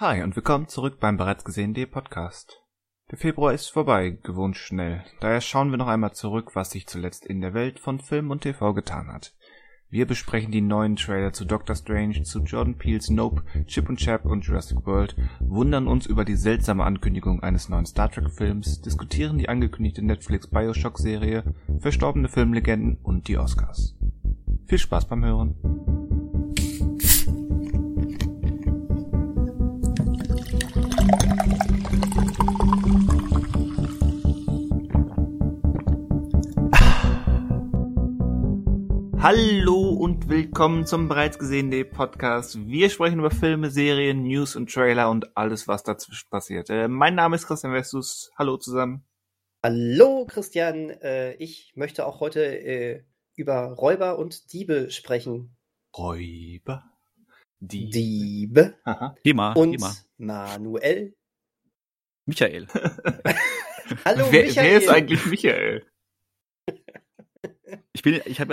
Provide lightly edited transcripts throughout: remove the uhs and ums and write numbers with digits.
Hi und willkommen zurück beim bereits gesehenen Podcast. Der Februar ist vorbei, gewohnt schnell. Daher schauen wir noch einmal zurück, was sich zuletzt in der Welt von Film und TV getan hat. Wir besprechen die neuen Trailer zu Doctor Strange, zu Jordan Peele's Nope, Chip und Chap und Jurassic World, wundern uns über die seltsame Ankündigung eines neuen Star Trek Films, diskutieren die angekündigte Netflix Bioshock-Serie, verstorbene Filmlegenden und die Oscars. Viel Spaß beim Hören. Hallo und willkommen zum bereits gesehenen Podcast. Wir sprechen über Filme, Serien, News und Trailer und alles, was dazwischen passiert. Mein Name ist Christian Westus. Hallo zusammen. Hallo Christian, ich möchte auch heute über Räuber und Diebe sprechen. Räuber? Diebe. Aha. Thema. Manuel. Michael. Hallo Wer Michael. ist eigentlich Michael? Ich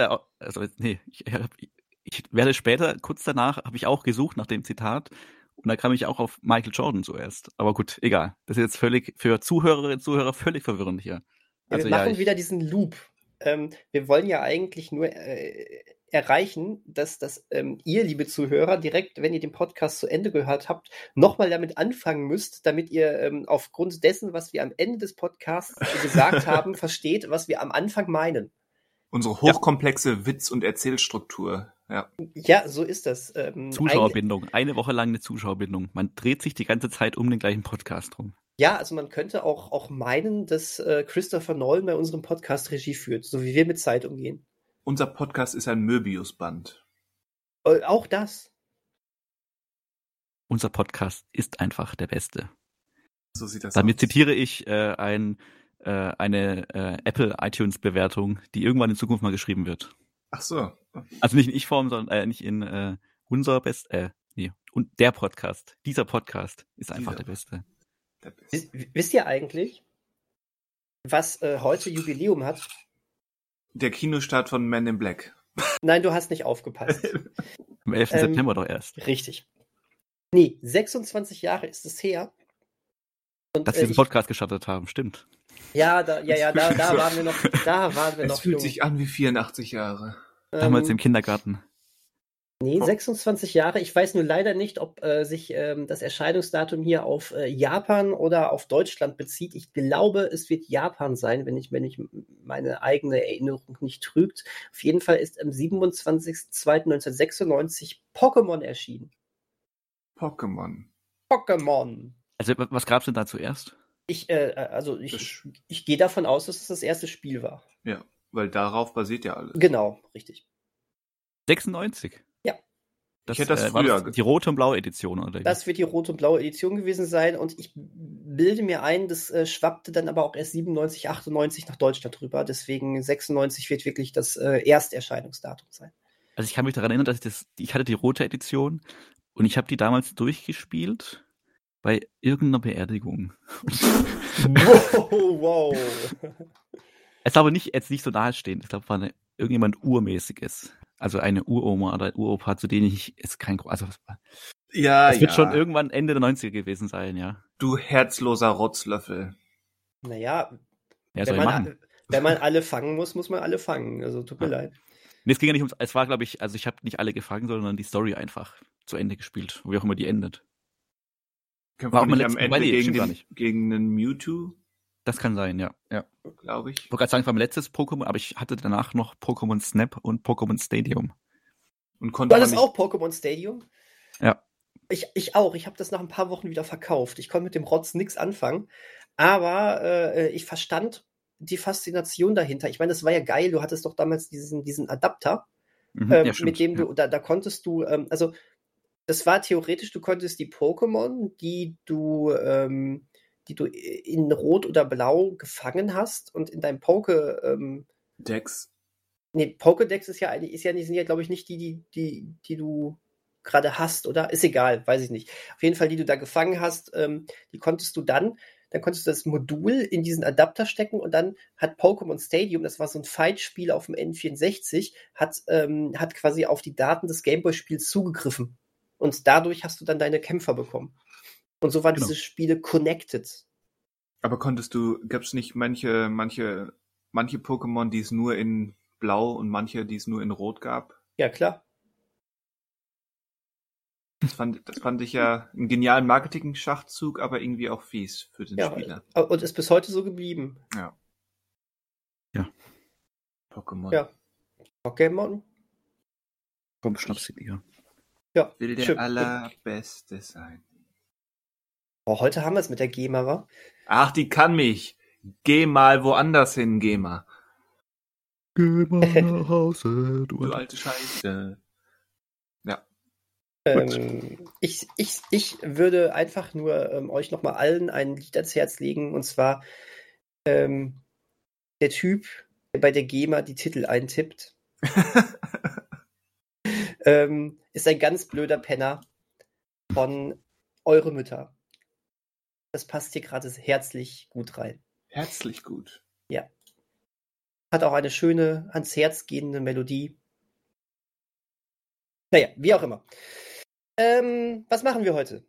werde später, kurz danach, habe ich auch gesucht nach dem Zitat und da kam ich auch auf Michael Jordan zuerst. Aber gut, egal. Das ist jetzt völlig für Zuhörerinnen und Zuhörer völlig verwirrend hier. Also wir machen wieder diesen Loop. Wir wollen ja eigentlich nur erreichen, dass ihr, liebe Zuhörer, direkt, wenn ihr den Podcast zu Ende gehört habt, nochmal damit anfangen müsst, damit ihr aufgrund dessen, was wir am Ende des Podcasts gesagt haben, versteht, was wir am Anfang meinen. Unsere hochkomplexe Witz- und Erzählstruktur. Ja, so ist das. Zuschauerbindung. Eine Woche lang eine Zuschauerbindung. Man dreht sich die ganze Zeit um den gleichen Podcast rum. Ja, also man könnte auch meinen, dass Christopher Nolan bei unserem Podcast Regie führt, so wie wir mit Zeit umgehen. Unser Podcast ist ein Möbiusband. Auch das. Unser Podcast ist einfach der Beste. So sieht das Damit aus. zitiere ich eine Apple iTunes-Bewertung, die irgendwann in Zukunft mal geschrieben wird. Ach so. Also nicht in Ich-Form, sondern nicht in unser und der Podcast. Dieser Podcast ist einfach der Beste. Wisst ihr eigentlich, was heute Jubiläum hat? Der Kinostart von Men in Black. Nein, du hast nicht aufgepasst. Am 11. September doch erst. Richtig. Nee, 26 Jahre ist es her. Und, dass wir den Podcast gestartet haben, stimmt. Ja, da waren wir noch. Es fühlt sich an wie 84 Jahre. Damals im Kindergarten. Nee, 26 Jahre. Ich weiß nur leider nicht, ob sich das Erscheinungsdatum hier auf Japan oder auf Deutschland bezieht. Ich glaube, es wird Japan sein, wenn ich meine eigene Erinnerung nicht trügt. Auf jeden Fall ist am 27.02.1996 Pokémon erschienen. Pokémon. Also, was gab's denn da zuerst? Ich gehe davon aus, dass es das erste Spiel war. Ja, weil darauf basiert ja alles. Genau, richtig. 96? Ja. Ich hätte das früher die rote und blaue Edition, oder? Das wird die rote und blaue Edition gewesen sein und ich bilde mir ein, das schwappte dann aber auch erst 97, 98 nach Deutschland rüber. Deswegen 96 wird wirklich das Ersterscheinungsdatum sein. Also ich kann mich daran erinnern, dass ich hatte die rote Edition und ich habe die damals durchgespielt bei irgendeiner Beerdigung. Wow. Es war aber jetzt nicht so nahestehend. Ich glaube, es war irgendjemand Urmäßiges. Also eine Uroma oder Uropa, zu denen ich jetzt kein... Also, es wird schon irgendwann Ende der 90er gewesen sein, ja. Du herzloser Rotzlöffel. Naja, wenn man alle fangen muss man alle fangen. Also tut mir leid. Nee, es ging ja nicht es war, glaube ich, also ich habe nicht alle gefangen, sondern die Story einfach zu Ende gespielt, wie auch immer die endet. War auch nicht am Ende gegen einen Mewtwo? Das kann sein, ja. Glaube ich. Ich wollte gerade sagen, es war mein letztes Pokémon, aber ich hatte danach noch Pokémon Snap und Pokémon Stadium. Und konnte du hattest auch Pokémon Stadium? Ja. Ich auch. Ich habe das nach ein paar Wochen wieder verkauft. Ich konnte mit dem Rotz nichts anfangen. Aber ich verstand die Faszination dahinter. Ich meine, das war ja geil. Du hattest doch damals diesen Adapter, mit dem du, da konntest du, also das war theoretisch, du konntest die Pokémon, die du in Rot oder Blau gefangen hast und in deinem Dex. Nee, Pokédex sind ja, glaube ich, nicht die du gerade hast, oder? Ist egal, weiß ich nicht. Auf jeden Fall, die du da gefangen hast, die konntest du dann konntest du das Modul in diesen Adapter stecken und dann hat Pokémon Stadium, das war so ein Fight-Spiel auf dem N64, hat quasi auf die Daten des Gameboy-Spiels zugegriffen. Und dadurch hast du dann deine Kämpfer bekommen. Und so waren diese Spiele connected. Aber gab es nicht manche Pokémon, die es nur in Blau und manche, die es nur in Rot gab? Ja, klar. Das fand ich ja einen genialen Marketing-Schachzug, aber irgendwie auch fies für den Spieler. Und ist bis heute so geblieben. Ja. Pokémon. Ja. Pokémon. Komm, Schnapsliga. Ja. Will der Allerbeste sein. Oh, heute haben wir es mit der GEMA, wa? Ach, die kann mich. Geh mal woanders hin, GEMA. Geh mal nach Hause, du alte Scheiße. Ja. Ich würde einfach nur euch nochmal allen ein Lied ans Herz legen, und zwar der Typ, der bei der GEMA die Titel eintippt, ist ein ganz blöder Penner von Eure Mütter. Das passt hier gerade herzlich gut rein. Herzlich gut. Ja. Hat auch eine schöne, ans Herz gehende Melodie. Naja, wie auch immer. Was machen wir heute?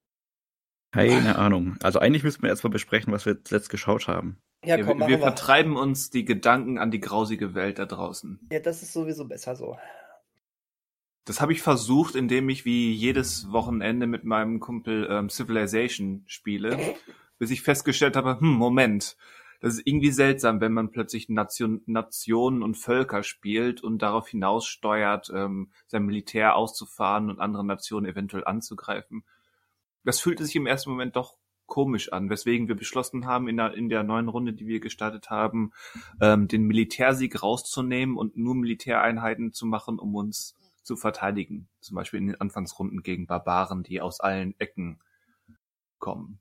Keine Ahnung. Also eigentlich müssten wir erstmal besprechen, was wir zuletzt geschaut haben. Ja, komm, wir vertreiben uns die Gedanken an die grausige Welt da draußen. Ja, das ist sowieso besser so. Das habe ich versucht, indem ich wie jedes Wochenende mit meinem Kumpel Civilization spiele, bis ich festgestellt habe, Moment, das ist irgendwie seltsam, wenn man plötzlich Nationen und Völker spielt und darauf hinaussteuert, sein Militär auszufahren und andere Nationen eventuell anzugreifen. Das fühlte sich im ersten Moment doch komisch an, weswegen wir beschlossen haben, in der neuen Runde, die wir gestartet haben, den Militärsieg rauszunehmen und nur Militäreinheiten zu machen, um uns zu verteidigen. Zum Beispiel in den Anfangsrunden gegen Barbaren, die aus allen Ecken kommen.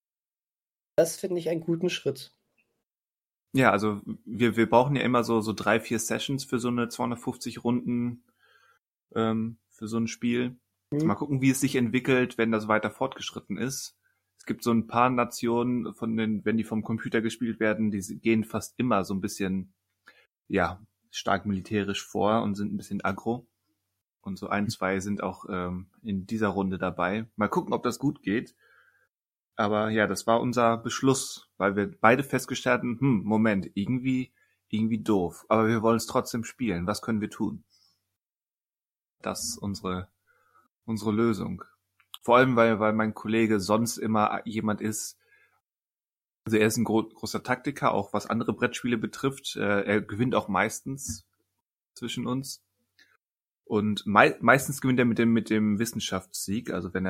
Das finde ich einen guten Schritt. Ja, also wir brauchen ja immer so 3-4 Sessions für so eine 250 Runden für so ein Spiel. Mal gucken, wie es sich entwickelt, wenn das weiter fortgeschritten ist. Es gibt so ein paar Nationen, wenn die vom Computer gespielt werden, die gehen fast immer so ein bisschen, stark militärisch vor und sind ein bisschen aggro. Und so 2 sind auch in dieser Runde dabei. Mal gucken, ob das gut geht. Aber ja, das war unser Beschluss, weil wir beide festgestellt haben, Moment, irgendwie doof. Aber wir wollen es trotzdem spielen. Was können wir tun? Das ist unsere Lösung. Vor allem, weil mein Kollege sonst immer jemand ist, also er ist ein großer Taktiker, auch was andere Brettspiele betrifft. Er gewinnt auch meistens zwischen uns. Und meistens gewinnt er mit dem Wissenschaftssieg, also wenn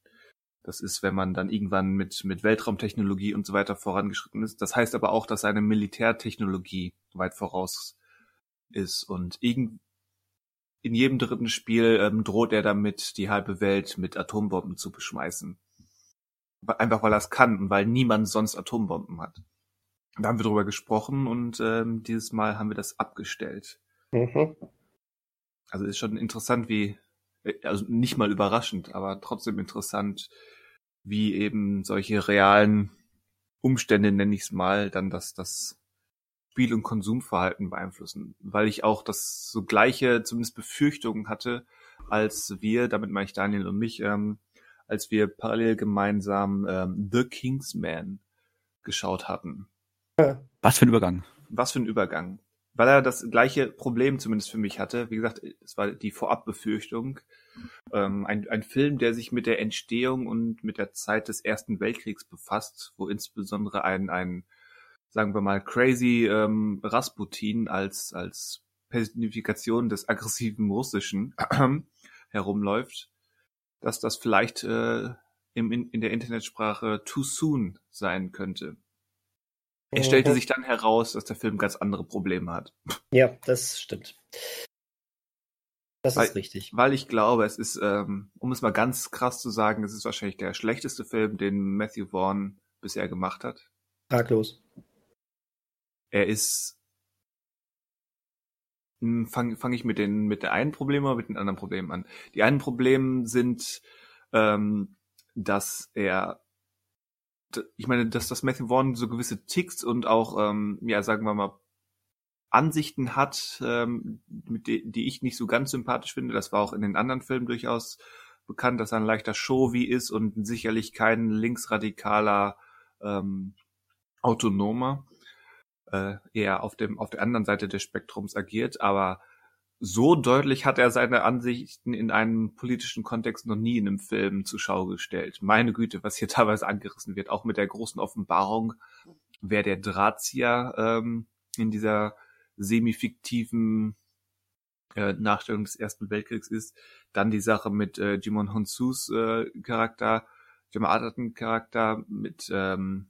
man dann irgendwann mit Weltraumtechnologie und so weiter vorangeschritten ist. Das heißt aber auch, dass seine Militärtechnologie weit voraus ist. Und in jedem dritten Spiel droht er damit, die halbe Welt mit Atombomben zu beschmeißen. Einfach weil er es kann und weil niemand sonst Atombomben hat. Da haben wir drüber gesprochen und dieses Mal haben wir das abgestellt. Mhm. Also ist schon interessant, also nicht mal überraschend, aber trotzdem interessant, wie eben solche realen Umstände, nenne ich es mal, dann das Spiel- und Konsumverhalten beeinflussen. Weil ich auch das so gleiche, zumindest Befürchtungen hatte, als wir, damit meine ich Daniel und mich, als wir parallel gemeinsam The Kingsman geschaut hatten. Was für ein Übergang. Weil er das gleiche Problem zumindest für mich hatte. Wie gesagt, es war die Vorabbefürchtung. Ein Film, der sich mit der Entstehung und mit der Zeit des Ersten Weltkriegs befasst, wo insbesondere ein sagen wir mal, crazy Rasputin als Personifikation des aggressiven Russischen herumläuft, dass das vielleicht in der Internetsprache too soon sein könnte. Es stellte sich dann heraus, dass der Film ganz andere Probleme hat. Ja, das stimmt. Das ist richtig. Weil ich glaube, es ist, um es mal ganz krass zu sagen, es ist wahrscheinlich der schlechteste Film, den Matthew Vaughn bisher gemacht hat. Fraglos. Er ist, fange ich mit der einen Problem oder mit den anderen Problemen an? Die einen Probleme sind, dass dass Matthew Vaughn so gewisse Ticks und auch, sagen wir mal, Ansichten hat, die ich nicht so ganz sympathisch finde. Das war auch in den anderen Filmen durchaus bekannt, dass er ein leichter Chauvi ist und sicherlich kein linksradikaler Autonomer, eher auf der anderen Seite des Spektrums agiert, aber so deutlich hat er seine Ansichten in einem politischen Kontext noch nie in einem Film zur Schau gestellt. Meine Güte, was hier teilweise angerissen wird, auch mit der großen Offenbarung, wer der Drahtzieher in dieser semi-fiktiven Nachstellung des Ersten Weltkriegs ist. Dann die Sache mit Djimon Hounsous Charakter, dem erarteten Charakter, mit allen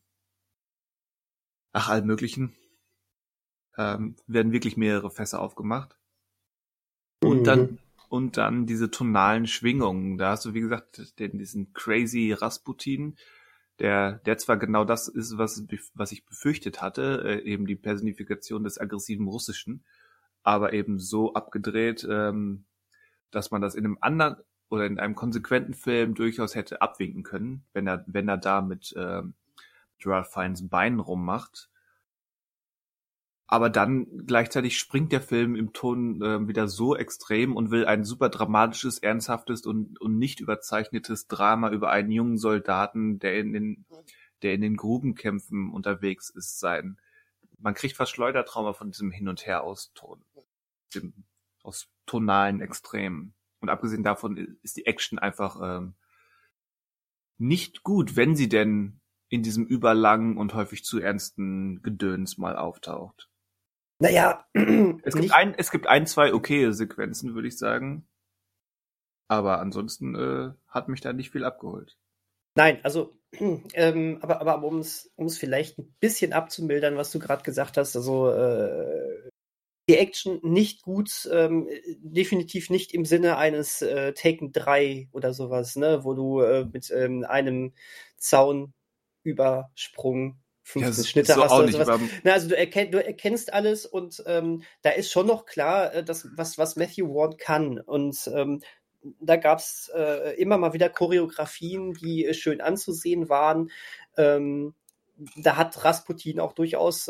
möglichen. Werden wirklich mehrere Fässer aufgemacht. Und dann diese tonalen Schwingungen. Da hast du, wie gesagt, diesen crazy Rasputin, der zwar genau das ist, was ich befürchtet hatte, eben die Personifikation des aggressiven Russischen, aber eben so abgedreht, dass man das in einem anderen oder in einem konsequenten Film durchaus hätte abwinken können, wenn er da mit Ralph Fiennes Beinen rummacht. Aber dann gleichzeitig springt der Film im Ton wieder so extrem und will ein super dramatisches, ernsthaftes und nicht überzeichnetes Drama über einen jungen Soldaten, der in den Grubenkämpfen unterwegs ist, sein. Man kriegt fast Schleudertrauma von diesem Hin- und Her-Auston. Aus tonalen Extremen. Und abgesehen davon ist die Action einfach nicht gut, wenn sie denn in diesem überlangen und häufig zu ernsten Gedöns mal auftaucht. Naja, es gibt zwei okaye Sequenzen, würde ich sagen. Aber ansonsten hat mich da nicht viel abgeholt. Nein, also, aber um es vielleicht ein bisschen abzumildern, was du gerade gesagt hast, also die Action nicht gut, definitiv nicht im Sinne eines Taken 3 oder sowas, ne, wo du mit einem Zaunübersprung 15 Schnitte hast oder sowas. Na, also du erkennst alles und da ist schon noch klar, was Matthew Vaughn kann. Und da gab's immer mal wieder Choreografien, die schön anzusehen waren. Da hat Rasputin auch durchaus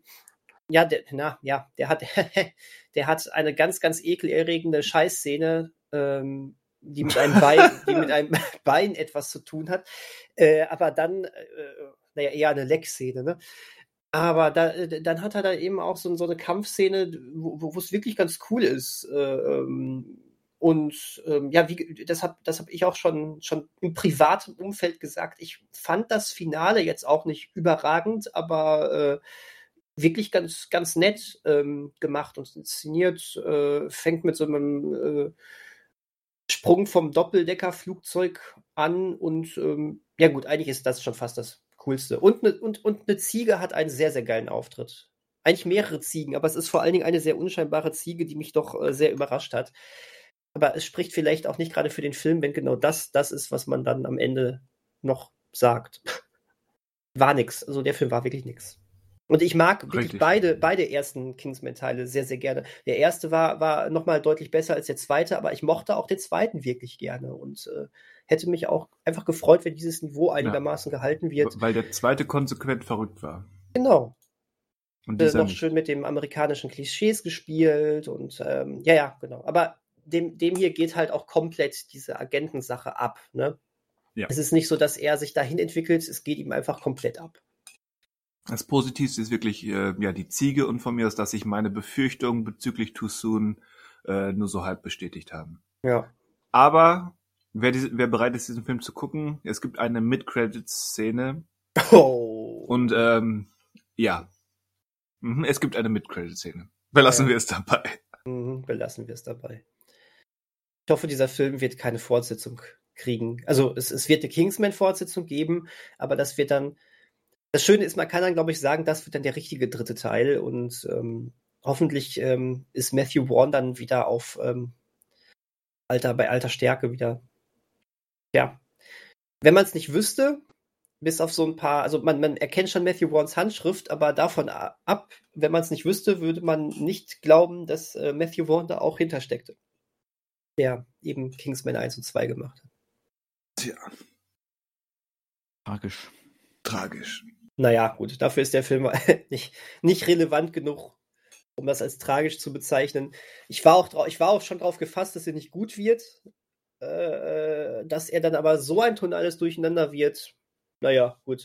der hat eine ganz, ganz ekelerregende Scheißszene, die mit einem Bein etwas zu tun hat. Aber dann, eher eine Leck-Szene, ne? Aber dann hat er da eben auch so eine Kampfszene, wo es wirklich ganz cool ist. Das hab ich auch schon im privaten Umfeld gesagt. Ich fand das Finale jetzt auch nicht überragend, aber wirklich ganz, ganz nett gemacht und inszeniert. Fängt mit so einem Sprung vom Doppeldeckerflugzeug an und gut, eigentlich ist das schon fast das Coolste. Und eine Ziege hat einen sehr, sehr geilen Auftritt. Eigentlich mehrere Ziegen, aber es ist vor allen Dingen eine sehr unscheinbare Ziege, die mich doch sehr überrascht hat. Aber es spricht vielleicht auch nicht gerade für den Film, wenn genau das ist, was man dann am Ende noch sagt. War nix. Also der Film war wirklich nix. Und ich mag wirklich beide ersten Kingsman-Teile sehr, sehr gerne. Der erste war nochmal deutlich besser als der zweite, aber ich mochte auch den zweiten wirklich gerne und hätte mich auch einfach gefreut, wenn dieses Niveau einigermaßen gehalten wird. Weil der zweite konsequent verrückt war. Genau. Und noch schön mit dem amerikanischen Klischees gespielt und genau. Aber dem hier geht halt auch komplett diese Agentensache ab, ne? Ja. Es ist nicht so, dass er sich dahin entwickelt, es geht ihm einfach komplett ab. Das Positivste ist wirklich die Ziege und von mir aus, dass sich meine Befürchtungen bezüglich Too Soon nur so halb bestätigt haben. Ja. Aber wer bereit ist, diesen Film zu gucken, es gibt eine Mid-Credits-Szene. Oh. Und es gibt eine Mid-Credits-Szene. Belassen wir es dabei. Belassen wir es dabei. Ich hoffe, dieser Film wird keine Fortsetzung kriegen. Also es wird eine Kingsman-Fortsetzung geben, aber das wird dann. Das Schöne ist, man kann dann, glaube ich, sagen, das wird dann der richtige dritte Teil und hoffentlich ist Matthew Vaughn dann wieder auf bei alter Stärke wieder. Ja. Wenn man es nicht wüsste, bis auf so ein paar, also man erkennt schon Matthew Vaughns Handschrift, aber davon ab, wenn man es nicht wüsste, würde man nicht glauben, dass Matthew Vaughn da auch hintersteckte. Der eben Kingsman 1 und 2 gemacht hat. Tja. Tragisch. Naja, gut, dafür ist der Film nicht relevant genug, um das als tragisch zu bezeichnen. Ich war auch schon drauf gefasst, dass er nicht gut wird. dass er dann aber so ein tonales Durcheinander wird. Naja, gut.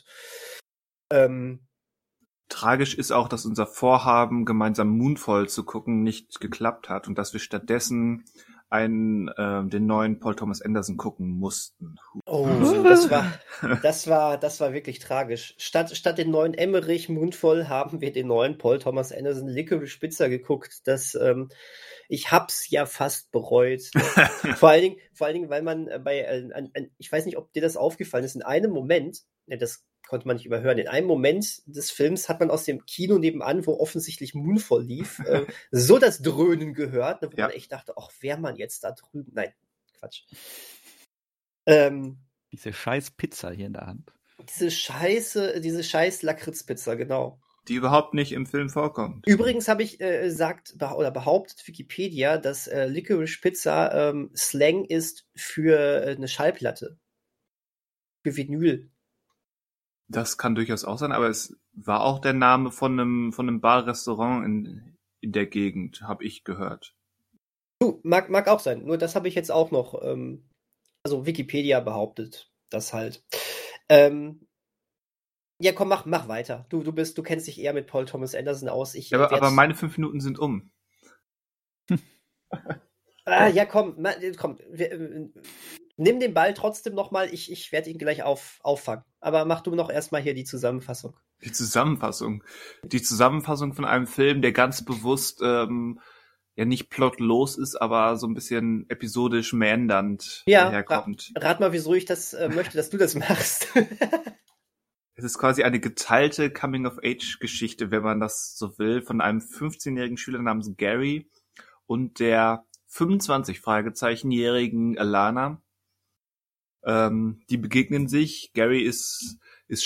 Tragisch ist auch, dass unser Vorhaben, gemeinsam Moonfall zu gucken, nicht geklappt hat und dass wir stattdessen den neuen Paul Thomas Anderson gucken mussten. Oh, das war wirklich tragisch. Statt den neuen Emmerich Moonfall haben wir den neuen Paul Thomas Anderson Licorice Pizza geguckt. Ich hab's ja fast bereut. Vor allen Dingen, weil man ich weiß nicht, ob dir das aufgefallen ist, in einem Moment, das konnte man nicht überhören, in einem Moment des Films hat man aus dem Kino nebenan, wo offensichtlich Moonfall lief, so das Dröhnen gehört, wo man echt dachte, ach, wäre man jetzt da drüben? Nein, Quatsch. Diese scheiß Pizza hier in der Hand. Diese scheiß Lakritzpizza, genau. Die überhaupt nicht im Film vorkommt. Übrigens habe ich behauptet Wikipedia, dass Licorice Pizza Slang ist für eine Schallplatte. Für Vinyl. Das kann durchaus auch sein, aber es war auch der Name von einem Bar-Restaurant in der Gegend, habe ich gehört. Mag auch sein, nur das habe ich jetzt auch noch, also Wikipedia behauptet das halt. Ja, komm, mach weiter. Du kennst dich eher mit Paul Thomas Anderson aus. Aber meine 5 Minuten sind um. Ja, komm, nimm den Ball trotzdem nochmal. Ich werde ihn gleich auffangen. Aber mach du noch erstmal hier die Zusammenfassung. Die Zusammenfassung von einem Film, der ganz bewusst ja nicht plotlos ist, aber so ein bisschen episodisch meandernd daherkommt. Rat mal, wieso ich das möchte, dass du das machst. Es ist quasi eine geteilte Coming-of-Age-Geschichte, wenn man das so will, von einem 15-jährigen Schüler namens Gary und der 25-jährigen Alana. Die begegnen sich. Gary ist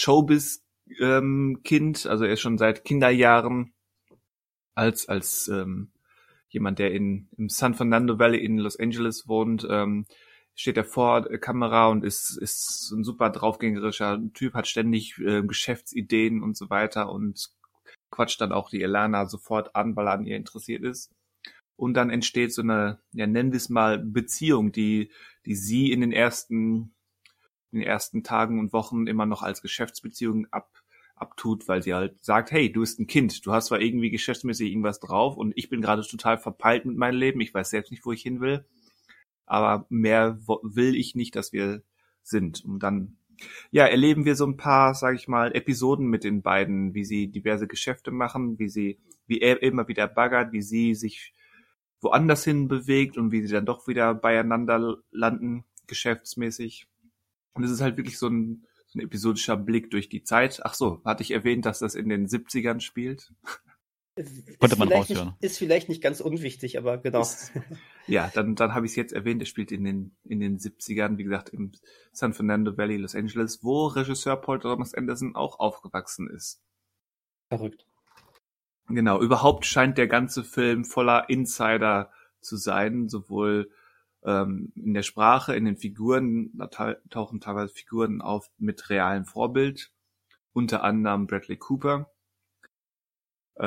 Showbiz-Kind, also er ist schon seit Kinderjahren als jemand, der im San Fernando Valley in Los Angeles wohnt, steht er vor der Kamera und ist ein super draufgängerischer Typ, hat ständig Geschäftsideen und so weiter und quatscht dann auch die Alana sofort an, weil er an ihr interessiert ist. Und dann entsteht so eine, ja, nennen wir es mal, Beziehung, die sie in den ersten Tagen und Wochen immer noch als Geschäftsbeziehung abtut, weil sie halt sagt, hey, du bist ein Kind, du hast zwar irgendwie geschäftsmäßig irgendwas drauf und ich bin gerade total verpeilt mit meinem Leben, ich weiß selbst nicht, wo ich hin will, aber mehr will ich nicht, dass wir sind. Und dann, ja, erleben wir so ein paar, sage ich mal, Episoden mit den beiden, wie sie diverse Geschäfte machen, wie er immer wieder baggert, wie sie sich woanders hin bewegt und wie sie dann doch wieder beieinander landen, geschäftsmäßig. Und es ist halt wirklich so ein episodischer Blick durch die Zeit. Ach so, hatte ich erwähnt, dass das in den 70ern spielt? Konnte man raushören. Ist vielleicht nicht ganz unwichtig, aber genau. Ja, dann habe ich es jetzt erwähnt, es spielt in den 70ern, wie gesagt, im San Fernando Valley, Los Angeles, wo Regisseur Paul Thomas Anderson auch aufgewachsen ist. Verrückt. Genau, überhaupt scheint der ganze Film voller Insider zu sein, sowohl in der Sprache, in den Figuren, da tauchen teilweise Figuren auf mit realem Vorbild, unter anderem Bradley Cooper. Da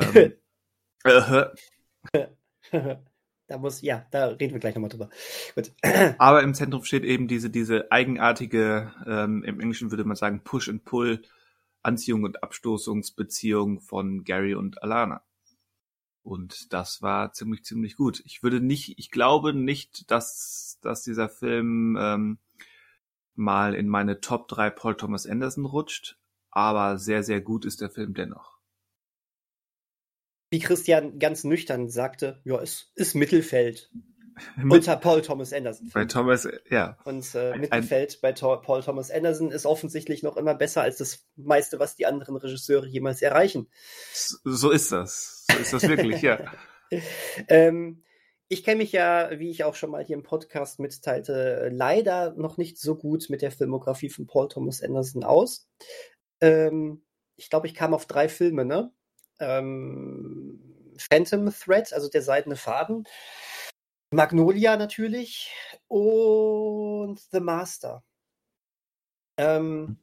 reden wir gleich nochmal drüber. Gut. Aber im Zentrum steht eben diese eigenartige, im Englischen würde man sagen, Push and Pull, Anziehung und Abstoßungsbeziehung von Gary und Alana. Und das war ziemlich gut. Ich glaube nicht, dass dieser Film mal in meine Top 3 Paul Thomas Anderson rutscht, aber sehr, sehr gut ist der Film dennoch. Wie Christian ganz nüchtern sagte, ja, es ist Mittelfeld unter Paul Thomas Anderson. Bei Thomas, ja. Und Mittelfeld bei Paul Thomas Anderson ist offensichtlich noch immer besser als das meiste, was die anderen Regisseure jemals erreichen. So ist das. So ist das wirklich, ja. Ich kenne mich ja, wie ich auch schon mal hier im Podcast mitteilte, leider noch nicht so gut mit der Filmografie von Paul Thomas Anderson aus. Ich glaube, ich kam auf 3 Filme, ne? Phantom Thread, also der seidene Faden, Magnolia natürlich und The Master. Genau.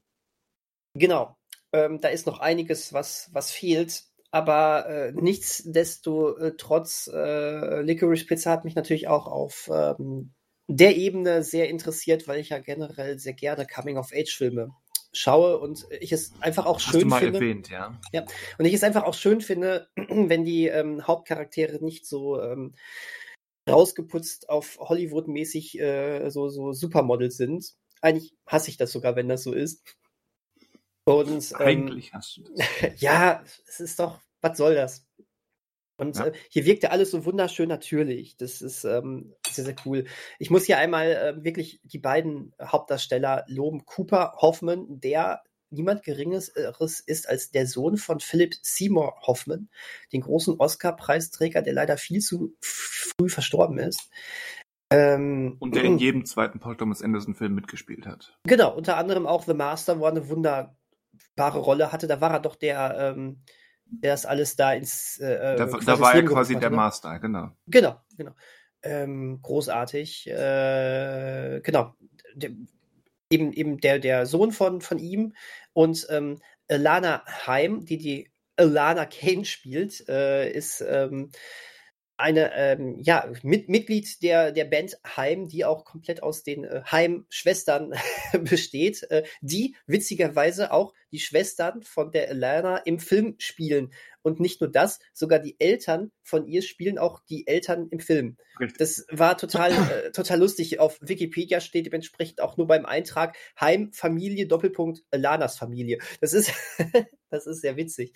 Da ist noch einiges, was fehlt. Aber nichtsdestotrotz, Licorice Pizza hat mich natürlich auch auf der Ebene sehr interessiert, weil ich ja generell sehr gerne Coming-of-Age-Filme schaue und ich es einfach auch schön finde. Hast du mal erwähnt, ja. Ja, und ich es einfach auch schön finde, wenn die Hauptcharaktere nicht so rausgeputzt auf Hollywood-mäßig so Supermodels sind. Eigentlich hasse ich das sogar, wenn das so ist. Und Eigentlich hast du das. ja, es ist doch, was soll das? Und hier wirkt ja alles so wunderschön natürlich. Das ist sehr, sehr cool. Ich muss hier einmal wirklich die beiden Hauptdarsteller loben. Cooper Hoffman, der niemand Geringeres ist als der Sohn von Philip Seymour Hoffman, den großen Oscar-Preisträger, der leider viel zu früh verstorben ist. Und der in jedem zweiten Paul Thomas Anderson-Film mitgespielt hat. Genau, unter anderem auch The Master, wo er eine wunderbare Rolle hatte. Da war er doch der das alles da ins da war er quasi der Master, genau. Genau. Großartig. Genau. Eben der Sohn von ihm und Alana Haim, die Alana Kane spielt, ist eine Mitglied der Band Haim, die auch komplett aus den Haim-Schwestern besteht, die witzigerweise auch die Schwestern von der Alana im Film spielen. Und nicht nur das, sogar die Eltern von ihr spielen auch die Eltern im Film. Richtig. Das war total lustig. Auf Wikipedia steht dementsprechend auch nur beim Eintrag Haim Familie Doppelpunkt Alanas Familie. Das ist sehr witzig.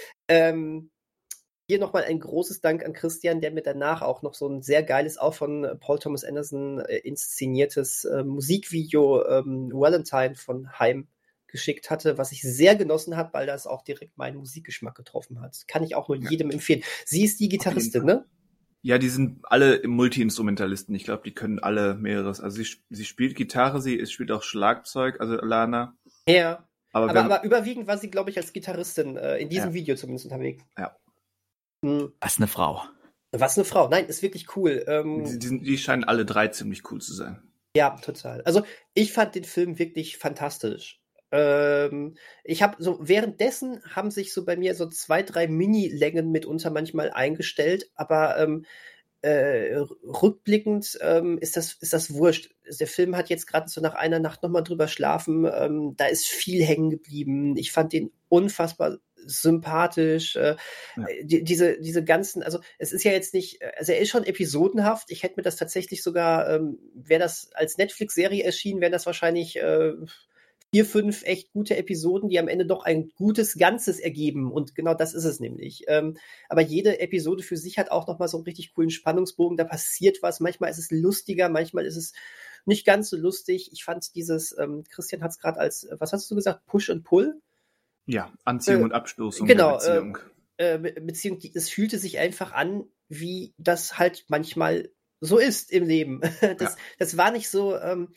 Hier nochmal ein großes Dank an Christian, der mir danach auch noch so ein sehr geiles, auch von Paul Thomas Anderson inszeniertes Musikvideo Valentine von Haim geschickt hatte, was ich sehr genossen habe, weil das auch direkt meinen Musikgeschmack getroffen hat. Kann ich auch nur jedem empfehlen. Sie ist die Gitarristin, ne? Ja, die sind alle Multi-Instrumentalisten. Ich glaube, die können alle mehreres. Also sie spielt Gitarre, sie spielt auch Schlagzeug, also Lana. Ja, aber überwiegend war sie, glaube ich, als Gitarristin in diesem Video zumindest unterwegs. Ja. Was eine Frau. Was eine Frau. Nein, ist wirklich cool. Die scheinen alle drei ziemlich cool zu sein. Ja, total. Also ich fand den Film wirklich fantastisch. Ich habe so, währenddessen haben sich so bei mir so 2, 3 Mini-Längen mitunter manchmal eingestellt, aber rückblickend ist das wurscht. Der Film hat jetzt gerade so nach einer Nacht nochmal drüber schlafen, da ist viel hängen geblieben. Ich fand den unfassbar sympathisch. Diese ganzen, also es ist ja jetzt nicht, also er ist schon episodenhaft. Ich hätte mir das tatsächlich sogar, wäre das als Netflix-Serie erschienen, wären das wahrscheinlich 4, 5 echt gute Episoden, die am Ende doch ein gutes Ganzes ergeben. Und genau das ist es nämlich. Aber jede Episode für sich hat auch nochmal so einen richtig coolen Spannungsbogen. Da passiert was. Manchmal ist es lustiger, manchmal ist es nicht ganz so lustig. Ich fand dieses, Christian hat es gerade als, was hast du gesagt, Push und Pull? Ja, Anziehung und Abstoßung genau, der Beziehung. Beziehung, es fühlte sich einfach an, wie das halt manchmal so ist im Leben. Das war nicht so,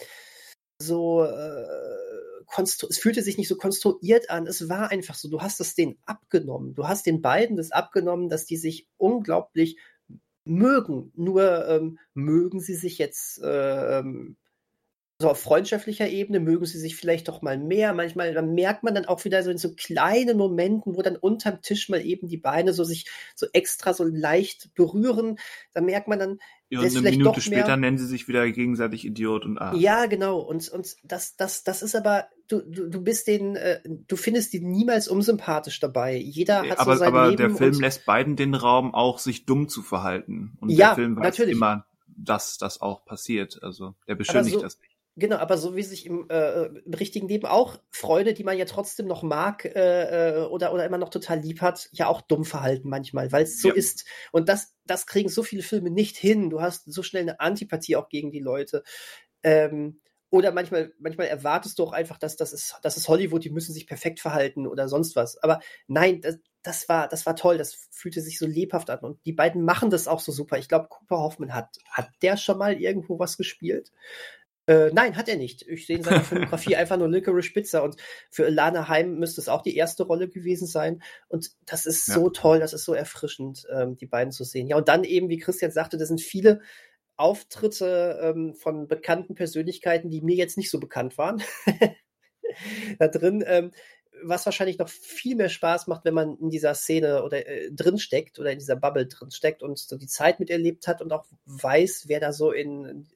es fühlte sich nicht so konstruiert an. Es war einfach so, du hast es denen abgenommen. Du hast den beiden das abgenommen, dass die sich unglaublich mögen. Nur mögen sie sich jetzt so auf freundschaftlicher Ebene, mögen sie sich vielleicht doch mal mehr. Manchmal dann merkt man dann auch wieder so in so kleinen Momenten, wo dann unterm Tisch mal eben die Beine so sich so extra so leicht berühren. Da merkt man dann, ja, und eine Minute später nennen sie sich wieder gegenseitig Idiot und Arsch. Ja, genau. Und das ist aber, du bist du findest die niemals unsympathisch dabei. Jeder hat so sein Leben. Aber der Film lässt beiden den Raum, auch sich dumm zu verhalten. Und der Film weiß immer, dass das auch passiert. Also der beschönigt das nicht. Genau, aber so wie sich im richtigen Leben auch Freunde, die man ja trotzdem noch mag oder immer noch total lieb hat, ja auch dumm verhalten manchmal, weil es so ist. Und das kriegen so viele Filme nicht hin. Du hast so schnell eine Antipathie auch gegen die Leute. Oder manchmal erwartest du auch einfach, dass das ist Hollywood, die müssen sich perfekt verhalten oder sonst was. Aber nein, das war toll, das fühlte sich so lebhaft an. Und die beiden machen das auch so super. Ich glaube, Cooper Hoffman hat der schon mal irgendwo was gespielt? Nein, hat er nicht. Ich sehe in seiner Filmografie einfach nur Licorice Pizza und für Alana Haim müsste es auch die erste Rolle gewesen sein und das ist so toll, das ist so erfrischend, die beiden zu sehen. Ja, und dann eben, wie Christian sagte, das sind viele Auftritte von bekannten Persönlichkeiten, die mir jetzt nicht so bekannt waren, da drin. was wahrscheinlich noch viel mehr Spaß macht, wenn man in dieser Szene oder drinsteckt oder in dieser Bubble drinsteckt und so die Zeit miterlebt hat und auch weiß, wer da so in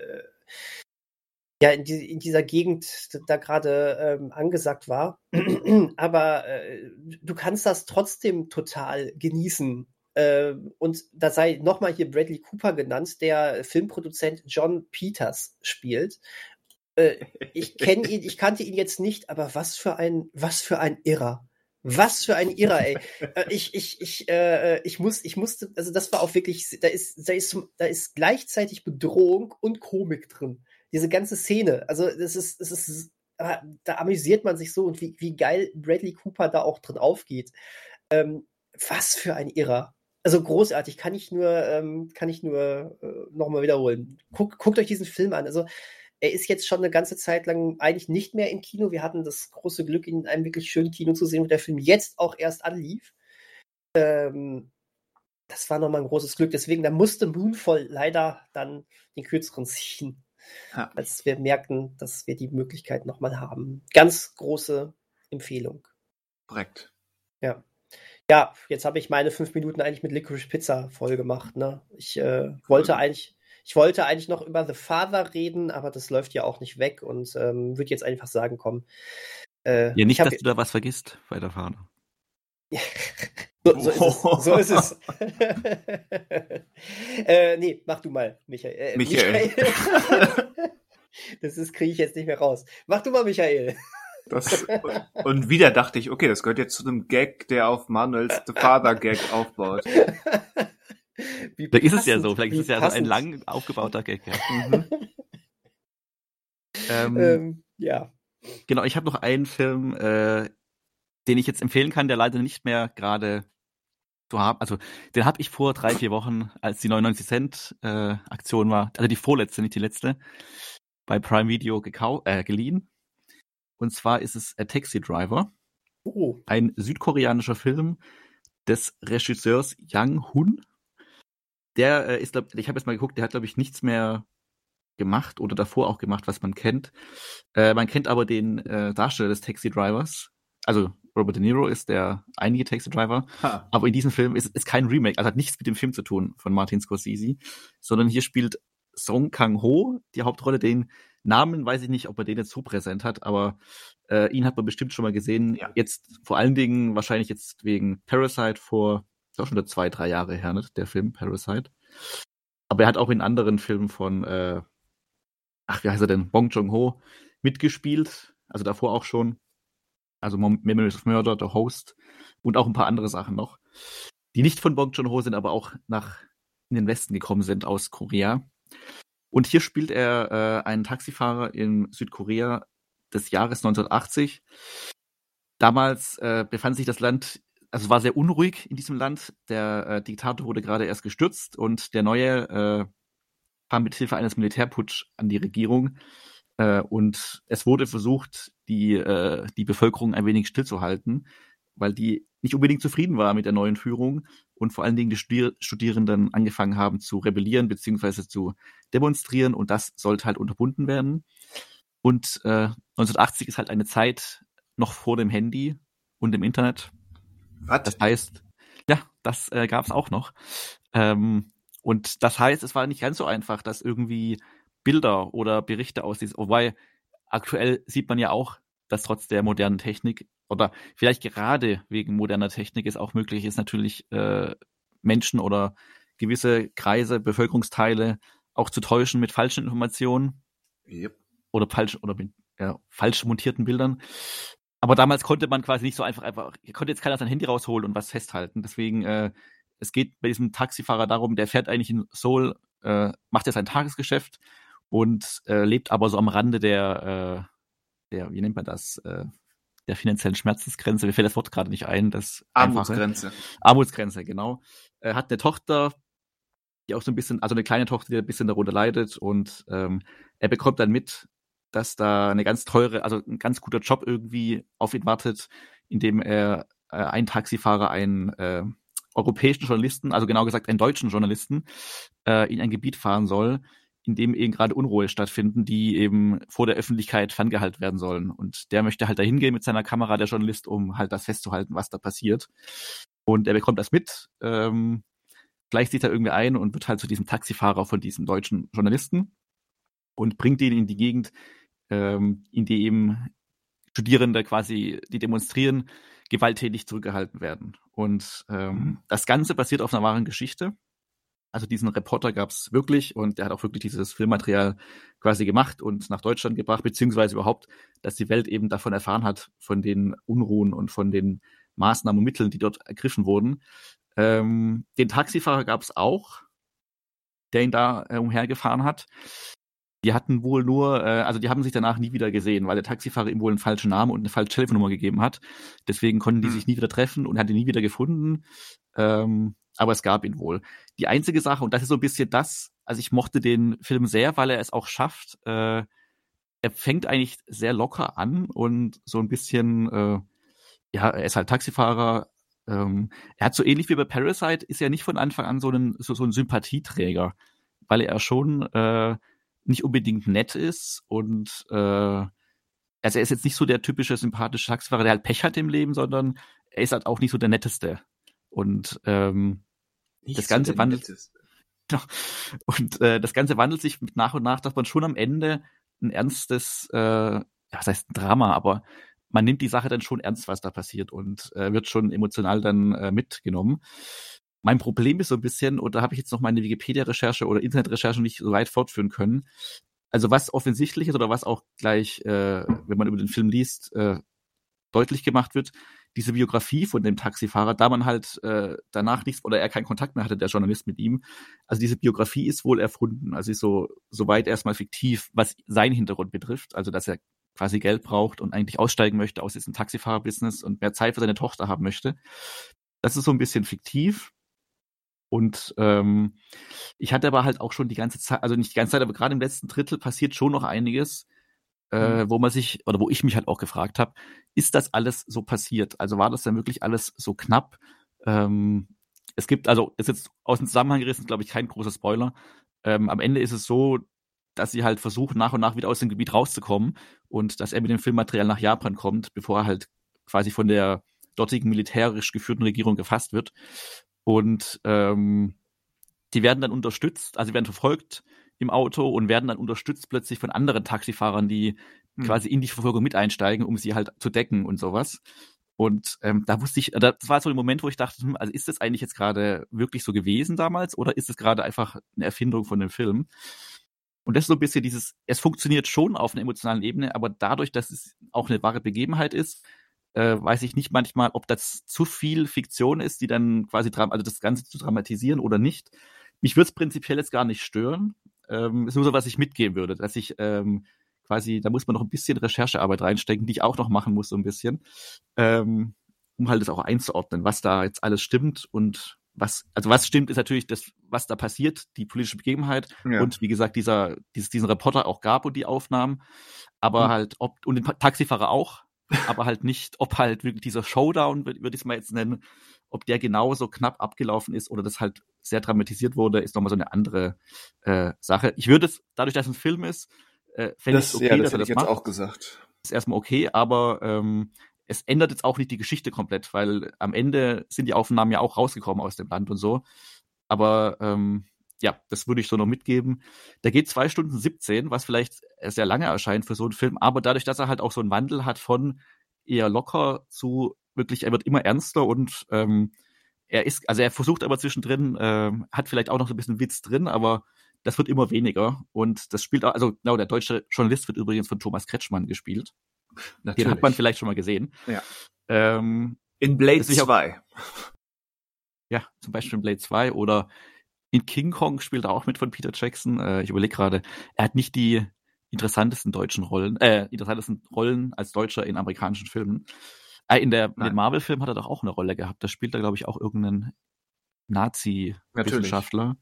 dieser Gegend da gerade angesagt war. Aber du kannst das trotzdem total genießen. Und da sei nochmal hier Bradley Cooper genannt, der Filmproduzent John Peters spielt. Ich kannte ihn jetzt nicht, aber was für ein Irrer. Was für ein Irrer, ey. Ich musste, also das war auch wirklich, da ist gleichzeitig Bedrohung und Komik drin. Diese ganze Szene, also da amüsiert man sich so und wie geil Bradley Cooper da auch drin aufgeht. Was für ein Irrer. Also großartig, kann ich nur nochmal wiederholen. Guckt euch diesen Film an. Also er ist jetzt schon eine ganze Zeit lang eigentlich nicht mehr im Kino. Wir hatten das große Glück, ihn in einem wirklich schönen Kino zu sehen, wo der Film jetzt auch erst anlief. Das war nochmal ein großes Glück. Deswegen, da musste Moonfall leider dann den Kürzeren ziehen. Ja. Als wir merkten, dass wir die Möglichkeit nochmal haben. Ganz große Empfehlung. Korrekt. Ja. Ja, jetzt habe ich meine 5 Minuten eigentlich mit Licorice Pizza voll gemacht. Ne? Ich wollte eigentlich noch über The Father reden, aber das läuft ja auch nicht weg und würde jetzt einfach sagen, komm. Ja, nicht, dass du da was vergisst bei der Father. So ist es. Nee, mach du mal, Michael. Michael. Das kriege ich jetzt nicht mehr raus. Mach du mal, Michael. Und wieder dachte ich, okay, das gehört jetzt zu einem Gag, der auf Manuels The Father Gag aufbaut. Vielleicht ist es ja so, vielleicht ist es ja so ein lang aufgebauter Gag. Ja. Ja. Genau, ich habe noch einen Film, den ich jetzt empfehlen kann, der leider nicht mehr gerade zu haben. Also den habe ich vor 3-4 Wochen, als die 99 Cent Aktion war, also die vorletzte, nicht die letzte, bei Prime Video geliehen. Und zwar ist es A Taxi Driver, ein südkoreanischer Film des Regisseurs Yang Hun. Der ist, ich habe jetzt mal geguckt, der hat, glaube ich, nichts mehr gemacht oder davor auch gemacht, was man kennt. Man kennt aber den Darsteller des Taxi Drivers. Also Robert De Niro ist der einige Taxi Driver. Aber in diesem Film ist kein Remake, also hat nichts mit dem Film zu tun von Martin Scorsese, sondern hier spielt Song Kang-ho die Hauptrolle. Den Namen weiß ich nicht, ob er den jetzt so präsent hat, aber ihn hat man bestimmt schon mal gesehen. Ja. Jetzt vor allen Dingen wahrscheinlich jetzt wegen Parasite ist auch schon 2-3 Jahre her, ne, der Film Parasite. Aber er hat auch in anderen Filmen von, wie heißt er denn, Bong Joon-ho mitgespielt. Also davor auch schon. Also Memories of Murder, The Host und auch ein paar andere Sachen noch, die nicht von Bong Joon-ho sind, aber auch in den Westen gekommen sind aus Korea. Und hier spielt er einen Taxifahrer in Südkorea des Jahres 1980. Damals befand sich das Land, also war sehr unruhig in diesem Land. Der Diktator wurde gerade erst gestürzt und der neue kam mit Hilfe eines Militärputsch an die Regierung. Und es wurde versucht, die Bevölkerung ein wenig stillzuhalten, weil die nicht unbedingt zufrieden war mit der neuen Führung und vor allen Dingen die Studierenden angefangen haben zu rebellieren bzw. zu demonstrieren und das sollte halt unterbunden werden. Und 1980 ist halt eine Zeit noch vor dem Handy und dem Internet. Was? Das heißt, ja, das gab es auch noch. Und das heißt, es war nicht ganz so einfach, dass irgendwie Bilder oder Berichte aus diesem, wobei aktuell sieht man ja auch, dass trotz der modernen Technik oder vielleicht gerade wegen moderner Technik es auch möglich ist, natürlich Menschen oder gewisse Kreise, Bevölkerungsteile auch zu täuschen mit falschen Informationen. Yep. Oder mit falsch montierten Bildern. Aber damals konnte man quasi nicht so einfach, konnte jetzt keiner sein Handy rausholen und was festhalten. Deswegen, es geht bei diesem Taxifahrer darum, der fährt eigentlich in Seoul, macht ja sein Tagesgeschäft und lebt aber so am Rande der wie nennt man das, der finanziellen Schmerzensgrenze. Mir fällt das Wort gerade nicht ein. Das Armutsgrenze. Armutsgrenze, genau. Hat eine Tochter, die auch so ein bisschen, also eine kleine Tochter, die ein bisschen darunter leidet und er bekommt dann mit, dass da eine ganz teure, also ein ganz guter Job irgendwie auf ihn wartet, indem er ein Taxifahrer einen europäischen Journalisten, also genau gesagt einen deutschen Journalisten, in ein Gebiet fahren soll, in dem eben gerade Unruhe stattfinden, die eben vor der Öffentlichkeit ferngehalten werden sollen. Und der möchte halt da hingehen mit seiner Kamera, der Journalist, um halt das festzuhalten, was da passiert. Und er bekommt das mit, gleicht sich da irgendwie ein und wird halt zu diesem Taxifahrer von diesem deutschen Journalisten und bringt ihn in die Gegend, in die eben Studierende quasi, die demonstrieren, gewalttätig zurückgehalten werden. Und das Ganze basiert auf einer wahren Geschichte. Also diesen Reporter gab es wirklich und der hat auch wirklich dieses Filmmaterial quasi gemacht und nach Deutschland gebracht, beziehungsweise überhaupt, dass die Welt eben davon erfahren hat, von den Unruhen und von den Maßnahmen und Mitteln, die dort ergriffen wurden. Den Taxifahrer gab es auch, der ihn da umhergefahren hat. Die hatten wohl nur, also die haben sich danach nie wieder gesehen, weil der Taxifahrer ihm wohl einen falschen Namen und eine falsche Telefonnummer gegeben hat. Deswegen konnten die sich nie wieder treffen und hat ihn nie wieder gefunden. Aber es gab ihn wohl. Die einzige Sache, und das ist so ein bisschen das, also ich mochte den Film sehr, weil er es auch schafft, er fängt eigentlich sehr locker an und so ein bisschen, er ist halt Taxifahrer. Er hat so ähnlich wie bei Parasite, ist ja nicht von Anfang an so ein Sympathieträger, weil er schon nicht unbedingt nett ist und also er ist jetzt nicht so der typische sympathische Taxifahrer, der halt Pech hat im Leben, sondern er ist halt auch nicht so der Netteste. Und das Ganze wandelt das Ganze wandelt sich nach und nach, dass man schon am Ende ein ernstes, was heißt ein Drama, aber man nimmt die Sache dann schon ernst, was da passiert und wird schon emotional dann mitgenommen. Mein Problem ist so ein bisschen, und da habe ich jetzt noch meine Wikipedia-Recherche oder Internet-Recherche nicht so weit fortführen können. Also was offensichtlich ist oder was auch gleich, wenn man über den Film liest, deutlich gemacht wird, diese Biografie von dem Taxifahrer, da man halt danach nichts oder er keinen Kontakt mehr hatte, der Journalist mit ihm. Also diese Biografie ist wohl erfunden, also ist soweit erstmal fiktiv, was seinen Hintergrund betrifft, also dass er quasi Geld braucht und eigentlich aussteigen möchte aus diesem Taxifahrer-Business und mehr Zeit für seine Tochter haben möchte. Das ist so ein bisschen fiktiv. Und ich hatte aber halt auch schon die ganze Zeit, also nicht die ganze Zeit, aber gerade im letzten Drittel passiert schon noch einiges, wo man sich, oder wo ich mich halt auch gefragt habe, ist das alles so passiert? Also war das dann wirklich alles so knapp? Es gibt, also ist jetzt aus dem Zusammenhang gerissen, glaube ich, kein großer Spoiler. Am Ende ist es so, dass sie halt versuchen, nach und nach wieder aus dem Gebiet rauszukommen und dass er mit dem Filmmaterial nach Japan kommt, bevor er halt quasi von der dortigen militärisch geführten Regierung gefasst wird. Und die werden dann unterstützt, also sie werden verfolgt im Auto und werden dann unterstützt plötzlich von anderen Taxifahrern, die quasi in die Verfolgung mit einsteigen, um sie halt zu decken und sowas. Und da wusste ich, das war so ein Moment, wo ich dachte, also ist das eigentlich jetzt gerade wirklich so gewesen damals oder ist es gerade einfach eine Erfindung von dem Film? Und das ist so ein bisschen es funktioniert schon auf einer emotionalen Ebene, aber dadurch, dass es auch eine wahre Begebenheit ist, weiß ich nicht manchmal, ob das zu viel Fiktion ist, die dann quasi, also das Ganze zu dramatisieren oder nicht. Mich würde es prinzipiell jetzt gar nicht stören. Ist nur so, was ich mitgeben würde, dass ich quasi, da muss man noch ein bisschen Recherchearbeit reinstecken, die ich auch noch machen muss, so ein bisschen, um halt das auch einzuordnen, was da jetzt alles stimmt und was stimmt, ist natürlich das, was da passiert, die politische Begebenheit und wie gesagt, diesen Reporter auch gab und die Aufnahmen, aber halt, und den Taxifahrer auch, aber halt nicht, ob halt wirklich dieser Showdown, würde ich es mal jetzt nennen, ob der genauso knapp abgelaufen ist oder das halt sehr dramatisiert wurde, ist nochmal so eine andere Sache. Ich würde es, dadurch, dass es ein Film ist, fände ich es okay, dass er das macht. Auch gesagt. Ist erstmal okay, aber es ändert jetzt auch nicht die Geschichte komplett, weil am Ende sind die Aufnahmen ja auch rausgekommen aus dem Land und so. Aber das würde ich so noch mitgeben. Der geht 2 Stunden 17, was vielleicht sehr lange erscheint für so einen Film, aber dadurch, dass er halt auch so einen Wandel hat von eher locker zu wirklich, er wird immer ernster und er versucht aber zwischendrin, hat vielleicht auch noch so ein bisschen Witz drin, aber das wird immer weniger und das spielt auch, also genau, der deutsche Journalist wird übrigens von Thomas Kretschmann gespielt. Natürlich. Den hat man vielleicht schon mal gesehen. Ja. In Blade 2. Ja, zum Beispiel in Blade 2 oder in King Kong spielt er auch mit von Peter Jackson. Ich überlege gerade, er hat nicht die interessantesten Rollen als Deutscher in amerikanischen Filmen. In den Marvel-Film hat er doch auch eine Rolle gehabt. Da spielt er, glaube ich, auch irgendeinen Nazi-Wissenschaftler.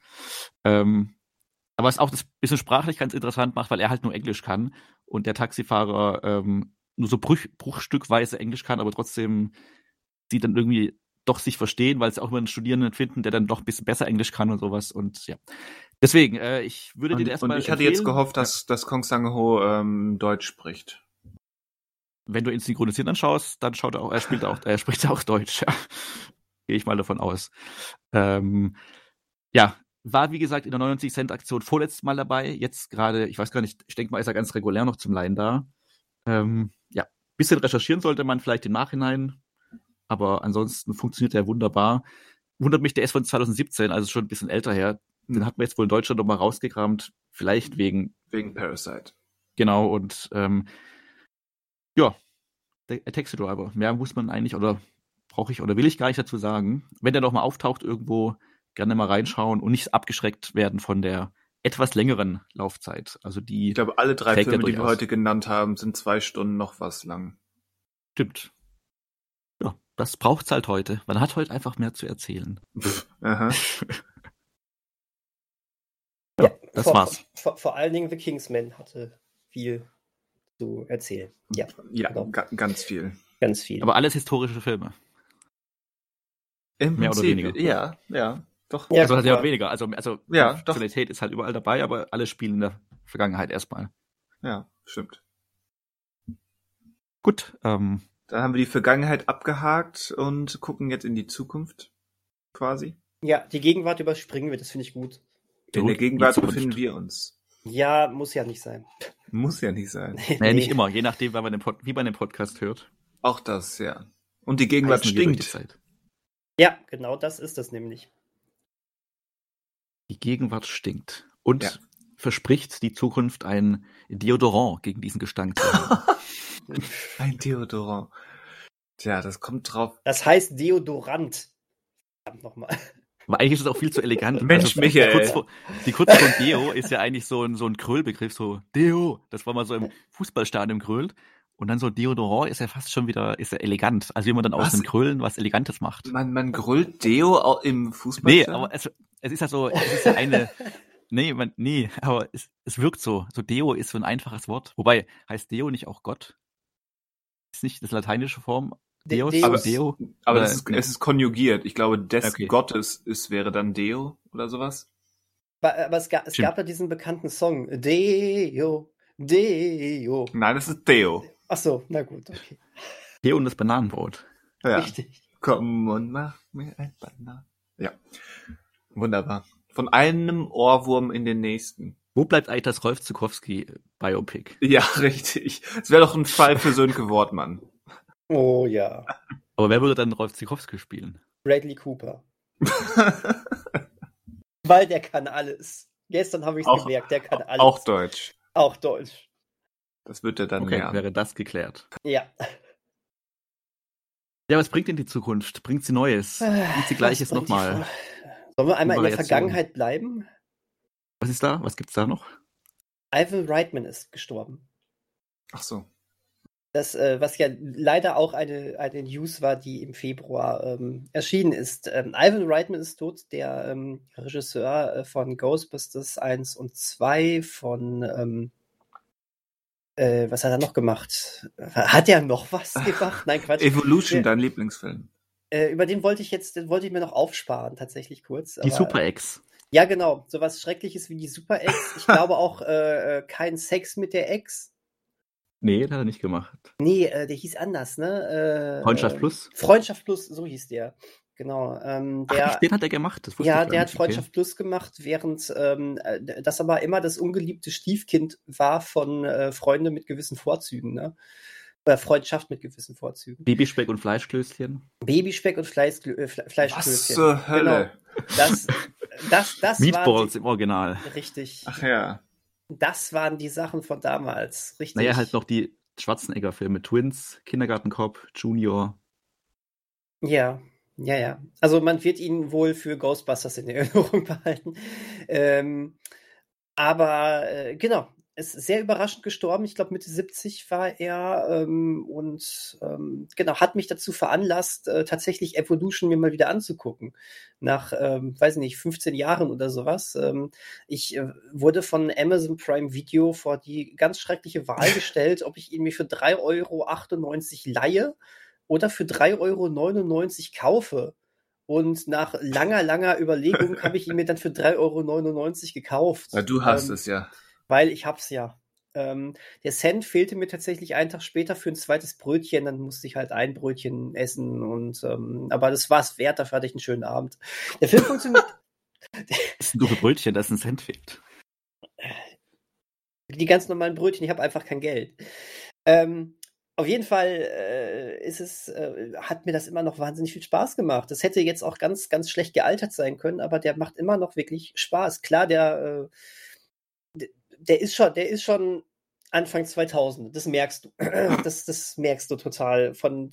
Aber was auch das bisschen sprachlich ganz interessant macht, weil er halt nur Englisch kann und der Taxifahrer nur so bruchstückweise Englisch kann, aber trotzdem sie dann irgendwie doch sich verstehen, weil sie auch immer einen Studierenden finden, der dann doch ein bisschen besser Englisch kann und sowas. Und ja. Deswegen, ich würde den erstmal. Und ich hatte jetzt gehofft, dass Kong Sang-ho Deutsch spricht. Wenn du ihn synchronisiert anschaust, dann er spricht auch Deutsch, ja. Gehe ich mal davon aus. Ja, war wie gesagt in der 99-Cent-Aktion vorletztes Mal dabei. Jetzt gerade, ich weiß gar nicht, ich denke mal, ist er ganz regulär noch zum Leihen da. Ja, bisschen recherchieren sollte man vielleicht im Nachhinein, aber ansonsten funktioniert er wunderbar. Wundert mich, der ist von 2017, also schon ein bisschen älter her. Den hat man jetzt wohl in Deutschland nochmal rausgekramt, vielleicht wegen Parasite. Genau, und ja, der Taxi Driver. Mehr muss man eigentlich oder brauche ich oder will ich gar nicht dazu sagen. Wenn der nochmal auftaucht irgendwo, gerne mal reinschauen und nicht abgeschreckt werden von der etwas längeren Laufzeit. Also die. Ich glaube, alle 3 Filme, die wir heute genannt haben, sind 2 Stunden noch was lang. Stimmt. Ja, das braucht's halt heute. Man hat heute einfach mehr zu erzählen. Aha. Ja, das war's. Vor allen Dingen The Kingsman hatte viel zu erzählen. Ja, genau. Ganz viel. Ganz viel. Aber alles historische Filme. Mehr oder weniger. Ja, doch. Ja, also mehr oder weniger. Also ja, Funktionalität ist halt überall dabei, aber alle spielen in der Vergangenheit erstmal. Ja, stimmt. Gut. Dann haben wir die Vergangenheit abgehakt und gucken jetzt in die Zukunft quasi. Ja, die Gegenwart überspringen wir, das finde ich gut. In der Gegenwart befinden wir uns. Ja, muss ja nicht sein. Muss ja nicht sein. Naja, nicht immer, je nachdem, wie man den Podcast hört. Auch das, ja. Und die Gegenwart stinkt. Ja, genau das ist das nämlich. Die Gegenwart stinkt. Und verspricht die Zukunft ein Deodorant gegen diesen Gestank zu haben. Ein Deodorant. Tja, das kommt drauf. Das heißt Deodorant. Verdammt nochmal. Aber eigentlich ist es auch viel zu elegant. Mensch, also, Michael. Die Kurzform Deo ist ja eigentlich so ein Gröhlbegriff, so Deo. Das war mal so im Fußballstadion grölt. Und dann so Deodorant ist ja fast schon wieder, ist ja elegant. Also wie man dann aus dem Grölen was Elegantes macht. Man grölt Deo auch im Fußballstadion? Nee, aber es ist ja so, es ist ja eine, aber es wirkt so. So Deo ist so ein einfaches Wort. Wobei, heißt Deo nicht auch Gott? Ist nicht das lateinische Form? Deus, Deo? Aber es ist konjugiert. Ich glaube, des Gottes wäre dann Deo oder sowas. Aber es gab ja diesen bekannten Song. Deo, Deo. Nein, das ist Deo. Ach so, na gut, okay. Deo und das Bananenbrot. Ja. Richtig. Komm und mach mir ein Banan. Ja. Wunderbar. Von einem Ohrwurm in den nächsten. Wo bleibt eigentlich das Rolf Zukowski-Biopic? Ja, richtig. Es wäre doch ein Fall für Sönke Wortmann. Oh ja. Aber wer würde dann Rolf Zukowski spielen? Bradley Cooper. Weil der kann alles. Gestern habe ich es gemerkt, der kann alles. Auch Deutsch. Auch Deutsch. Das wird er dann lernen. Wäre das geklärt. Ja. Ja, was bringt denn die Zukunft? Bringt sie Neues? Bringt sie Gleiches nochmal? Sollen wir einmal in der Vergangenheit bleiben? Was ist da? Was gibt's da noch? Ivan Reitman ist gestorben. Ach so. Das, was ja leider auch eine News war, die im Februar erschienen ist. Ivan Reitman ist tot, der Regisseur von Ghostbusters 1 und 2, von was hat er noch gemacht? Hat er noch was gemacht? Nein, Quatsch. Evolution, dein Lieblingsfilm. Über den wollte ich mir noch aufsparen, tatsächlich kurz. Die Super Ex. Ja, genau. Sowas Schreckliches wie die Super Ex. Ich glaube auch kein Sex mit der Ex. Nee, das hat er nicht gemacht. Nee, der hieß anders, ne? Freundschaft Plus? Freundschaft Plus, so hieß der. Genau. Den hat er gemacht. Das ja, der hat Freundschaft Plus gemacht, während das aber immer das ungeliebte Stiefkind war von Freunde mit gewissen Vorzügen, ne? Freundschaft mit gewissen Vorzügen. Babyspeck und Fleischklößchen. Babyspeck und Fleischklößchen. Was zur Hölle? Genau. Das Meatballs im Original. Richtig. Ach ja. Das waren die Sachen von damals. Richtig. Naja, halt noch die Schwarzenegger-Filme. Twins, Kindergartencop, Junior. Ja. Also man wird ihn wohl für Ghostbusters in Erinnerung behalten. Aber genau, ist sehr überraschend gestorben. Ich glaube, Mitte 70 war er genau, hat mich dazu veranlasst, tatsächlich Evolution mir mal wieder anzugucken. Nach, weiß nicht, 15 Jahren oder sowas. Ich wurde von Amazon Prime Video vor die ganz schreckliche Wahl gestellt, ob ich ihn mir für 3,98 € leihe oder für 3,99 € kaufe. Und nach langer Überlegung habe ich ihn mir dann für 3,99 € gekauft. Ja, du hast es ja. Weil ich hab's ja. Der Cent fehlte mir tatsächlich einen Tag später für ein zweites Brötchen, dann musste ich halt ein Brötchen essen und aber das war's wert, dafür hatte ich einen schönen Abend. Der Film funktioniert. Das ist ein gutes Brötchen, das ein Cent fehlt. Die ganz normalen Brötchen, ich habe einfach kein Geld. Auf jeden Fall hat mir das immer noch wahnsinnig viel Spaß gemacht. Das hätte jetzt auch ganz, ganz schlecht gealtert sein können, aber der macht immer noch wirklich Spaß. Klar, der ist schon Anfang 2000. Das merkst du. Das merkst du total vom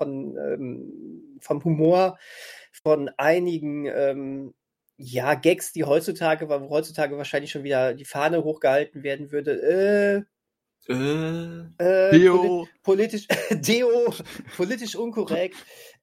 Humor, von einigen Gags, die heutzutage wahrscheinlich schon wieder die Fahne hochgehalten werden würde. Deo. Politisch unkorrekt.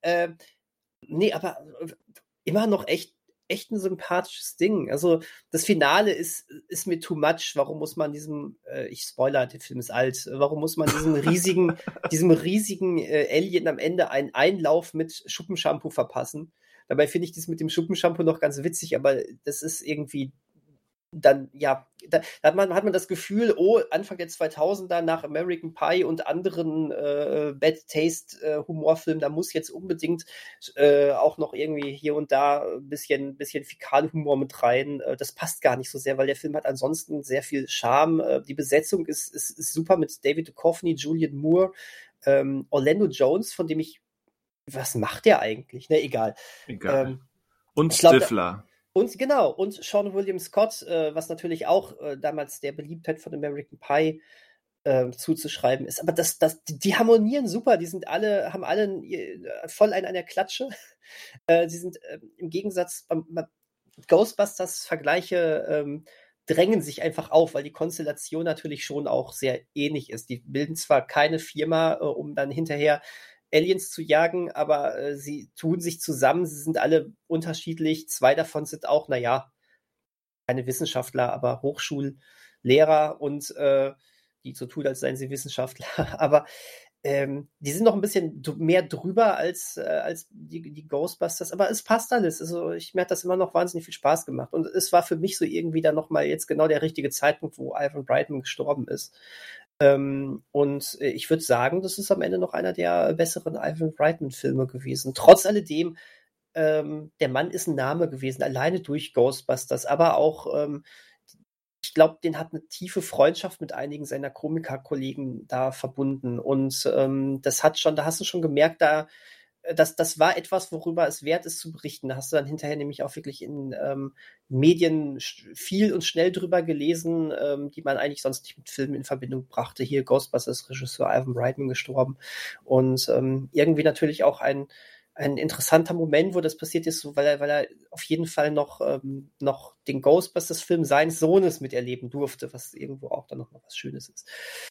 Nee, aber immer noch echt ein sympathisches Ding. Also das Finale ist mir too much. Warum muss man ich spoiler, der Film ist alt, warum muss man diesem riesigen Alien am Ende einen Einlauf mit Schuppenshampoo verpassen? Dabei finde ich das mit dem Schuppenshampoo noch ganz witzig, aber das ist irgendwie dann, ja, da hat man das Gefühl, Anfang der 2000er nach American Pie und anderen Bad Taste Humorfilmen, da muss jetzt unbedingt auch noch irgendwie hier und da ein bisschen Fäkalhumor mit rein. Das passt gar nicht so sehr, weil der Film hat ansonsten sehr viel Charme. Die Besetzung ist super mit David Duchovny, Julianne Moore, Orlando Jones, von dem was macht der eigentlich? Ne, egal. Und Stifler. Und Sean William Scott, was natürlich auch damals der Beliebtheit von American Pie zuzuschreiben ist. Aber die harmonieren super, haben alle voll einen an der Klatsche. Sie sind im Gegensatz Ghostbusters Vergleiche drängen sich einfach auf, weil die Konstellation natürlich schon auch sehr ähnlich ist. Die bilden zwar keine Firma, um dann hinterher Aliens zu jagen, aber sie tun sich zusammen, sie sind alle unterschiedlich. 2 davon sind auch, keine Wissenschaftler, aber Hochschullehrer und die so tun, als seien sie Wissenschaftler. Aber die sind noch ein bisschen mehr drüber als die Ghostbusters, aber es passt alles. Also mir hat das immer noch wahnsinnig viel Spaß gemacht. Und es war für mich so irgendwie dann nochmal jetzt genau der richtige Zeitpunkt, wo Ivan Reitman gestorben ist. Und ich würde sagen, das ist am Ende noch einer der besseren Ivan Reitman-Filme gewesen. Trotz alledem, der Mann ist ein Name gewesen, alleine durch Ghostbusters, aber auch, ich glaube, den hat eine tiefe Freundschaft mit einigen seiner Komikerkollegen da verbunden. Und da hast du schon gemerkt, das war etwas, worüber es wert ist zu berichten. Da hast du dann hinterher nämlich auch wirklich in Medien viel und schnell drüber gelesen, die man eigentlich sonst nicht mit Filmen in Verbindung brachte. Hier Ghostbusters Regisseur Ivan Reitman gestorben. Und irgendwie natürlich auch ein interessanter Moment, wo das passiert ist, so, weil er auf jeden Fall noch den Ghostbusters-Film seines Sohnes miterleben durfte, was irgendwo auch dann noch mal was Schönes ist.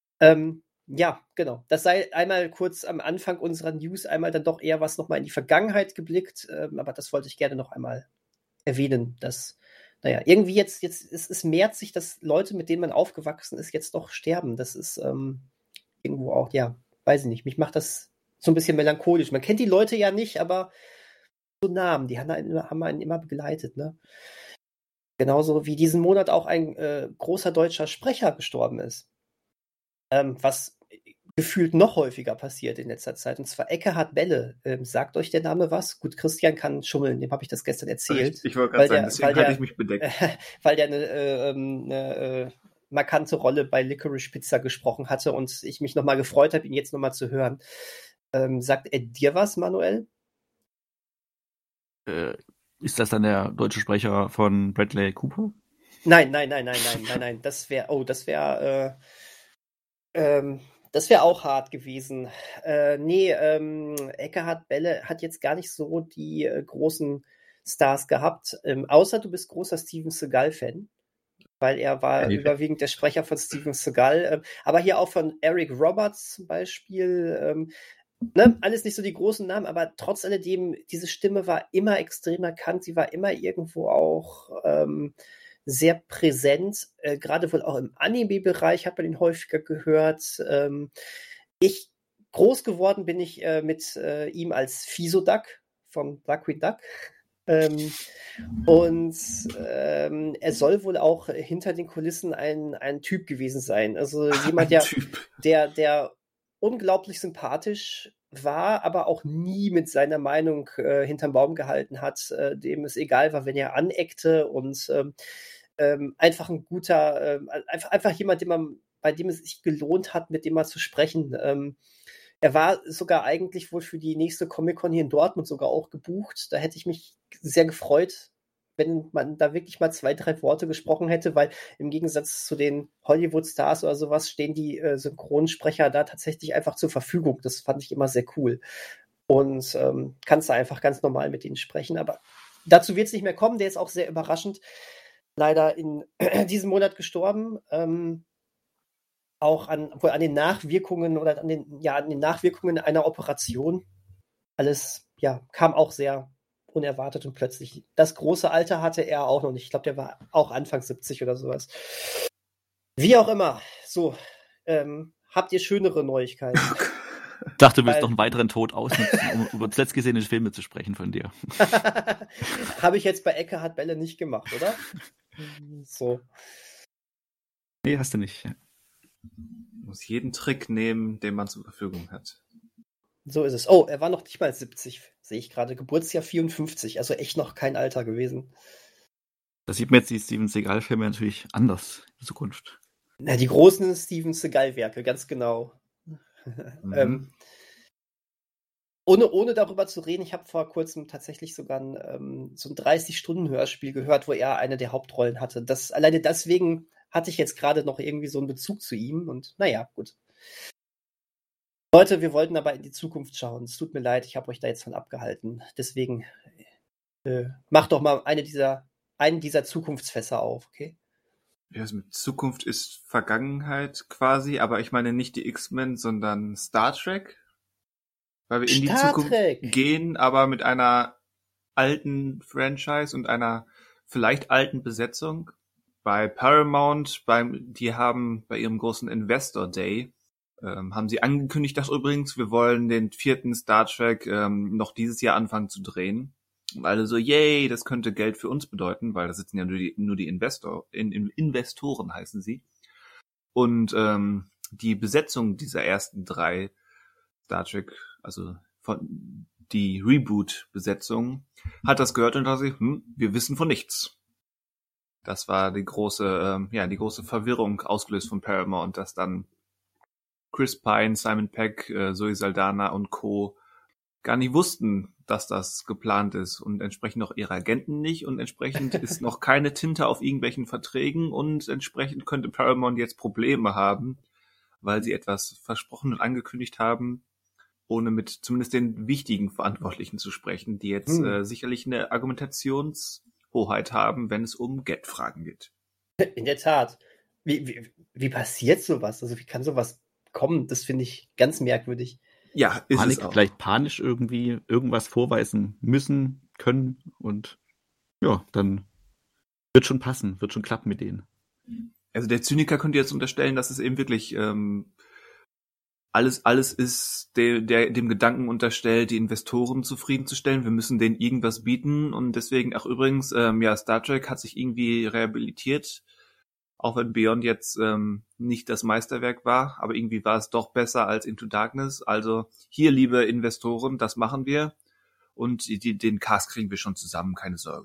Ja, genau. Das sei einmal kurz am Anfang unserer News, einmal dann doch eher was nochmal in die Vergangenheit geblickt, aber das wollte ich gerne noch einmal erwähnen, dass, irgendwie jetzt es mehrt sich, dass Leute, mit denen man aufgewachsen ist, jetzt doch sterben. Das ist irgendwo auch, ja, weiß ich nicht, mich macht das so ein bisschen melancholisch. Man kennt die Leute ja nicht, aber so Namen, die haben einen immer begleitet, ne? Genauso wie diesen Monat auch ein großer deutscher Sprecher gestorben ist. Was gefühlt noch häufiger passiert in letzter Zeit, und zwar Ekkehard Belle. Sagt euch der Name was? Gut, Christian kann schummeln, dem habe ich das gestern erzählt. Ich wollte gerade sagen, deswegen hatte ich mich bedeckt. Weil der eine markante Rolle bei Licorice Pizza gesprochen hatte und ich mich nochmal gefreut habe, ihn jetzt nochmal zu hören. Sagt er dir was, Manuel? Ist das dann der deutsche Sprecher von Bradley Cooper? Nein. Das wäre auch hart gewesen. Ekkehard Belle hat jetzt gar nicht so die großen Stars gehabt, außer du bist großer Steven Seagal-Fan, weil er war überwiegend der Sprecher von Steven Seagal, aber hier auch von Eric Roberts zum Beispiel. Alles nicht so die großen Namen, aber trotz alledem, diese Stimme war immer extrem markant, sie war immer irgendwo auch sehr präsent, gerade wohl auch im Anime-Bereich hat man ihn häufiger gehört. Ich groß geworden bin ich mit ihm als Fiso-Duck von Duckweed Duck. Er soll wohl auch hinter den Kulissen ein Typ gewesen sein. Also jemand, der unglaublich sympathisch war, aber auch nie mit seiner Meinung hinterm Baum gehalten hat, dem es egal war, wenn er aneckte und einfach ein guter, einfach jemand, bei dem es sich gelohnt hat, mit dem mal zu sprechen. Er war sogar eigentlich wohl für die nächste Comic-Con hier in Dortmund sogar auch gebucht. Da hätte ich mich sehr gefreut, wenn man da wirklich mal 2, 3 Worte gesprochen hätte, weil im Gegensatz zu den Hollywood-Stars oder sowas stehen die Synchronsprecher da tatsächlich einfach zur Verfügung. Das fand ich immer sehr cool. Und kannst da einfach ganz normal mit denen sprechen. Aber dazu wird es nicht mehr kommen. Der ist auch sehr überraschend leider in diesem Monat gestorben. Auch an den Nachwirkungen oder an den Nachwirkungen einer Operation. Alles, kam auch sehr unerwartet und plötzlich. Das große Alter hatte er auch noch nicht. Ich glaube, der war auch Anfang 70 oder sowas. Wie auch immer. So, habt ihr schönere Neuigkeiten? Ich dachte, du willst noch einen weiteren Tod ausnutzen, um über zuletzt gesehene Filme zu sprechen von dir. Habe ich jetzt bei Eckhard Belle nicht gemacht, oder? So. Nee, hast du nicht. Muss jeden Trick nehmen, den man zur Verfügung hat. So ist es. Oh, er war noch nicht mal 70, sehe ich gerade. Geburtsjahr 54, also echt noch kein Alter gewesen. Da sieht man jetzt die Steven Seagal-Filme natürlich anders in Zukunft. Na, die großen Steven Seagal-Werke, ganz genau. Ohne darüber zu reden, ich habe vor kurzem tatsächlich sogar so ein 30-Stunden-Hörspiel gehört, wo er eine der Hauptrollen hatte. Alleine deswegen hatte ich jetzt gerade noch irgendwie so einen Bezug zu ihm und naja, gut. Leute, wir wollten aber in die Zukunft schauen. Es tut mir leid, ich habe euch da jetzt von abgehalten. Deswegen macht doch mal einen dieser Zukunftsfässer auf, okay? Ja, also mit Zukunft ist Vergangenheit quasi, aber ich meine nicht die X-Men, sondern Star Trek. Weil wir in die Zukunft gehen, aber mit einer alten Franchise und einer vielleicht alten Besetzung. Bei Paramount, die haben bei ihrem großen Investor Day, haben sie angekündigt, dass übrigens, wir wollen den 4. Star Trek noch dieses Jahr anfangen zu drehen. Und alle so, yay, das könnte Geld für uns bedeuten, weil da sitzen ja nur die Investoren heißen sie. Und die Besetzung dieser ersten 3 Star Trek, also von die Reboot-Besetzung, hat das gehört und dachte sich, wir wissen von nichts. Das war die große Verwirrung ausgelöst von Paramount, dass dann Chris Pine, Simon Pegg, Zoe Saldana und Co. gar nicht wussten, dass das geplant ist und entsprechend auch ihre Agenten nicht und entsprechend ist noch keine Tinte auf irgendwelchen Verträgen und entsprechend könnte Paramount jetzt Probleme haben, weil sie etwas versprochen und angekündigt haben, ohne mit zumindest den wichtigen Verantwortlichen zu sprechen, die jetzt sicherlich eine Argumentationshoheit haben, wenn es um Geldfragen geht. In der Tat. Wie passiert sowas? Also wie kann sowas kommen? Das finde ich ganz merkwürdig. Ja, ist es auch. Vielleicht panisch irgendwie irgendwas vorweisen müssen, können und ja, dann wird schon passen, wird schon klappen mit denen. Also der Zyniker könnte jetzt unterstellen, dass es eben wirklich alles ist dem Gedanken unterstellt, die Investoren zufriedenzustellen. Wir müssen denen irgendwas bieten und deswegen, ach übrigens, Star Trek hat sich irgendwie rehabilitiert, auch wenn Beyond jetzt nicht das Meisterwerk war, aber irgendwie war es doch besser als Into Darkness. Also hier, liebe Investoren, das machen wir und den Cast kriegen wir schon zusammen, keine Sorge.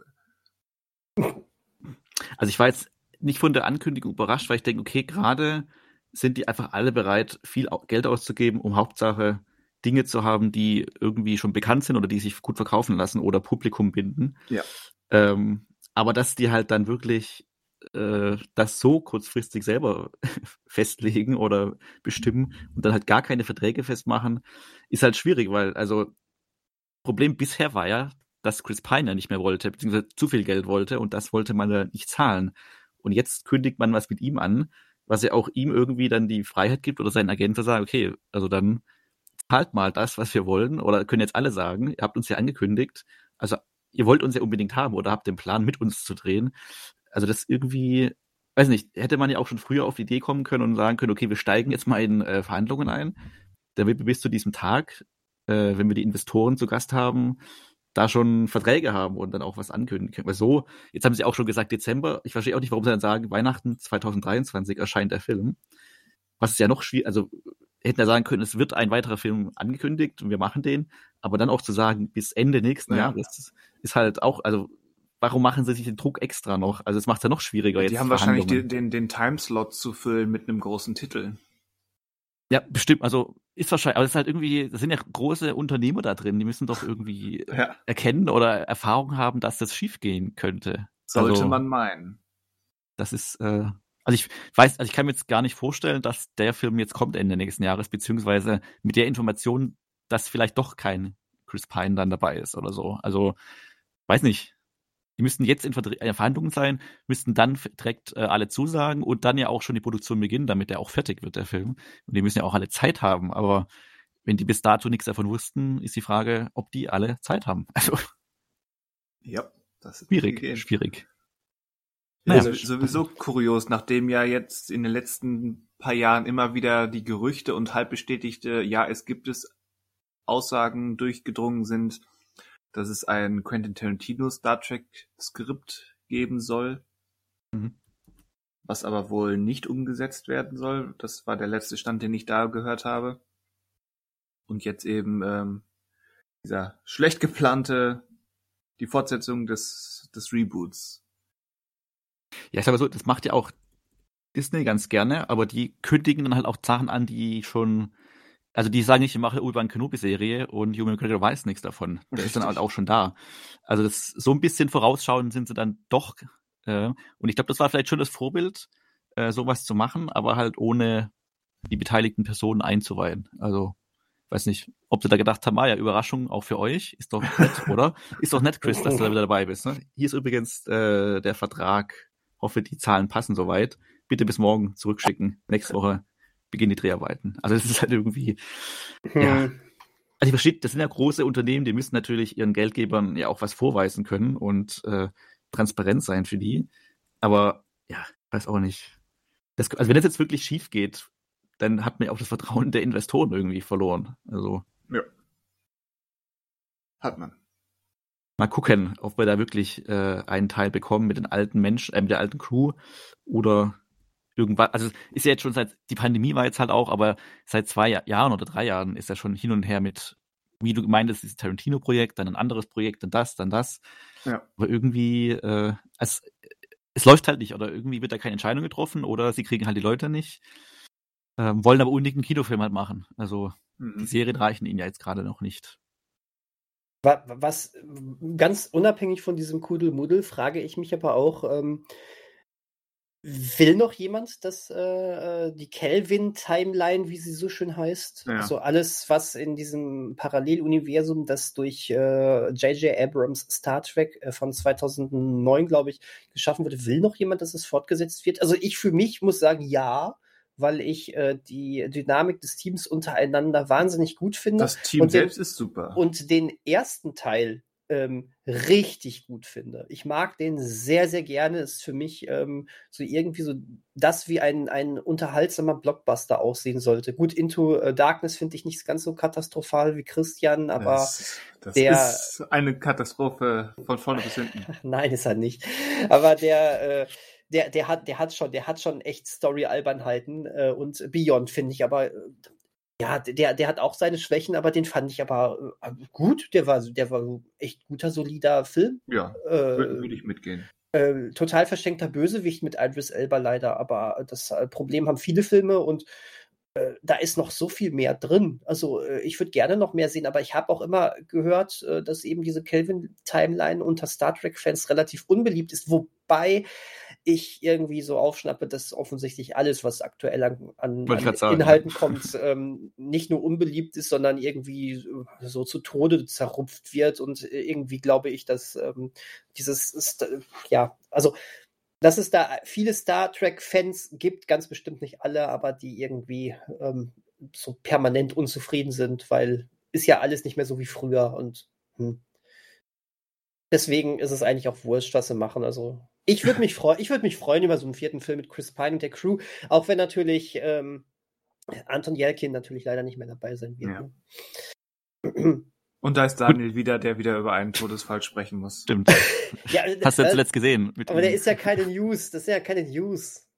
Also ich war jetzt nicht von der Ankündigung überrascht, weil ich denke, okay, gerade sind die einfach alle bereit, viel Geld auszugeben, um Hauptsache Dinge zu haben, die irgendwie schon bekannt sind oder die sich gut verkaufen lassen oder Publikum binden. Ja. Aber dass die halt dann wirklich das so kurzfristig selber festlegen oder bestimmen und dann halt gar keine Verträge festmachen, ist halt schwierig, weil also Problem bisher war ja, dass Chris Pine ja nicht mehr wollte, beziehungsweise zu viel Geld wollte und das wollte man ja nicht zahlen. Und jetzt kündigt man was mit ihm an, was ja auch ihm irgendwie dann die Freiheit gibt oder seinen Agenten sagen, okay, also dann zahlt mal das, was wir wollen, oder können jetzt alle sagen, ihr habt uns ja angekündigt, also ihr wollt uns ja unbedingt haben oder habt den Plan, mit uns zu drehen. Also das irgendwie, weiß nicht, hätte man ja auch schon früher auf die Idee kommen können und sagen können, okay, wir steigen jetzt mal in Verhandlungen ein. damit wir bis zu diesem Tag, wenn wir die Investoren zu Gast haben, da schon Verträge haben und dann auch was ankündigen können. Weil so, jetzt haben sie auch schon gesagt Dezember, ich verstehe auch nicht, warum sie dann sagen, Weihnachten 2023 erscheint der Film. Was ist ja noch schwierig, also hätten ja sagen können, es wird ein weiterer Film angekündigt und wir machen den, aber dann auch zu sagen, bis Ende nächsten Jahres ist halt auch, also warum machen sie sich den Druck extra noch? Also es macht es ja noch schwieriger jetzt. Die haben wahrscheinlich den Timeslot zu füllen mit einem großen Titel. Ja, bestimmt, also ist wahrscheinlich, aber es ist halt irgendwie, das sind ja große Unternehmer da drin, die müssen doch irgendwie erkennen oder Erfahrung haben, dass das schiefgehen könnte. Sollte man meinen. Das ist, also ich weiß, also ich kann mir jetzt gar nicht vorstellen, dass der Film jetzt kommt Ende nächsten Jahres, beziehungsweise mit der Information, dass vielleicht doch kein Chris Pine dann dabei ist oder so. Also, weiß nicht. Die müssten jetzt in Verhandlungen sein, müssten dann direkt alle zusagen und dann ja auch schon die Produktion beginnen, damit der auch fertig wird, der Film. Und die müssen ja auch alle Zeit haben. Aber wenn die bis dato nichts davon wussten, ist die Frage, ob die alle Zeit haben. Also ja, das ist schwierig. Naja, sowieso kurios, nachdem ja jetzt in den letzten paar Jahren immer wieder die Gerüchte und halb bestätigte, es gibt es Aussagen durchgedrungen sind, dass es ein Quentin Tarantino Star Trek Skript geben soll, was aber wohl nicht umgesetzt werden soll. Das war der letzte Stand, den ich da gehört habe. Und jetzt eben dieser schlecht geplante, die Fortsetzung des Reboots. Ja, ich sag mal so, das macht ja auch Disney ganz gerne, aber die kündigen dann halt auch Sachen an, die schon, also die sagen nicht, ich mache Obi-Wan Kenobi-Serie und Ewan McGregor weiß nichts davon. Der ist dann halt auch schon da. Also das so ein bisschen vorausschauen sind sie dann doch. Und ich glaube, das war vielleicht schon das Vorbild, sowas zu machen, aber halt ohne die beteiligten Personen einzuweihen. Also weiß nicht, ob sie da gedacht haben, Überraschung auch für euch, ist doch nett, oder? Ist doch nett, Chris, dass du da wieder dabei bist. Ne? Hier ist übrigens der Vertrag. Hoffe, die Zahlen passen soweit. Bitte bis morgen zurückschicken. Nächste Woche beginnen die Dreharbeiten. Also es ist halt irgendwie, Also ich verstehe, das sind ja große Unternehmen, die müssen natürlich ihren Geldgebern ja auch was vorweisen können und transparent sein für die. Aber weiß auch nicht. Also wenn das jetzt wirklich schief geht, dann hat man ja auch das Vertrauen der Investoren irgendwie verloren. Also ja. Hat man. Mal gucken, ob wir da wirklich einen Teil bekommen mit den alten Menschen, mit der alten Crew oder irgendwas. Also ist ja jetzt schon die Pandemie war jetzt halt auch, aber seit 2 Jahren oder 3 Jahren ist ja schon hin und her mit, wie du meintest, dieses Tarantino-Projekt, dann ein anderes Projekt, dann das. Ja. Aber irgendwie, es läuft halt nicht oder irgendwie wird da keine Entscheidung getroffen oder sie kriegen halt die Leute nicht, wollen aber unbedingt einen Kinofilm halt machen. Also die Serien reichen ihnen ja jetzt gerade noch nicht. Was ganz unabhängig von diesem Kuddelmuddel frage ich mich aber auch, will noch jemand, dass die Kelvin-Timeline, wie sie so schön heißt, also alles, was in diesem Paralleluniversum, das durch J.J. Abrams Star Trek von 2009, glaube ich, geschaffen wurde, will noch jemand, dass es fortgesetzt wird? Also ich für mich muss sagen, ja, weil ich die Dynamik des Teams untereinander wahnsinnig gut finde. Das Team selbst ist super. Und den ersten Teil richtig gut finde. Ich mag den sehr, sehr gerne. Ist für mich so irgendwie so das, wie ein unterhaltsamer Blockbuster aussehen sollte. Gut, Into Darkness finde ich nicht ganz so katastrophal wie Christian, aber das ist eine Katastrophe von vorne bis hinten. Nein, ist er nicht. Aber der hat schon echt Story-Albernheiten und Beyond finde ich aber der hat auch seine Schwächen, aber den fand ich aber gut. Der war echt guter, solider Film. Ja, würde ich mitgehen. Total verschenkter Bösewicht mit Idris Elba leider, aber das Problem haben viele Filme und da ist noch so viel mehr drin. Also ich würde gerne noch mehr sehen, aber ich habe auch immer gehört, dass eben diese Kelvin-Timeline unter Star Trek-Fans relativ unbeliebt ist, wobei ich irgendwie so aufschnappe, dass offensichtlich alles, was aktuell an Inhalten kommt, nicht nur unbeliebt ist, sondern irgendwie so zu Tode zerrupft wird und irgendwie glaube ich, dass dass es da viele Star Trek-Fans gibt, ganz bestimmt nicht alle, aber die irgendwie so permanent unzufrieden sind, weil ist ja alles nicht mehr so wie früher und deswegen ist es eigentlich auch wurscht, was sie machen. Also ich würde mich freuen über so einen 4. Film mit Chris Pine und der Crew, auch wenn natürlich Anton Jelkin natürlich leider nicht mehr dabei sein wird. Ja. Ne? Und da ist Daniel wieder, der wieder über einen Todesfall sprechen muss. Stimmt. Ja, Hast du ja zuletzt gesehen. Aber der ist ja keine News. Das ist ja keine News.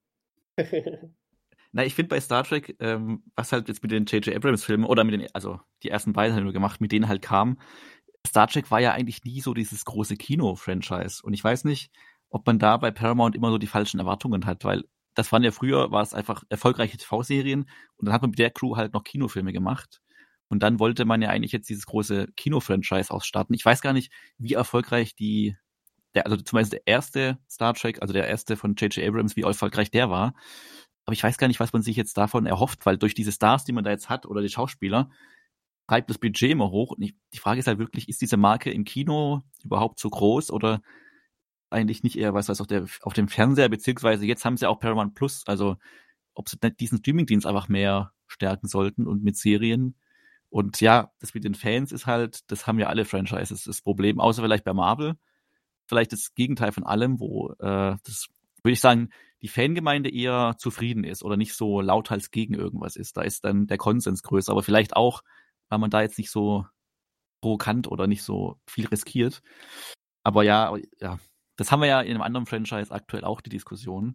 Na, ich finde bei Star Trek, was halt jetzt mit den J.J. Abrams-Filmen oder also die ersten beiden haben wir gemacht, mit denen halt kam, Star Trek war ja eigentlich nie so dieses große Kino-Franchise. Und ich weiß nicht, ob man da bei Paramount immer so die falschen Erwartungen hat, weil das waren ja früher, war es einfach erfolgreiche TV-Serien und dann hat man mit der Crew halt noch Kinofilme gemacht. Und dann wollte man ja eigentlich jetzt dieses große Kino-Franchise ausstarten. Ich weiß gar nicht, wie erfolgreich also zum Beispiel der erste Star Trek, also der erste von J.J. Abrams, wie erfolgreich der war. Aber ich weiß gar nicht, was man sich jetzt davon erhofft, weil durch diese Stars, die man da jetzt hat, oder die Schauspieler, treibt das Budget immer hoch. Und die Frage ist halt wirklich, ist diese Marke im Kino überhaupt so groß oder eigentlich nicht eher was auf dem Fernseher, beziehungsweise jetzt haben sie auch Paramount Plus, also ob sie nicht diesen Streamingdienst einfach mehr stärken sollten und mit Serien. Und ja, das mit den Fans ist halt, das haben ja alle Franchises das Problem, außer vielleicht bei Marvel. Vielleicht das Gegenteil von allem, wo das, würde ich sagen, die Fangemeinde eher zufrieden ist oder nicht so lauthals gegen irgendwas ist. Da ist dann der Konsens größer, aber vielleicht auch, weil man da jetzt nicht so provokant oder nicht so viel riskiert. Aber ja, das haben wir ja in einem anderen Franchise aktuell auch, die Diskussion.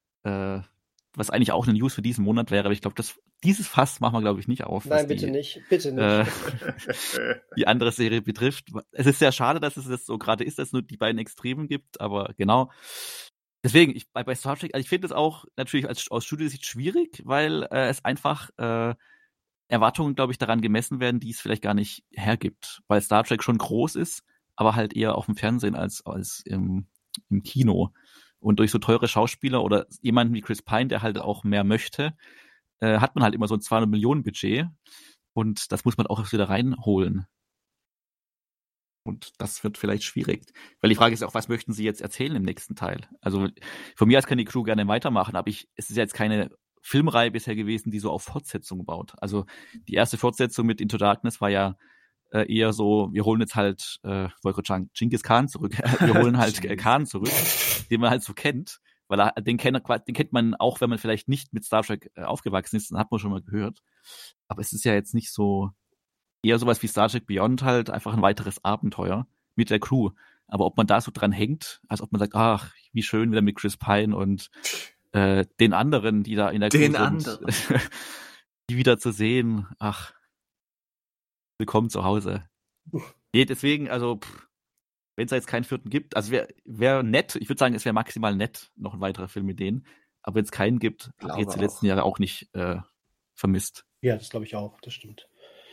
Was eigentlich auch eine News für diesen Monat wäre, aber ich glaube, dieses Fass machen wir, glaube ich, nicht auf. Nein, bitte nicht. Bitte nicht. Die andere Serie betrifft. Es ist sehr schade, dass es das so gerade ist, dass es nur die beiden Extremen gibt, aber genau. Deswegen, bei Star Trek, also ich finde es auch natürlich aus Studiosicht schwierig, weil es einfach Erwartungen, glaube ich, daran gemessen werden, die es vielleicht gar nicht hergibt. Weil Star Trek schon groß ist, aber halt eher auf dem Fernsehen als im Kino. Und durch so teure Schauspieler oder jemanden wie Chris Pine, der halt auch mehr möchte, hat man halt immer so ein 200 Millionen Budget und das muss man auch wieder reinholen. Und das wird vielleicht schwierig. Weil die Frage ist auch, was möchten sie jetzt erzählen im nächsten Teil? Also von mir aus kann die Crew gerne weitermachen, aber es ist ja jetzt keine Filmreihe bisher gewesen, die so auf Fortsetzung baut. Also die erste Fortsetzung mit Into Darkness war ja eher so, wir holen jetzt halt, wollte gerade sagen, Genghis Khan zurück. Wir holen halt Khan zurück, den man halt so kennt. Weil den kennt man auch, wenn man vielleicht nicht mit Star Trek aufgewachsen ist, dann hat man schon mal gehört. Aber es ist ja jetzt nicht so, eher sowas wie Star Trek Beyond halt, einfach ein weiteres Abenteuer mit der Crew. Aber ob man da so dran hängt, als ob man sagt, ach, wie schön wieder mit Chris Pine und den anderen, die da in der Crew sind, die wieder zu sehen, ach, willkommen zu Hause. Nee, deswegen, also, wenn es da jetzt keinen vierten gibt, also wäre nett, ich würde sagen, es wäre maximal nett, noch ein weiterer Film mit denen, aber wenn es keinen gibt, habe ich jetzt die letzten Jahre auch nicht vermisst. Ja, das glaube ich auch, das stimmt.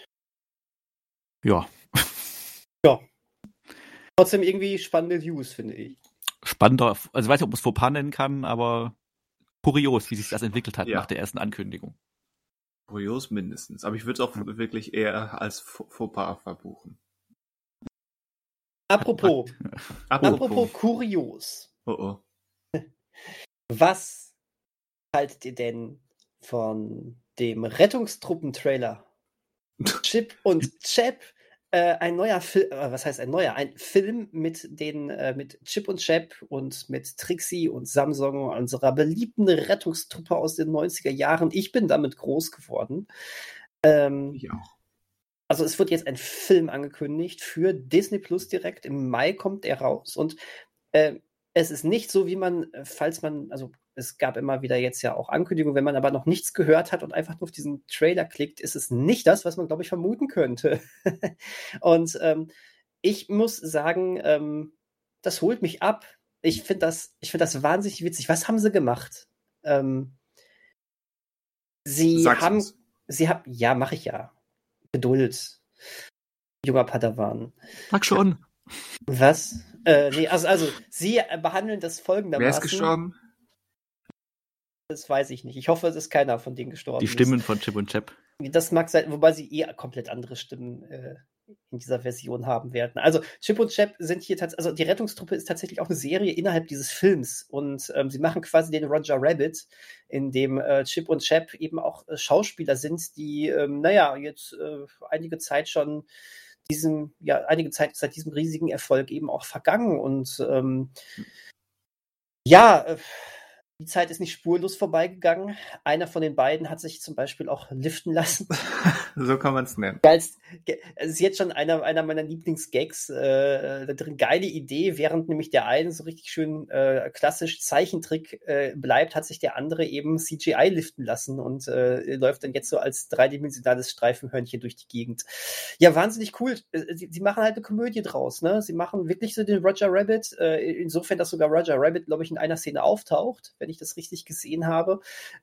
Ja. Ja. Trotzdem irgendwie spannende News, finde ich. Spannender, also ich weiß nicht, ob man es Fauxpas nennen kann, aber kurios, wie sich das entwickelt hat nach der ersten Ankündigung. Kurios mindestens, aber ich würde es auch wirklich eher als Fauxpas verbuchen. Apropos kurios. Oh. Was haltet ihr denn von dem Rettungstruppen-Trailer? Chip und Chap, ein neuer Film, ein Film mit Chip und Chap und mit Trixie und Samsung, unserer beliebten Rettungstruppe aus den 90er Jahren. Ich bin damit groß geworden. Ich auch. Also es wird jetzt ein Film angekündigt für Disney Plus direkt. Im Mai kommt er raus. Und es ist nicht so, wie man, also es gab immer wieder jetzt ja auch Ankündigungen, wenn man aber noch nichts gehört hat und einfach nur auf diesen Trailer klickt, ist es nicht das, was man, glaube ich, vermuten könnte. Und ich muss sagen, das holt mich ab. Ich finde das wahnsinnig witzig. Was haben sie gemacht? Ja, mache ich ja. Geduld, junger Padawan. Sag schon. Was? Nee, also sie behandeln das folgendermaßen. Wer ist gestorben? Das weiß ich nicht. Ich hoffe, es ist keiner von denen gestorben. Die Stimmen von Chip und Chap. Das mag sein, wobei sie komplett andere Stimmen in dieser Version haben werden. Also Chip und Chap sind hier tatsächlich, also die Rettungstruppe ist tatsächlich auch eine Serie innerhalb dieses Films und sie machen quasi den Roger Rabbit, in dem Chip und Chap eben auch Schauspieler sind, die jetzt einige Zeit seit diesem riesigen Erfolg eben auch vergangen und Die Zeit ist nicht spurlos vorbeigegangen. Einer von den beiden hat sich zum Beispiel auch liften lassen. So kann man es nennen. Es ist jetzt schon einer meiner Lieblingsgags. Da drin geile Idee, während nämlich der eine so richtig schön klassisch Zeichentrick bleibt, hat sich der andere eben CGI liften lassen und läuft dann jetzt so als dreidimensionales Streifenhörnchen durch die Gegend. Ja, wahnsinnig cool. Sie machen halt eine Komödie draus, ne? Sie machen wirklich so den Roger Rabbit, insofern, dass sogar Roger Rabbit, glaube ich, in einer Szene auftaucht, wenn ich das richtig gesehen habe.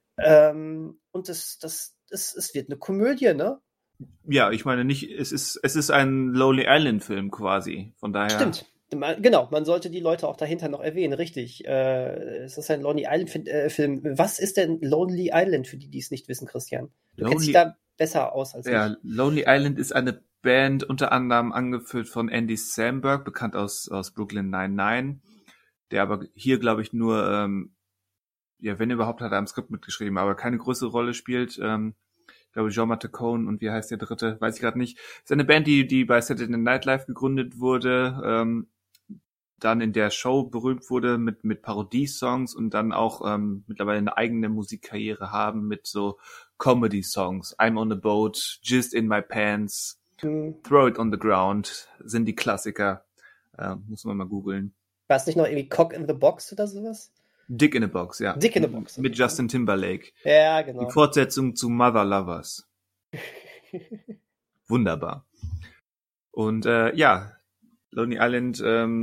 Und es wird eine Komödie, ne? Ja, ich meine nicht, es ist ein Lonely Island Film quasi, von daher. Stimmt, genau, man sollte die Leute auch dahinter noch erwähnen, richtig. Es ist ein Lonely Island Film. Was ist denn Lonely Island, für die, die es nicht wissen, Christian? Du kennst dich da besser aus als ich. Ja, Lonely Island ist eine Band, unter anderem angeführt von Andy Samberg, bekannt aus Brooklyn Nine-Nine, der aber hier, glaube ich, nur, wenn überhaupt, hat er am Skript mitgeschrieben, aber keine größere Rolle spielt. Ich glaube, Jean-Marc Cohn und wie heißt der dritte, weiß ich gerade nicht. Ist eine Band, die bei Saturday Night Live gegründet wurde, dann in der Show berühmt wurde mit Parodie-Songs und dann auch mittlerweile eine eigene Musikkarriere haben mit so Comedy-Songs. I'm on a boat, Just in my pants, Throw it on the ground, sind die Klassiker. Muss man mal googeln. War es nicht noch irgendwie Cock in the Box oder sowas? Dick in a Box, ja. Dick in a Box. Mit Justin Timberlake. Ja, genau. Die Fortsetzung zu Mother Lovers. Wunderbar. Und Lonely Island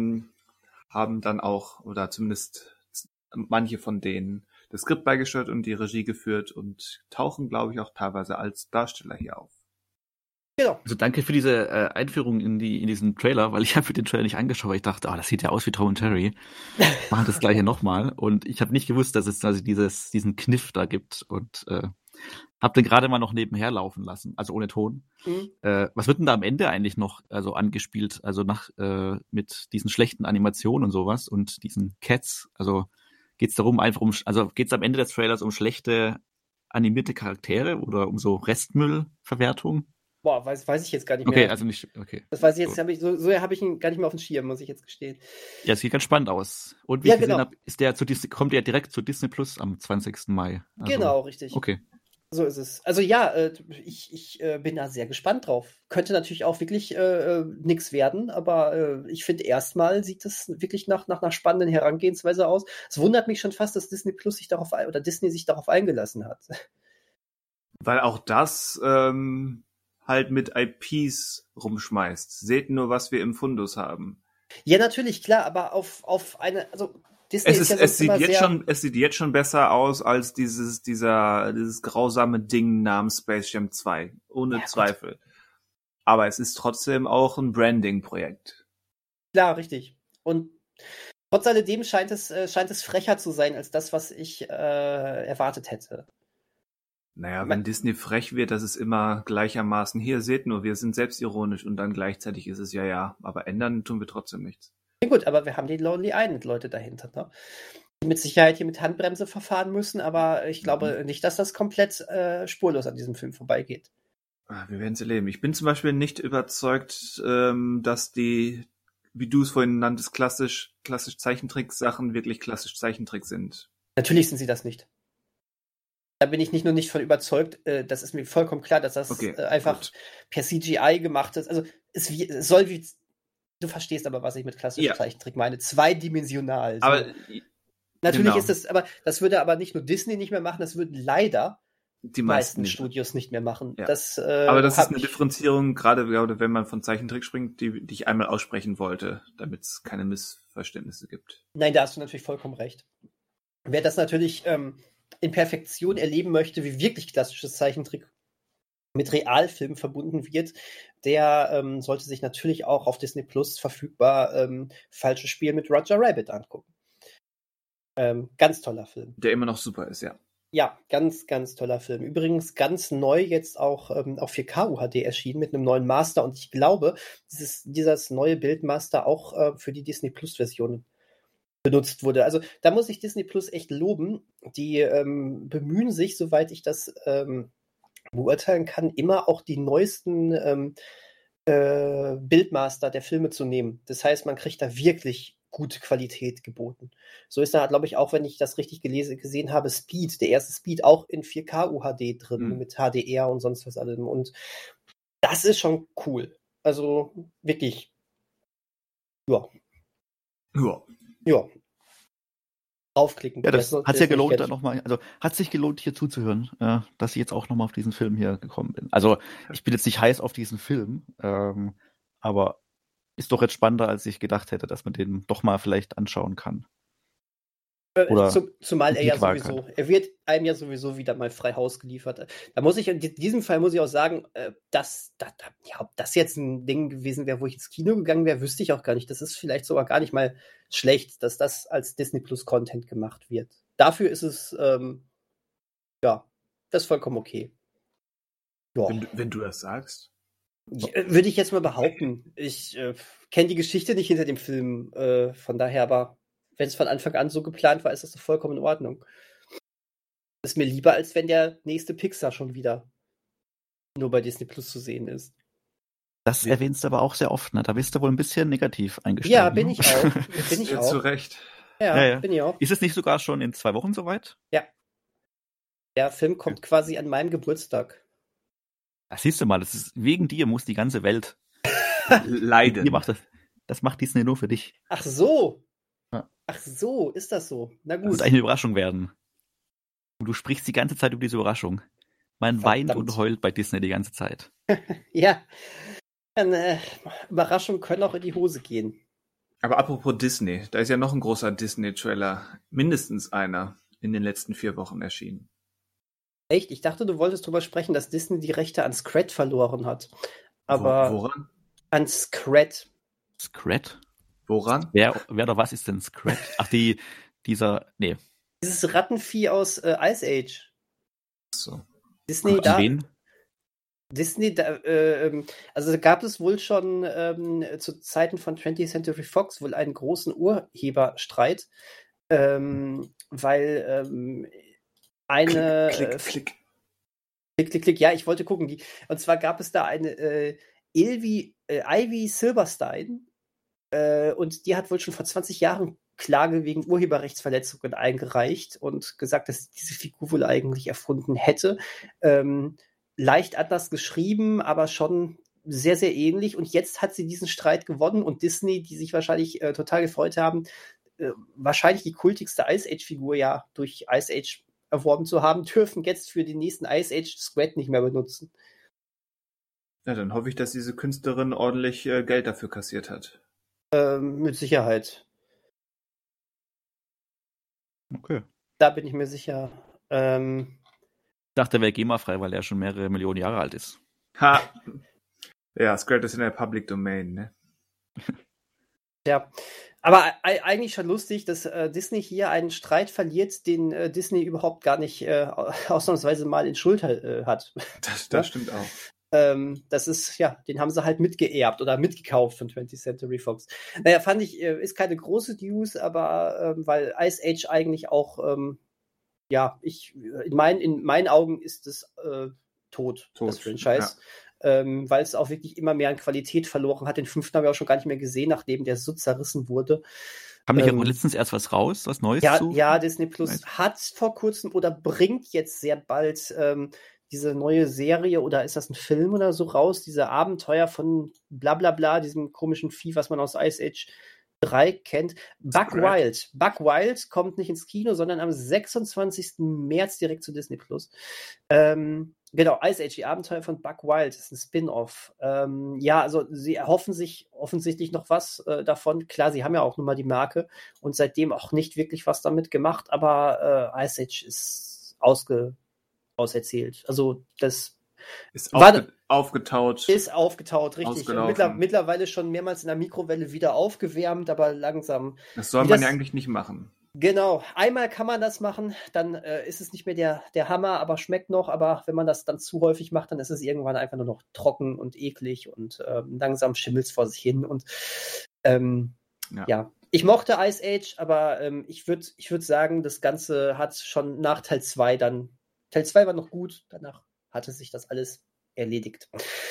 haben dann auch, oder zumindest manche von denen, das Skript beigesteuert und die Regie geführt und tauchen, glaube ich, auch teilweise als Darsteller hier auf. Genau. Also danke für diese Einführung in diesen Trailer, weil ich habe mir den Trailer nicht angeschaut, weil ich dachte, das sieht ja aus wie Tom und Jerry. Machen das gleiche nochmal. Und ich habe nicht gewusst, dass es also diesen Kniff da gibt und habe den gerade mal noch nebenher laufen lassen, also ohne Ton. Was wird denn da am Ende eigentlich noch also angespielt, also mit diesen schlechten Animationen und sowas und diesen Cats? Also geht's darum einfach geht's am Ende des Trailers um schlechte animierte Charaktere oder um so Restmüllverwertung? Boah, weiß ich jetzt gar nicht mehr. Okay, also nicht, okay. Das weiß ich jetzt, habe ich ihn gar nicht mehr auf dem Schirm, muss ich jetzt gestehen. Ja, es sieht ganz spannend aus. Und wie ich gesehen habe, kommt der direkt zu Disney Plus am 20. Mai. Also, genau, richtig. Okay. So ist es. Also ja, ich bin da sehr gespannt drauf. Könnte natürlich auch wirklich nichts werden, aber ich finde erstmal sieht es wirklich nach einer spannenden Herangehensweise aus. Es wundert mich schon fast, dass Disney Plus sich darauf eingelassen hat. Weil auch das halt mit IPs rumschmeißt. Seht nur, was wir im Fundus haben. Ja, natürlich, klar, aber auf eine, also Disney es sieht jetzt schon besser aus als dieses grausame Ding namens Space Jam 2. Ohne Zweifel. Aber es ist trotzdem auch ein Branding-Projekt. Klar, richtig. Und trotz alledem scheint es frecher zu sein als das, was ich erwartet hätte. Naja, wenn Disney frech wird, das ist immer gleichermaßen, hier, seht nur, wir sind selbstironisch und dann gleichzeitig ist es ja, aber ändern tun wir trotzdem nichts. Ja gut, aber wir haben die Lonely Island-Leute dahinter, ne? Die mit Sicherheit hier mit Handbremse verfahren müssen, aber ich glaube nicht, dass das komplett spurlos an diesem Film vorbeigeht. Wir werden es erleben. Ich bin zum Beispiel nicht überzeugt, dass die, wie du es vorhin nanntest, klassisch Zeichentrick-Sachen wirklich klassisch Zeichentrick sind. Natürlich sind sie das nicht. Da bin ich nicht nur nicht von überzeugt, das ist mir vollkommen klar, dass das einfach per CGI gemacht ist. Also es soll wie, du verstehst aber, was ich mit klassischem Zeichentrick meine, zweidimensional. So. Aber natürlich ist das, aber das würde aber nicht nur Disney nicht mehr machen, das würden leider die meisten Studios nicht mehr machen. Ja. Aber das ist eine Differenzierung, gerade wenn man von Zeichentrick springt, die ich einmal aussprechen wollte, damit es keine Missverständnisse gibt. Nein, da hast du natürlich vollkommen recht. Wer das natürlich in Perfektion erleben möchte, wie wirklich klassisches Zeichentrick mit Realfilmen verbunden wird, der sollte sich natürlich auch auf Disney Plus verfügbar Falsches Spiel mit Roger Rabbit angucken. Ganz toller Film. Der immer noch super ist, ja. Ja, ganz, ganz toller Film. Übrigens ganz neu jetzt auch auf 4K UHD erschienen mit einem neuen Master und ich glaube, dieses neue Bildmaster auch für die Disney Plus Version benutzt wurde. Also da muss ich Disney Plus echt loben. Die bemühen sich, soweit ich das beurteilen kann, immer auch die neuesten Bildmaster der Filme zu nehmen. Das heißt, man kriegt da wirklich gute Qualität geboten. So ist da, glaube ich, auch, wenn ich das richtig gesehen habe, Speed, der erste Speed, auch in 4K UHD drin, mit HDR und sonst was allem. Und das ist schon cool. Also wirklich, ja. Draufklicken. Ja, das hat sich ja gelohnt, da nochmal, also hat sich gelohnt, hier zuzuhören, dass ich jetzt auch nochmal auf diesen Film hier gekommen bin. Also ich bin jetzt nicht heiß auf diesen Film, aber ist doch jetzt spannender, als ich gedacht hätte, dass man den doch mal vielleicht anschauen kann. Oder zumal er wird einem ja sowieso wieder mal frei Haus geliefert. Da muss ich, in diesem Fall muss ich auch sagen, ob das jetzt ein Ding gewesen wäre, wo ich ins Kino gegangen wäre, wüsste ich auch gar nicht. Das ist vielleicht sogar gar nicht mal schlecht, dass das als Disney Plus Content gemacht wird. Dafür ist es, das ist vollkommen okay. Ja. Wenn du das sagst. Würde ich jetzt mal behaupten. Ich kenne die Geschichte nicht hinter dem Film, von daher, aber wenn es von Anfang an so geplant war, ist das doch vollkommen in Ordnung. Ist mir lieber, als wenn der nächste Pixar schon wieder nur bei Disney Plus zu sehen ist. Das erwähnst du aber auch sehr oft, ne? Da bist du wohl ein bisschen negativ eingestellt. Ja, bin ich auch. Zu Recht. Ja, bin ich auch. Ist es nicht sogar schon in 2 Wochen soweit? Ja. Der Film kommt quasi an meinem Geburtstag. Das siehst du mal, das ist wegen dir muss die ganze Welt leiden. Das macht Disney nur für dich. Ach so. Ja. Ach so, ist das so? Na gut. Das wird eine Überraschung werden. Und du sprichst die ganze Zeit über diese Überraschung. Man weint und heult bei Disney die ganze Zeit. Ja. Überraschungen können auch in die Hose gehen. Aber apropos Disney, da ist ja noch ein großer Disney-Trailer, mindestens einer, in den letzten 4 Wochen erschienen. Echt? Ich dachte, du wolltest drüber sprechen, dass Disney die Rechte an Scrat verloren hat. Aber woran? An Scrat. Scrat? Woran? Wer oder was ist denn Scrat? Ach, dieses Rattenvieh aus Ice Age. So. Disney also gab es wohl schon zu Zeiten von 20th Century Fox wohl einen großen Urheberstreit, weil eine Klick. Ja, ich wollte gucken. Und zwar gab es da eine Ivy Silverstein, und die hat wohl schon vor 20 Jahren Klage wegen Urheberrechtsverletzungen eingereicht und gesagt, dass sie diese Figur wohl eigentlich erfunden hätte. Leicht anders geschrieben, aber schon sehr, sehr ähnlich. Und jetzt hat sie diesen Streit gewonnen und Disney, die sich wahrscheinlich total gefreut haben, wahrscheinlich die kultigste Ice Age-Figur ja durch Ice Age erworben zu haben, dürfen jetzt für den nächsten Ice Age Scrat nicht mehr benutzen. Ja, dann hoffe ich, dass diese Künstlerin ordentlich Geld dafür kassiert hat. Mit Sicherheit. Okay. Da bin ich mir sicher. Ich dachte, er wäre GEMA-frei, weil er schon mehrere Millionen Jahre alt ist. Ha! Ja, Scrat ist in der Public Domain, ne? Ja, aber eigentlich schon lustig, dass Disney hier einen Streit verliert, den Disney überhaupt gar nicht ausnahmsweise mal in Schuld hat. Das stimmt auch. Das ist, den haben sie halt mitgeerbt oder mitgekauft von 20th Century Fox. Naja, fand ich, ist keine große News, aber weil Ice Age eigentlich auch, in meinen Augen ist es tot, das Franchise. Ja. Weil es auch wirklich immer mehr an Qualität verloren hat. Den 5. haben wir auch schon gar nicht mehr gesehen, nachdem der so zerrissen wurde. Haben nicht letztens erst was raus, was Neues zu? Ja, Disney Plus hat vor kurzem oder bringt jetzt sehr bald diese neue Serie, oder ist das ein Film oder so raus, diese Abenteuer von Blablabla, diesem komischen Vieh, was man aus Ice Age 3 kennt. Buck Wild. Buck Wild kommt nicht ins Kino, sondern am 26. März direkt zu Disney Plus. Genau, Ice Age, die Abenteuer von Buck Wild, ist ein Spin-off. Also sie erhoffen sich offensichtlich noch was davon. Klar, sie haben ja auch nun mal die Marke und seitdem auch nicht wirklich was damit gemacht, aber Ice Age ist auserzählt. Also das ist aufgetaut. Ist aufgetaut, richtig. Mittlerweile schon mehrmals in der Mikrowelle wieder aufgewärmt, aber langsam. Das soll man ja eigentlich nicht machen. Genau, einmal kann man das machen, dann ist es nicht mehr der Hammer, aber schmeckt noch. Aber wenn man das dann zu häufig macht, dann ist es irgendwann einfach nur noch trocken und eklig und langsam schimmelt es vor sich hin. Und ich mochte Ice Age, aber ich würd sagen, das Ganze hat schon nach Teil 2 dann. Teil 2 war noch gut, danach hatte sich das alles erledigt.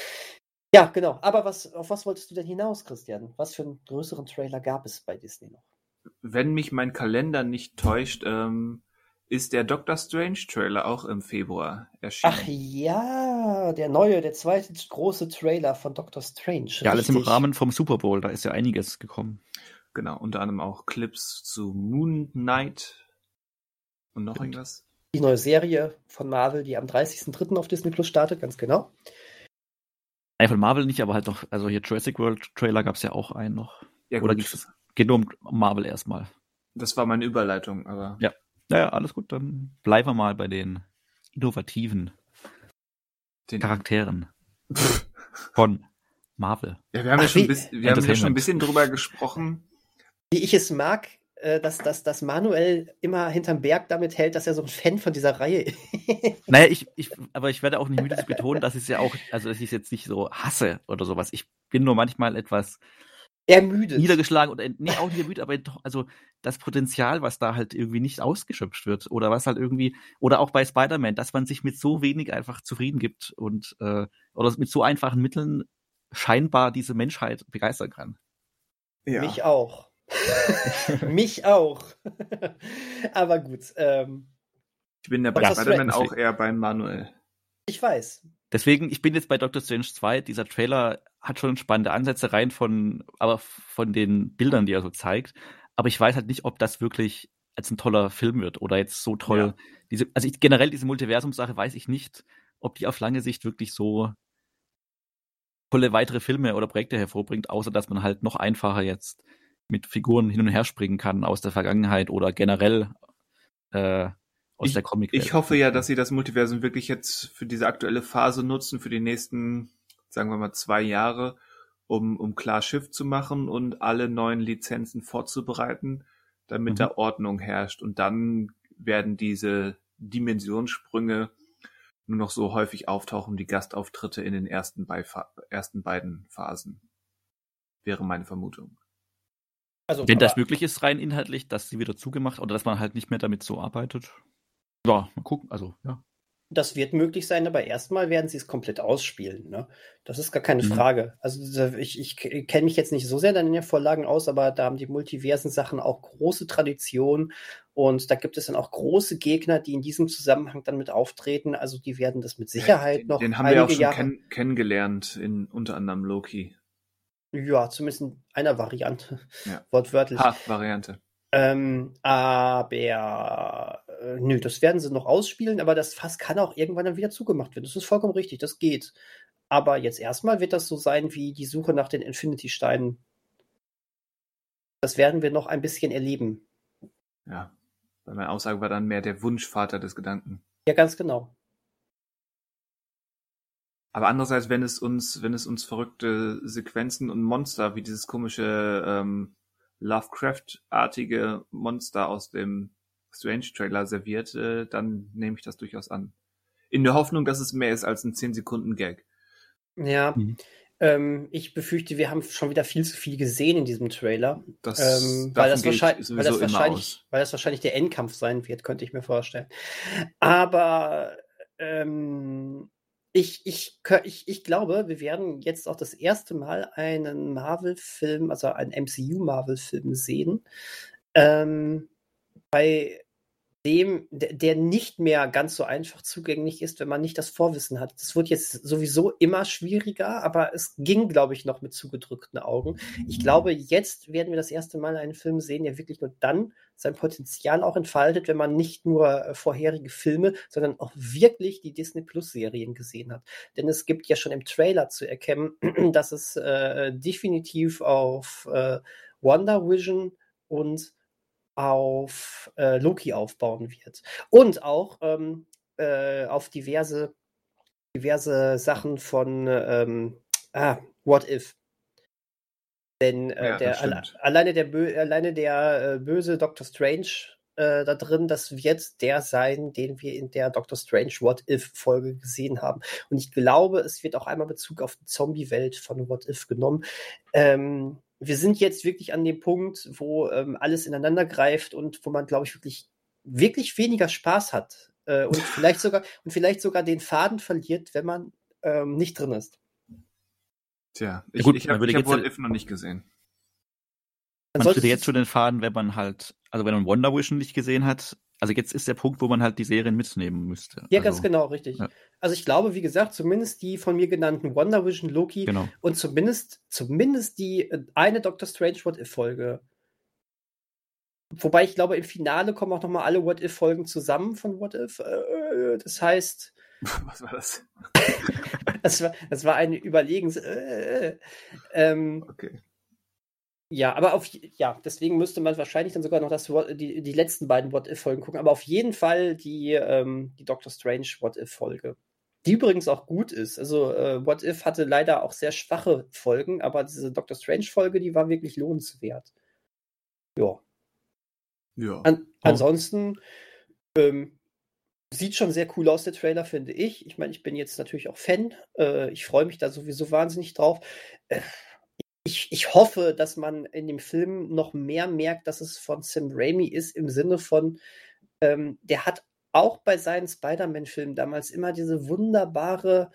Ja, genau. Aber auf was wolltest du denn hinaus, Christian? Was für einen größeren Trailer gab es bei Disney noch? wenn mich mein Kalender nicht täuscht, ist der Doctor Strange Trailer auch im Februar erschienen. Ach ja, der zweite große Trailer von Doctor Strange. Ja, alles im Richtig. Rahmen vom Super Bowl, da ist ja einiges gekommen. Genau, unter anderem auch Clips zu Moon Knight und noch irgendwas. Die neue Serie von Marvel, die am 30.03. auf Disney Plus startet, ganz genau. Nein, von Marvel nicht, aber halt noch, also hier Jurassic World Trailer gab es ja auch einen noch. Ja, Oder gut. geht nur um Marvel erstmal. Das war meine Überleitung, aber. Ja. Naja, alles gut, dann bleiben wir mal bei den innovativen Charakteren von Marvel. Ja, wir haben ja schon ein bisschen drüber gesprochen. Wie ich es mag, dass Manuel immer hinterm Berg damit hält, dass er so ein Fan von dieser Reihe ist. Naja, aber ich werde auch nicht müde zu betonen, dass ich es ja auch, also dass ich es jetzt nicht so hasse oder sowas. Ich bin nur manchmal etwas ermüdet. Niedergeschlagen oder auch nicht ermüdet, aber doch, also das Potenzial, was da halt irgendwie nicht ausgeschöpft wird oder was halt irgendwie, oder auch bei Spider-Man, dass man sich mit so wenig einfach zufrieden gibt und oder mit so einfachen Mitteln scheinbar diese Menschheit begeistern kann. Ja. Mich auch. Mich auch. Aber gut. Ich bin ja bei Spider-Man auch eher beim Manuel. Ich weiß. Deswegen, ich bin jetzt bei Doctor Strange 2. Dieser Trailer hat schon spannende Ansätze rein von den Bildern, die er so zeigt. Aber ich weiß halt nicht, ob das wirklich als ein toller Film wird oder jetzt so toll. Ja. Generell diese Multiversum-Sache weiß ich nicht, ob die auf lange Sicht wirklich so tolle weitere Filme oder Projekte hervorbringt, außer dass man halt noch einfacher jetzt mit Figuren hin und her springen kann aus der Vergangenheit oder generell aus der Comic-Welt. Ich hoffe ja, dass sie das Multiversum wirklich jetzt für diese aktuelle Phase nutzen, für die nächsten, sagen wir mal, 2 Jahre, um klar Schiff zu machen und alle neuen Lizenzen vorzubereiten, damit da Ordnung herrscht. Und dann werden diese Dimensionssprünge nur noch so häufig auftauchen wie Gastauftritte in den ersten beiden Phasen. Wäre meine Vermutung. Also, wenn das möglich ist, rein inhaltlich, dass sie wieder zugemacht oder dass man halt nicht mehr damit so arbeitet. Ja, mal gucken, also, ja. Das wird möglich sein, aber erstmal werden sie es komplett ausspielen, ne? Das ist gar keine Frage. Also ich kenne mich jetzt nicht so sehr dann in den Vorlagen aus, aber da haben die multiversen Sachen auch große Tradition und da gibt es dann auch große Gegner, die in diesem Zusammenhang dann mit auftreten. Also die werden das mit Sicherheit noch den haben wir auch schon kennengelernt, in unter anderem Loki. Ja, zumindest in einer Variante. Ja. Wortwörtlich. Variante. Aber nö, das werden sie noch ausspielen, aber das Fass kann auch irgendwann dann wieder zugemacht werden. Das ist vollkommen richtig, das geht. Aber jetzt erstmal wird das so sein wie die Suche nach den Infinity-Steinen. Das werden wir noch ein bisschen erleben. Ja, weil meine Aussage war dann mehr der Wunschvater des Gedanken. Ja, ganz genau. Aber andererseits, wenn es uns verrückte Sequenzen und Monster wie dieses komische Lovecraft-artige Monster aus dem Strange-Trailer serviert, dann nehme ich das durchaus an. In der Hoffnung, dass es mehr ist als ein 10-Sekunden-Gag. Ja, ich befürchte, wir haben schon wieder viel zu viel gesehen in diesem Trailer. Weil das wahrscheinlich der Endkampf sein wird, könnte ich mir vorstellen. Aber ich glaube, wir werden jetzt auch das erste Mal einen Marvel-Film, also einen MCU-Marvel-Film sehen, bei dem, der nicht mehr ganz so einfach zugänglich ist, wenn man nicht das Vorwissen hat. Das wird jetzt sowieso immer schwieriger, aber es ging, glaube ich, noch mit zugedrückten Augen. Ich glaube, jetzt werden wir das erste Mal einen Film sehen, der wirklich nur dann sein Potenzial auch entfaltet, wenn man nicht nur vorherige Filme, sondern auch wirklich die Disney-Plus-Serien gesehen hat. Denn es gibt ja schon im Trailer zu erkennen, dass es definitiv auf WandaVision und auf Loki aufbauen wird. Und auch auf diverse Sachen von What If. Denn alleine der böse Doctor Strange da drin, das wird der sein, den wir in der Doctor Strange What If Folge gesehen haben. Und ich glaube, es wird auch einmal Bezug auf die Zombie-Welt von What If genommen. Wir sind jetzt wirklich an dem Punkt, wo alles ineinander greift und wo man, glaube ich, wirklich weniger Spaß hat und vielleicht sogar den Faden verliert, wenn man nicht drin ist. Tja, ich habe What If noch nicht gesehen. Man würde jetzt schon den Faden, wenn man Wonder Vision nicht gesehen hat. Also jetzt ist der Punkt, wo man halt die Serien mitnehmen müsste. Ja, ganz genau, richtig. Ja. Also ich glaube, wie gesagt, zumindest die von mir genannten Wonder Vision, Loki und zumindest die eine Doctor Strange What-If-Folge. Wobei ich glaube, im Finale kommen auch nochmal alle What-If-Folgen zusammen von What-If. Das heißt... Was war das? das war eine Überlegens... Okay. Ja, aber deswegen müsste man wahrscheinlich dann sogar noch die letzten beiden What-If-Folgen gucken. Aber auf jeden Fall die Doctor Strange What-If-Folge. Die übrigens auch gut ist. Also What If hatte leider auch sehr schwache Folgen, aber diese Doctor Strange-Folge, die war wirklich lohnenswert. Ja. Ansonsten sieht schon sehr cool aus, der Trailer, finde ich. Ich meine, ich bin jetzt natürlich auch Fan. Ich freue mich da sowieso wahnsinnig drauf. Ich hoffe, dass man in dem Film noch mehr merkt, dass es von Sam Raimi ist, im Sinne von, der hat auch bei seinen Spider-Man-Filmen damals immer diese wunderbare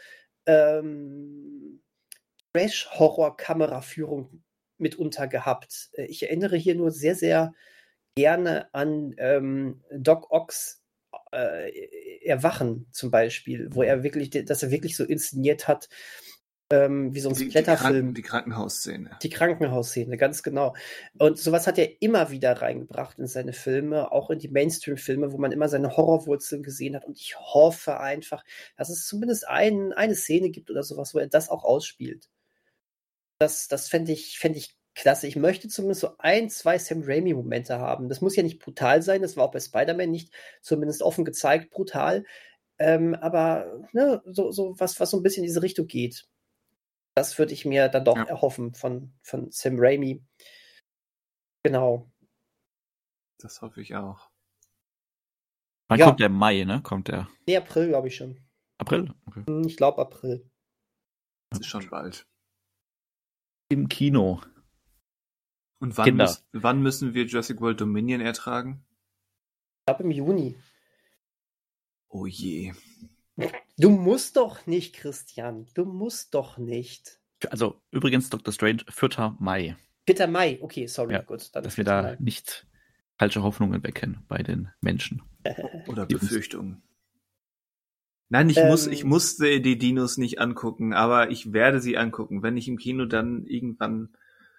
Trash-Horror-Kameraführung mitunter gehabt. Ich erinnere hier nur sehr, sehr gerne an Doc Ocks Erwachen zum Beispiel, wo er wirklich so inszeniert hat, wie so ein Splatterfilm. Die Krankenhausszene. Die Krankenhausszene, ganz genau. Und sowas hat er immer wieder reingebracht in seine Filme, auch in die Mainstream-Filme, wo man immer seine Horrorwurzeln gesehen hat. Und ich hoffe einfach, dass es zumindest eine Szene gibt oder sowas, wo er das auch ausspielt. Das fände ich klasse. Ich möchte zumindest so 1-2 Sam Raimi-Momente haben. Das muss ja nicht brutal sein, das war auch bei Spider-Man nicht zumindest offen gezeigt brutal. Aber ne, so was so ein bisschen in diese Richtung geht. Das würde ich mir dann doch erhoffen von Sam Raimi. Genau. Das hoffe ich auch. Wann kommt der? Mai, ne? Kommt der? Nee, April, glaube ich schon. April? Okay. Ich glaube April. Das ist schon bald. Im Kino. Und wann müssen wir Jurassic World Dominion ertragen? Ich glaube im Juni. Oh je. Du musst doch nicht, Christian. Du musst doch nicht. Also übrigens Dr. Strange, 4. Mai. 4. Mai, okay, sorry. Ja, gut. Dann dass wir da nicht falsche Hoffnungen wecken bei den Menschen. Oder Befürchtungen. Nein, ich musste die Dinos nicht angucken, aber ich werde sie angucken, wenn nicht im Kino, dann irgendwann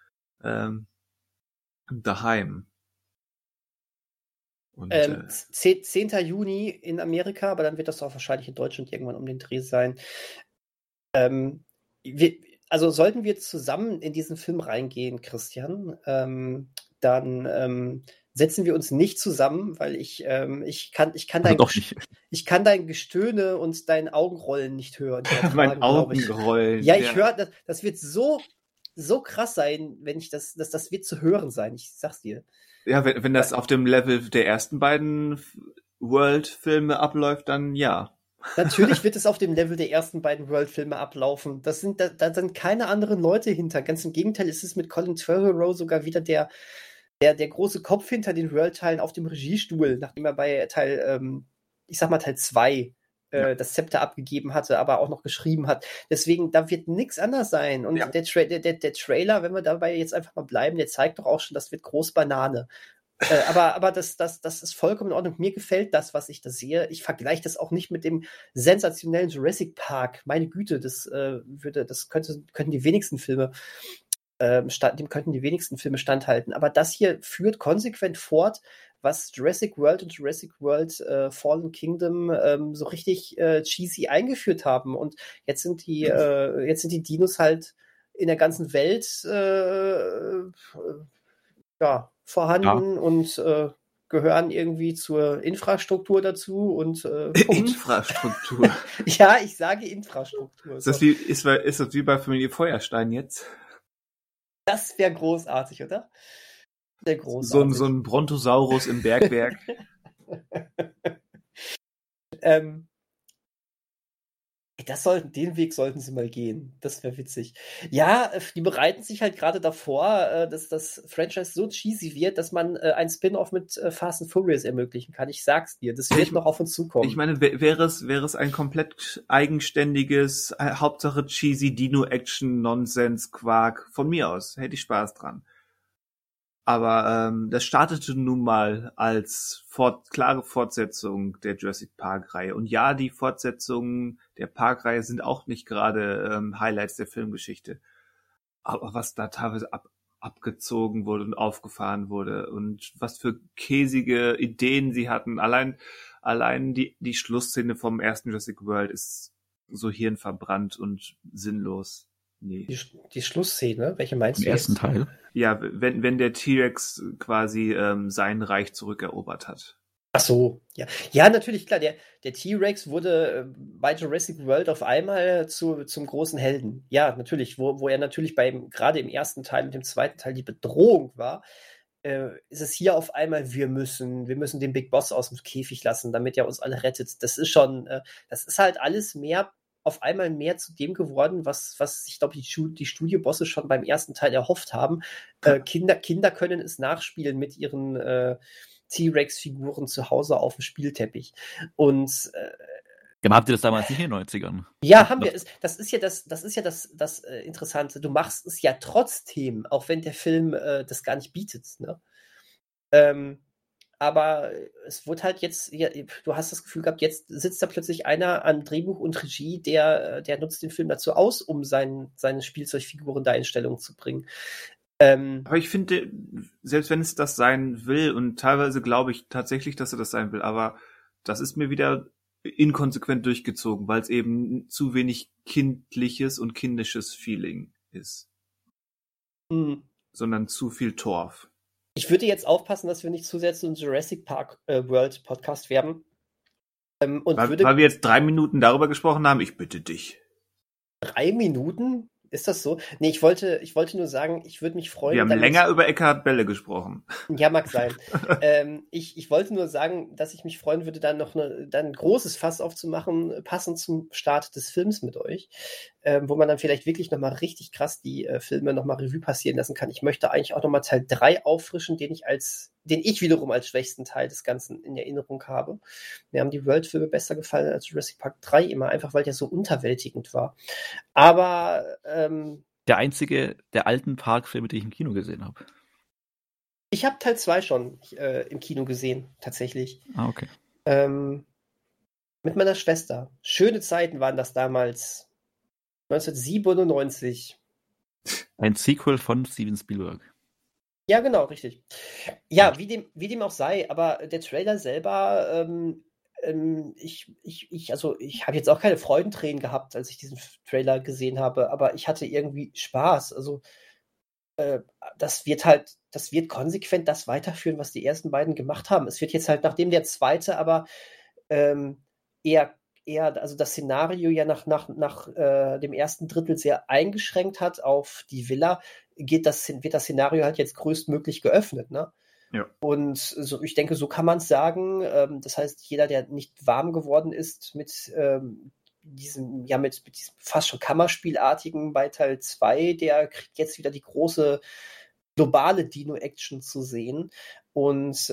daheim. Und, 10. Juni in Amerika, aber dann wird das auch wahrscheinlich in Deutschland irgendwann um den Dreh sein. Also sollten wir zusammen in diesen Film reingehen, Christian, dann setzen wir uns nicht zusammen, weil ich kann dein Gestöhne und dein Augenrollen nicht hören. Mein Augenrollen. Ja, ich höre, das wird so krass sein, wenn ich das wird zu hören sein, ich sag's dir. Ja, wenn das auf dem Level der ersten beiden World-Filme abläuft, dann ja. Natürlich wird es auf dem Level der ersten beiden World-Filme ablaufen. Da sind keine anderen Leute hinter. Ganz im Gegenteil ist es mit Colin Trevorrow sogar wieder der große Kopf hinter den World-Teilen auf dem Regiestuhl, nachdem er bei Teil 2 das Zepter abgegeben hatte, aber auch noch geschrieben hat. Deswegen, da wird nichts anders sein. Und der Trailer, wenn wir dabei jetzt einfach mal bleiben, der zeigt doch auch schon, das wird groß Banane. Aber das ist vollkommen in Ordnung. Mir gefällt das, was ich da sehe. Ich vergleiche das auch nicht mit dem sensationellen Jurassic Park. Meine Güte, könnten die wenigsten Filme dem könnten die wenigsten Filme standhalten. Aber das hier führt konsequent fort, was Jurassic World und Jurassic World Fallen Kingdom so richtig cheesy eingeführt haben. Und jetzt sind die Dinos halt in der ganzen Welt vorhanden und gehören irgendwie zur Infrastruktur dazu und Infrastruktur? Ja, ich sage Infrastruktur. Ist das wie bei Familie Feuerstein jetzt? Das wäre großartig, oder? Sehr großartig. So ein Brontosaurus im Bergwerk. Den Weg sollten sie mal gehen. Das wäre witzig. Ja, die bereiten sich halt gerade davor, dass das Franchise so cheesy wird, dass man ein Spin-off mit Fast and Furious ermöglichen kann. Ich sag's dir, das wird noch auf uns zukommen. Ich meine, wäre es ein komplett eigenständiges, Hauptsache cheesy Dino-Action-Nonsens-Quark von mir aus. Hätte ich Spaß dran. Aber das startete nun mal als klare Fortsetzung der Jurassic Park-Reihe. Und ja, die Fortsetzungen der Park-Reihe sind auch nicht gerade Highlights der Filmgeschichte. Aber was da teilweise abgezogen wurde und aufgefahren wurde und was für käsige Ideen sie hatten. Allein die Schlussszene vom ersten Jurassic World ist so hirnverbrannt und sinnlos. Nee. Die Schlussszene, welche meinst du? Im ersten Teil? Ja, wenn der T-Rex quasi sein Reich zurückerobert hat. Ach so, ja. Ja, natürlich, klar. Der T-Rex wurde bei Jurassic World auf einmal zum großen Helden. Ja, natürlich, wo er natürlich gerade im ersten Teil und dem zweiten Teil die Bedrohung war, ist es hier auf einmal, wir müssen den Big Boss aus dem Käfig lassen, damit er uns alle rettet. Das ist schon, das ist halt alles auf einmal mehr zu dem geworden, was ich glaube, die Studiobosse schon beim ersten Teil erhofft haben. Kinder können es nachspielen mit ihren T-Rex-Figuren zu Hause auf dem Spielteppich. Und genau, habt ihr das damals nicht in den 90ern? Ja, haben wir. Das ist ja das Interessante. Du machst es ja trotzdem, auch wenn der Film das gar nicht bietet. Ne? Aber es wurde halt jetzt, ja, du hast das Gefühl gehabt, jetzt sitzt da plötzlich einer an Drehbuch und Regie, der nutzt den Film dazu aus, um seine Spielzeugfiguren da in Stellung zu bringen. Aber ich finde, selbst wenn es das sein will, und teilweise glaube ich tatsächlich, dass er das sein will, aber das ist mir wieder inkonsequent durchgezogen, weil es eben zu wenig kindliches und kindisches Feeling ist. Sondern zu viel Torf. Ich würde jetzt aufpassen, dass wir nicht zu sehr zu einem Jurassic Park World Podcast werden. Weil wir jetzt 3 Minuten darüber gesprochen haben, ich bitte dich. 3 Minuten? Ist das so? Nee, ich wollte nur sagen, ich würde mich freuen. Wir haben länger über Eckhard Belle gesprochen. Ja, mag sein. Ich wollte nur sagen, dass ich mich freuen würde, dann noch ein großes Fass aufzumachen, passend zum Start des Films mit euch, wo man dann vielleicht wirklich nochmal richtig krass die Filme nochmal Revue passieren lassen kann. Ich möchte eigentlich auch nochmal Teil 3 auffrischen, den ich wiederum als schwächsten Teil des Ganzen in Erinnerung habe. Mir haben die World-Filme besser gefallen als Jurassic Park 3 immer, einfach weil der so unterwältigend war. Aber der einzige der alten Parkfilme, die ich im Kino gesehen habe. Ich habe Teil 2 schon im Kino gesehen, tatsächlich. Ah, okay. Mit meiner Schwester. Schöne Zeiten waren das damals. 1997. Ein Sequel von Steven Spielberg. Ja, genau, richtig. Ja, wie dem auch sei, aber der Trailer selber, ich habe jetzt auch keine Freudentränen gehabt, als ich diesen Trailer gesehen habe, aber ich hatte irgendwie Spaß. Also das wird konsequent das weiterführen, was die ersten beiden gemacht haben. Es wird jetzt halt, nachdem der zweite aber eher, also das Szenario ja nach dem ersten Drittel sehr eingeschränkt hat auf die Villa, wird das Szenario halt jetzt größtmlich geöffnet, ne? Ja. Und so, ich denke, so kann man es sagen. Das heißt, jeder, der nicht warm geworden ist mit diesem fast schon Kammerspielartigen bei Teil 2, der kriegt jetzt wieder die große globale Dino-Action zu sehen. Und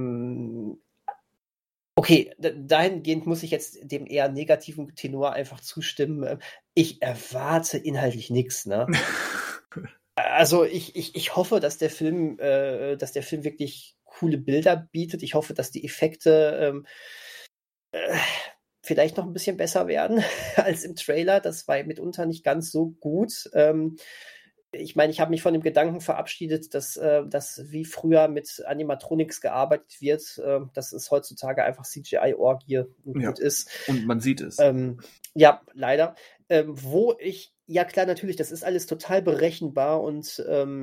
okay, dahingehend muss ich jetzt dem eher negativen Tenor einfach zustimmen. Ich erwarte inhaltlich nichts, ne? Also ich hoffe, dass der Film wirklich coole Bilder bietet. Ich hoffe, dass die Effekte vielleicht noch ein bisschen besser werden als im Trailer. Das war mitunter nicht ganz so gut. Ich meine, ich habe mich von dem Gedanken verabschiedet, dass wie früher mit Animatronics gearbeitet wird, dass es heutzutage einfach CGI-Orgie und gut ist. Und man sieht es. Ja, leider. Ja klar, natürlich, das ist alles total berechenbar und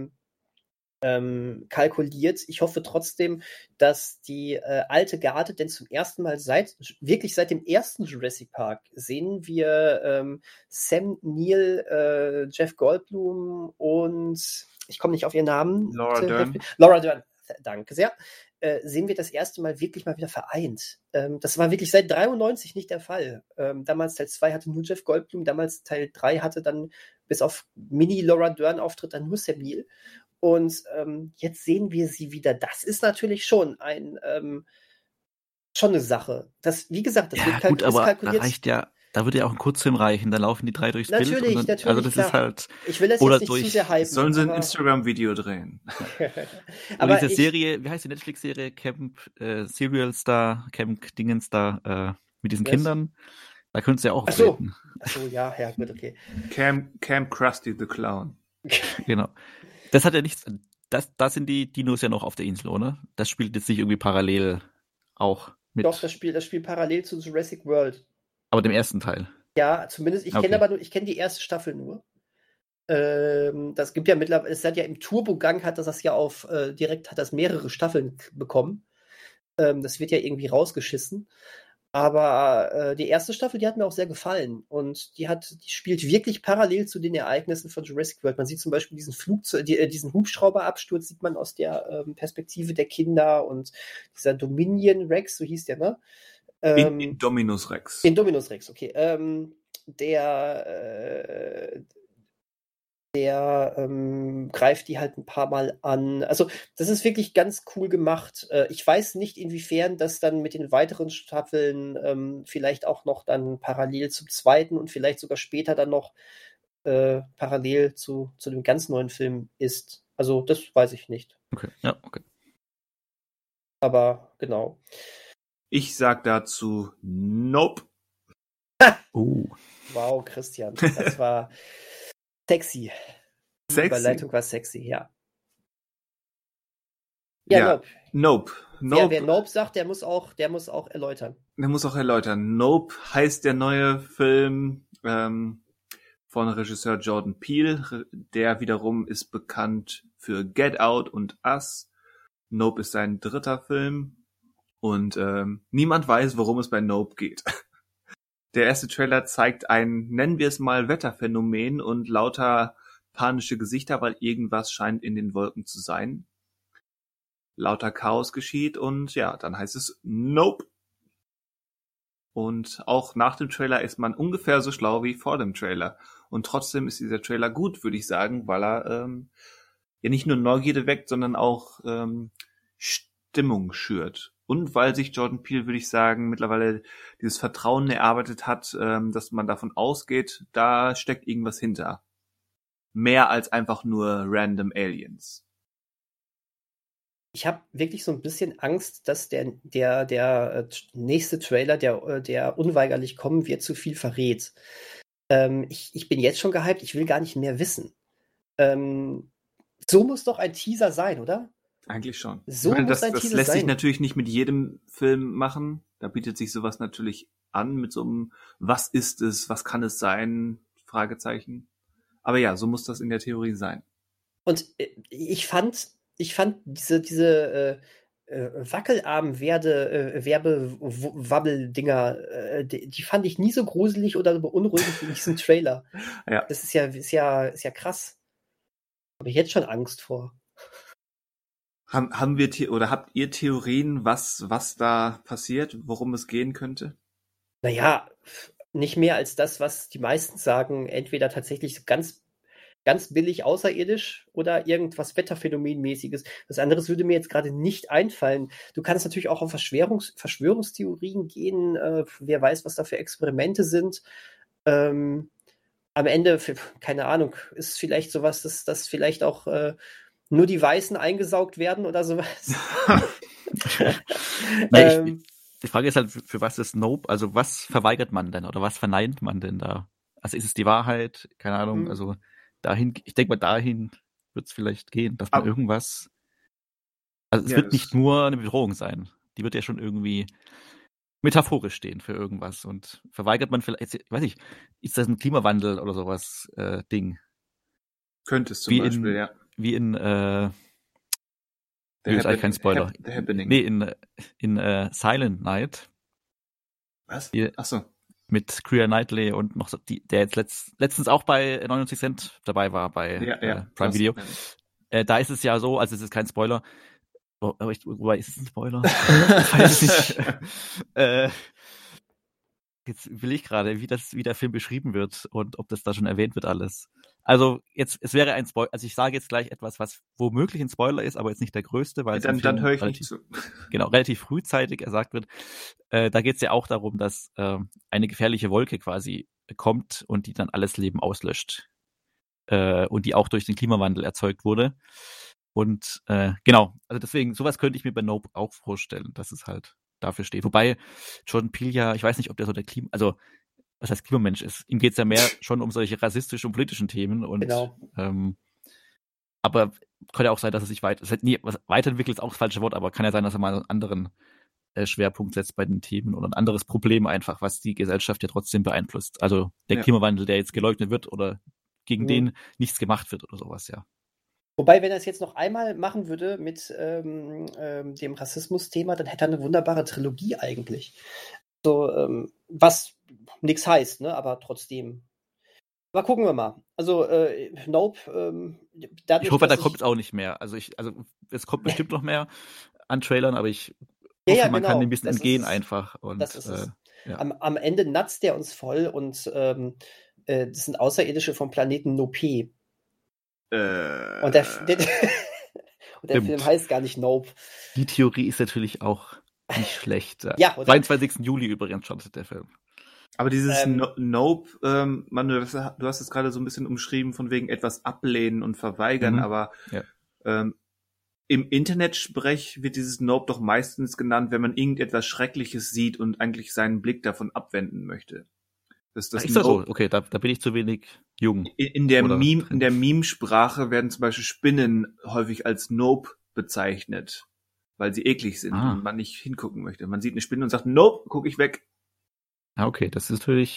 kalkuliert. Ich hoffe trotzdem, dass die alte Garde, denn zum ersten Mal seit dem ersten Jurassic Park sehen wir Sam Neill, Jeff Goldblum und ich komme nicht auf ihren Namen. Laura Dern, danke sehr. Sehen wir das erste Mal wirklich mal wieder vereint. Das war wirklich seit 93 nicht der Fall. Damals Teil 2 hatte nur Jeff Goldblum, damals Teil 3 hatte dann bis auf Mini-Laura Dern-Auftritt dann nur Sam Neill. Und jetzt sehen wir sie wieder. Das ist natürlich schon schon eine Sache. Das, wie gesagt, das ja, wird gut, aber kalkuliert. da reicht ja Da würde ja auch ein Kurzfilm reichen, da laufen die 3 durchs Bild. Natürlich, also das klar. ist halt. Ich will das oder jetzt nicht zu sehr hypen. Sollen sie ein Instagram-Video drehen? aber diese Serie, wie heißt die Netflix-Serie? Camp Serial Star, Camp Dingens da, mit diesen Kindern. Da könntest du ja auch reden. Ach so, ja, gut, okay. Camp Krusty the Clown. Genau. Das hat ja nichts. Da sind die Dinos ja noch auf der Insel, oder? Das spielt jetzt nicht irgendwie parallel auch mit. Doch, das spielt parallel zu Jurassic World. Aber dem ersten Teil. Ja, zumindest. Ich kenne die erste Staffel nur. Das gibt ja mittlerweile, es hat ja im Turbogang hat das ja direkt hat das mehrere Staffeln bekommen. Das wird ja irgendwie rausgeschissen. Aber die erste Staffel, die hat mir auch sehr gefallen. Und die spielt wirklich parallel zu den Ereignissen von Jurassic World. Man sieht zum Beispiel diesen Hubschrauberabsturz sieht man aus der Perspektive der Kinder und dieser Dominion Rex, so hieß der, ne? Indominus Rex. Indominus Rex, okay. Der greift die halt ein paar Mal an. Also das ist wirklich ganz cool gemacht. Ich weiß nicht, inwiefern das dann mit den weiteren Staffeln vielleicht auch noch dann parallel zum zweiten und vielleicht sogar später dann noch parallel zu dem ganz neuen Film ist. Also das weiß ich nicht. Okay, ja, okay. Aber genau. Ich sag dazu Nope. Wow, Christian, das war sexy. Die Überleitung war sexy, ja. Ja, Nope. Wer Nope sagt, der muss auch erläutern. Der muss auch erläutern. Nope heißt der neue Film von Regisseur Jordan Peele. Der wiederum ist bekannt für Get Out und Us. Nope ist sein 3. Film. Und niemand weiß, worum es bei Nope geht. Der erste Trailer zeigt ein, nennen wir es mal, Wetterphänomen und lauter panische Gesichter, weil irgendwas scheint in den Wolken zu sein. Lauter Chaos geschieht und ja, dann heißt es Nope. Und auch nach dem Trailer ist man ungefähr so schlau wie vor dem Trailer. Und trotzdem ist dieser Trailer gut, würde ich sagen, weil er ja nicht nur Neugierde weckt, sondern auch Stimmung schürt. Und weil sich Jordan Peele, würde ich sagen, mittlerweile dieses Vertrauen erarbeitet hat, dass man davon ausgeht, da steckt irgendwas hinter. Mehr als einfach nur random Aliens. Ich habe wirklich so ein bisschen Angst, dass der nächste Trailer, der unweigerlich kommen wird, zu viel verrät. Ich bin jetzt schon gehypt, ich will gar nicht mehr wissen. So muss doch ein Teaser sein, oder? Eigentlich schon. So ich meine, das lässt sich natürlich nicht mit jedem Film machen. Da bietet sich sowas natürlich an mit so einem was ist es, was kann es sein, Fragezeichen. Aber ja, so muss das in der Theorie sein. Und ich fand diese Wackelarm-Werbewabbel-Dinger, die fand ich nie so gruselig oder beunruhigend wie diesen Trailer. Ja. Das ist ja krass. Habe ich jetzt schon Angst vor. Haben wir oder habt ihr Theorien, was da passiert, worum es gehen könnte? Naja, nicht mehr als das, was die meisten sagen, entweder tatsächlich ganz, ganz billig außerirdisch oder irgendwas Wetterphänomenmäßiges. Was anderes würde mir jetzt gerade nicht einfallen. Du kannst natürlich auch auf Verschwörungstheorien gehen. Wer weiß, was da für Experimente sind. Am Ende, keine Ahnung, ist vielleicht sowas, dass vielleicht auch nur die Weißen eingesaugt werden oder sowas. Die Frage ist halt, für was ist Nope? Also was verweigert man denn oder was verneint man denn da? Also ist es die Wahrheit? Keine Ahnung. Also ich denke mal, dahin wird es vielleicht gehen, dass man irgendwas. Also es wird nicht nur eine Bedrohung sein. Die wird ja schon irgendwie metaphorisch stehen für irgendwas. Und verweigert man vielleicht, ich weiß nicht, ist das ein Klimawandel oder sowas Ding? Könnte es zum Beispiel, ja. Wie in ist eigentlich kein Spoiler. The Happening. Nee, in Silent Night. Was? Achso. Mit Keira Knightley und noch so, der jetzt letztens auch bei 99 Cent dabei war bei Prime Video. Da ist es ja so, also es ist kein Spoiler. Wobei, ist es ein Spoiler? Ich weiß es nicht. Jetzt will ich gerade, wie der Film beschrieben wird und ob das da schon erwähnt wird alles. Also es wäre ein Spoiler, also ich sage jetzt gleich etwas, was womöglich ein Spoiler ist, aber jetzt nicht der größte, weil dann höre ich nicht zu. Genau, relativ frühzeitig gesagt wird. Da geht es ja auch darum, dass eine gefährliche Wolke quasi kommt und die dann alles Leben auslöscht. Und die auch durch den Klimawandel erzeugt wurde. Und genau, also deswegen, sowas könnte ich mir bei Nope auch vorstellen, dass es halt dafür steht. Wobei Jordan Peele ja, ich weiß nicht, ob der so der was heißt Klimamensch ist. Ihm geht es ja mehr schon um solche rassistischen und politischen Themen. Und, Genau. Aber kann ja auch sein, dass er sich weiterentwickelt, ist auch das falsche Wort, aber kann ja sein, dass er mal einen anderen Schwerpunkt setzt bei den Themen oder ein anderes Problem einfach, was die Gesellschaft ja trotzdem beeinflusst. Also der Klimawandel, der jetzt geleugnet wird oder gegen den nichts gemacht wird oder sowas, ja. Wobei, wenn er es jetzt noch einmal machen würde mit dem Rassismus-Thema, dann hätte er eine wunderbare Trilogie eigentlich. So, was nichts heißt, ne? Aber trotzdem. Aber gucken wir mal. Also, Nope. Ich hoffe, da kommt es auch nicht mehr. Also es kommt bestimmt noch mehr an Trailern, aber ich hoffe, man kann dem ein bisschen entgehen einfach. Und, das ist es. Ja. Am Ende natzt der uns voll und das sind Außerirdische vom Planeten Nope. Und der Film heißt gar nicht Nope. Die Theorie ist natürlich auch nicht schlecht. Ja, 22. Juli übrigens startet der Film. Aber dieses Nope, Manuel, du hast es gerade so ein bisschen umschrieben, von wegen etwas ablehnen und verweigern, aber im Internetsprech wird dieses Nope doch meistens genannt, wenn man irgendetwas Schreckliches sieht und eigentlich seinen Blick davon abwenden möchte. Ist das so? Okay, da bin ich zu wenig jung. In der Meme-Sprache werden zum Beispiel Spinnen häufig als Nope bezeichnet, weil sie eklig sind und man nicht hingucken möchte. Man sieht eine Spinne und sagt, Nope, guck ich weg. Okay, das ist natürlich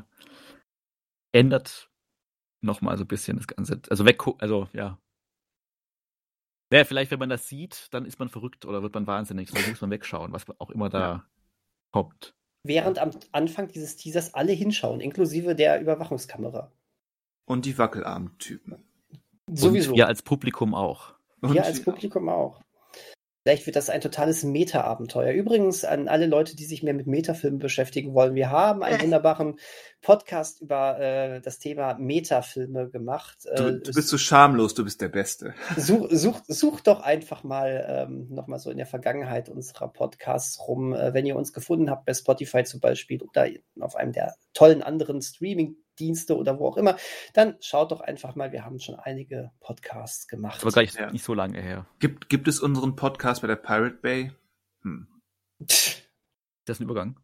ändert nochmal so ein bisschen das Ganze. Also ja. Naja, vielleicht, wenn man das sieht, dann ist man verrückt oder wird man wahnsinnig. Dann muss man wegschauen, was auch immer da kommt. Während am Anfang dieses Teasers alle hinschauen, inklusive der Überwachungskamera. Und die Wackelarm-Typen. Sowieso. Und wir als Publikum auch. Publikum auch. Vielleicht wird das ein totales Meta-Abenteuer. Übrigens an alle Leute, die sich mehr mit Metafilmen beschäftigen wollen. Wir haben einen wunderbaren Podcast über das Thema Metafilme gemacht. Du bist so schamlos, du bist der Beste. Such doch einfach mal nochmal so in der Vergangenheit unserer Podcasts rum. Wenn ihr uns gefunden habt, bei Spotify zum Beispiel oder auf einem der tollen anderen Streaming-Dienste oder wo auch immer, dann schaut doch einfach mal, wir haben schon einige Podcasts gemacht. Aber gleich nicht so lange her. Gibt es unseren Podcast bei der Pirate Bay? Das ist ein Übergang.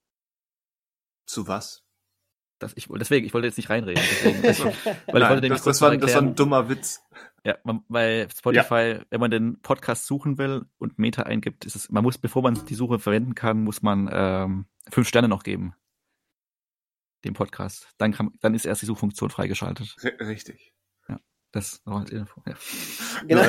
Zu was? Ich wollte jetzt nicht reinreden. Das war ein dummer Witz. Ja, weil Spotify, wenn man den Podcast suchen will und Meta eingibt, man muss, bevor man die Suche verwenden kann, muss man 5 Sterne noch geben. Dem Podcast. Dann ist erst die Suchfunktion freigeschaltet. Richtig. Ja, das noch als Info. Ja. Genau.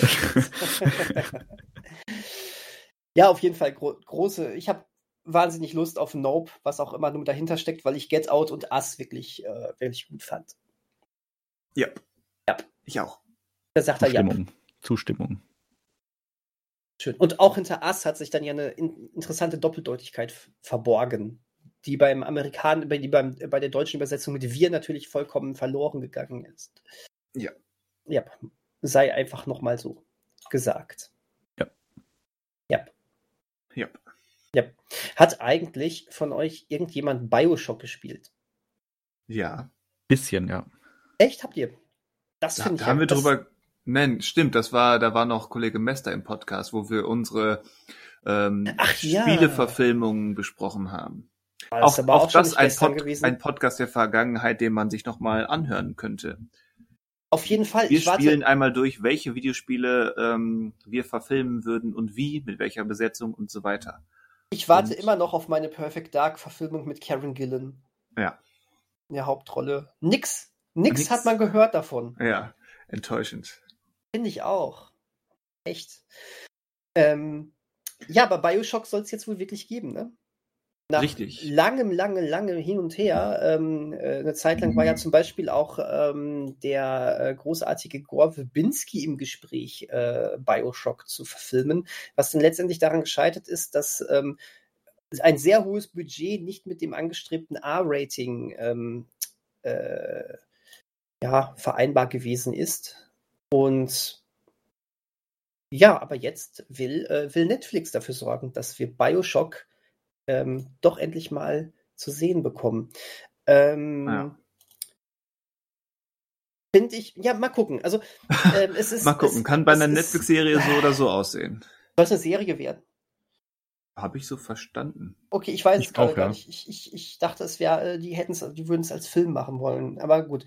Ja, auf jeden Fall große. Ich habe wahnsinnig Lust auf Nope, was auch immer nur dahinter steckt, weil ich Get Out und Us wirklich gut fand. Ja. Ich auch. Da sagt Zustimmung. Schön. Und auch hinter Us hat sich dann ja eine interessante Doppeldeutigkeit verborgen, die bei der deutschen Übersetzung mit wir natürlich vollkommen verloren gegangen ist. Ja. Ja. Sei einfach nochmal so gesagt. Ja. Hat eigentlich von euch irgendjemand BioShock gespielt? Ja. Bisschen, ja. Echt? Habt ihr? Das finde ich. Da haben wir drüber. Nein, stimmt. Da war noch Kollege Mester im Podcast, wo wir unsere Spieleverfilmungen besprochen haben. Auch das ein Podcast der Vergangenheit, den man sich nochmal anhören könnte. Auf jeden Fall. Wir spielen einmal durch, welche Videospiele wir verfilmen würden und wie, mit welcher Besetzung und so weiter. Ich warte immer noch auf meine Perfect Dark Verfilmung mit Karen Gillan. Ja. In der Hauptrolle. Nix hat man gehört davon. Ja, enttäuschend. Finde ich auch. Echt. Ja, aber BioShock soll es jetzt wohl wirklich geben, ne? Nach Richtig. langem hin und her. Eine Zeit lang war ja zum Beispiel auch der großartige Gore Verbinski im Gespräch, BioShock zu verfilmen, was dann letztendlich daran gescheitert ist, dass ein sehr hohes Budget nicht mit dem angestrebten R-Rating vereinbar gewesen ist. Und ja, aber jetzt will Netflix dafür sorgen, dass wir BioShock doch endlich mal zu sehen bekommen. Finde ich, mal gucken. Also, es ist. Mal gucken, kann bei einer Netflix-Serie so oder so aussehen. Soll es eine Serie werden? Habe ich so verstanden. Okay, ich weiß es gerade gar nicht. Ich dachte, es wäre, die würden es als Film machen wollen. Aber gut.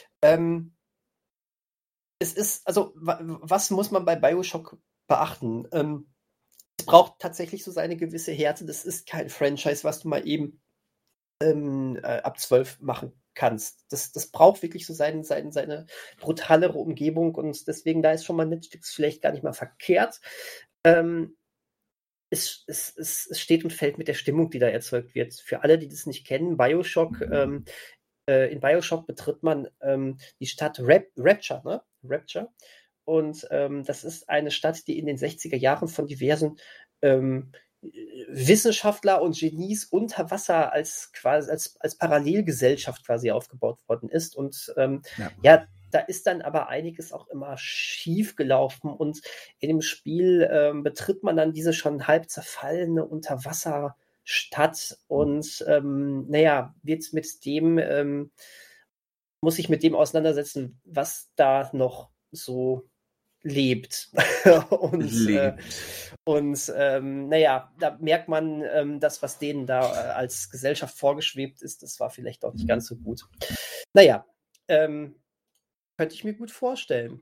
Es ist, also, was muss man bei BioShock beachten? Es braucht tatsächlich so seine gewisse Härte. Das ist kein Franchise, was du mal eben ab 12 machen kannst. Das braucht wirklich so seine brutalere Umgebung und deswegen, da ist schon mal Netflix vielleicht gar nicht mal verkehrt. Es steht und fällt mit der Stimmung, die da erzeugt wird. Für alle, die das nicht kennen, BioShock, in BioShock betritt man die Stadt Rapture, ne? Rapture. Und das ist eine Stadt, die in den 60er Jahren von diversen Wissenschaftler und Genies unter Wasser als Parallelgesellschaft quasi aufgebaut worden ist. Und da ist dann aber einiges auch immer schief gelaufen. Und in dem Spiel betritt man dann diese schon halb zerfallene Unterwasserstadt und wird mit dem, muss sich mit dem auseinandersetzen, was da noch so lebt. Da merkt man, das, was denen da als Gesellschaft vorgeschwebt ist, das war vielleicht auch nicht ganz so gut. Könnte ich mir gut vorstellen.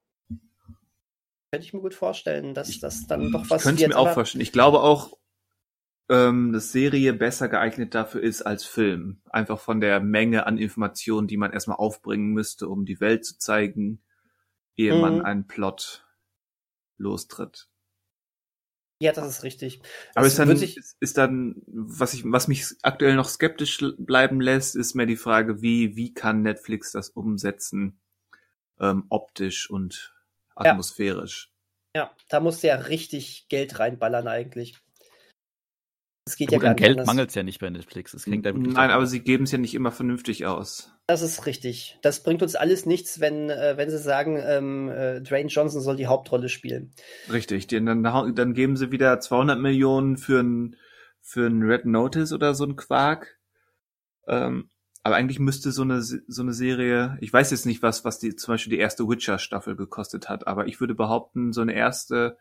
Dass das dann doch was wird. Könnte ich mir auch vorstellen. Ich glaube auch, dass Serie besser geeignet dafür ist als Film. Einfach von der Menge an Informationen, die man erstmal aufbringen müsste, um die Welt zu zeigen, ehe man einen Plot lostritt. Ja, das ist richtig. Aber ist dann, was mich aktuell noch skeptisch bleiben lässt, ist mehr die Frage, wie kann Netflix das umsetzen, optisch und atmosphärisch. Ja, da musst du ja richtig Geld reinballern eigentlich. Es geht ja gar nicht anders. Geld mangelt es ja nicht bei Netflix. Nein, aber sie geben es ja nicht immer vernünftig aus. Das ist richtig. Das bringt uns alles nichts, wenn sie sagen, Dwayne Johnson soll die Hauptrolle spielen. Richtig, dann geben sie wieder 200 Millionen für ein Red Notice oder so ein Quark. Aber eigentlich müsste so eine Serie, ich weiß jetzt nicht, was zum Beispiel die erste Witcher-Staffel gekostet hat, aber ich würde behaupten, so eine erste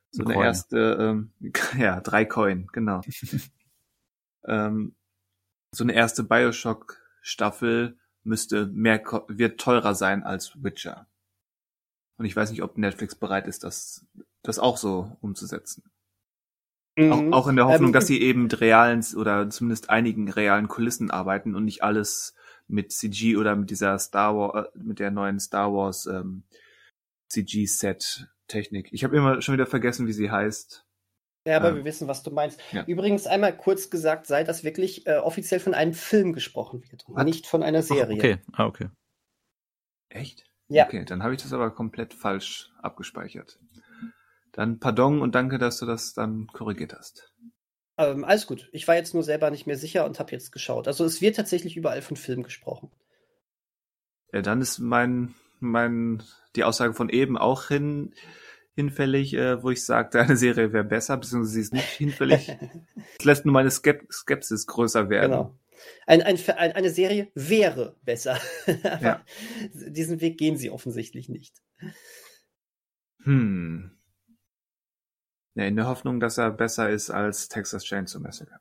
3 Coin, genau. So eine erste BioShock-Staffel wird teurer sein als Witcher. Und ich weiß nicht, ob Netflix bereit ist, das auch so umzusetzen. Auch in der Hoffnung, dass sie eben mit realen oder zumindest einigen realen Kulissen arbeiten und nicht alles mit CG oder mit dieser mit der neuen Star Wars CG-Set-Technik. Ich habe immer schon wieder vergessen, wie sie heißt. Ja, aber wir wissen, was du meinst. Ja. Übrigens einmal kurz gesagt, sei das wirklich offiziell von einem Film gesprochen wird und nicht von einer Serie. Okay. Echt? Ja. Okay, dann habe ich das aber komplett falsch abgespeichert. Dann pardon und danke, dass du das dann korrigiert hast. Alles gut. Ich war jetzt nur selber nicht mehr sicher und habe jetzt geschaut. Also es wird tatsächlich überall von Film gesprochen. Ja, dann ist die Aussage von eben auch hinfällig, wo ich sagte, eine Serie wäre besser, beziehungsweise sie ist nicht hinfällig. Das lässt nur meine Skepsis größer werden. Genau. Eine Serie wäre besser. Aber diesen Weg gehen sie offensichtlich nicht. Ja, in der Hoffnung, dass er besser ist als Texas Chainsaw Massacre.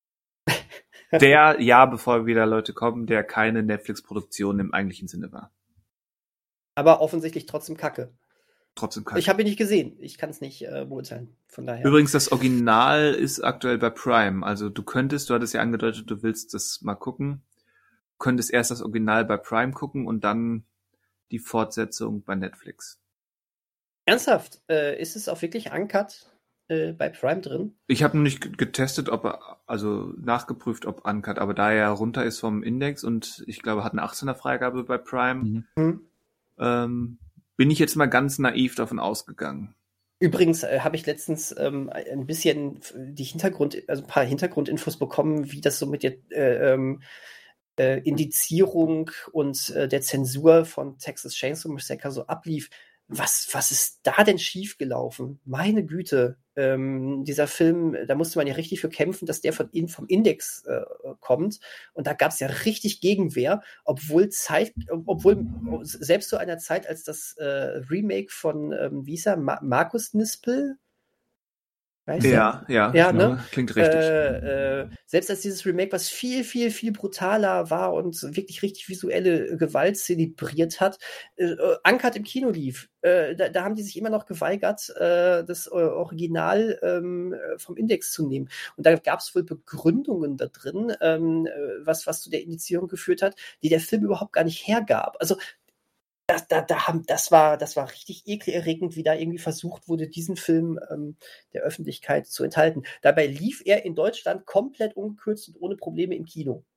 Bevor wieder Leute kommen, der keine Netflix-Produktion im eigentlichen Sinne war. Aber offensichtlich trotzdem Kacke. Trotzdem Kacke. Ich habe ihn nicht gesehen. Ich kann es nicht beurteilen. Von daher. Übrigens, das Original ist aktuell bei Prime. Also du hattest ja angedeutet, du willst das mal gucken. Du könntest erst das Original bei Prime gucken und dann die Fortsetzung bei Netflix. Ernsthaft? Ist es auch wirklich uncut bei Prime drin? Ich habe noch nicht getestet, nachgeprüft, ob uncut, aber da er runter ist vom Index und ich glaube, hat eine 18er Freigabe bei Prime, bin ich jetzt mal ganz naiv davon ausgegangen. Übrigens habe ich letztens ein bisschen ein paar Hintergrundinfos bekommen, wie das so mit der Indizierung und der Zensur von Texas Chainsaw Massacre so ablief. Was ist da denn schiefgelaufen? Meine Güte, dieser Film, da musste man ja richtig für kämpfen, dass der vom Index kommt. Und da gab es ja richtig Gegenwehr, obwohl selbst zu einer Zeit, als das Remake von, wie hieß er, Markus Nispel? Ja, genau, ne? Klingt richtig. Selbst als dieses Remake, was viel, viel, viel brutaler war und wirklich richtig visuelle Gewalt zelebriert hat, Uncut im Kino lief. Da haben die sich immer noch geweigert, das Original vom Index zu nehmen. Und da gab es wohl Begründungen da drin, was zu der Indizierung geführt hat, die der Film überhaupt gar nicht hergab. Also das war richtig ekelerregend, wie da irgendwie versucht wurde, diesen Film der Öffentlichkeit zu enthalten. Dabei lief er in Deutschland komplett ungekürzt und ohne Probleme im Kino.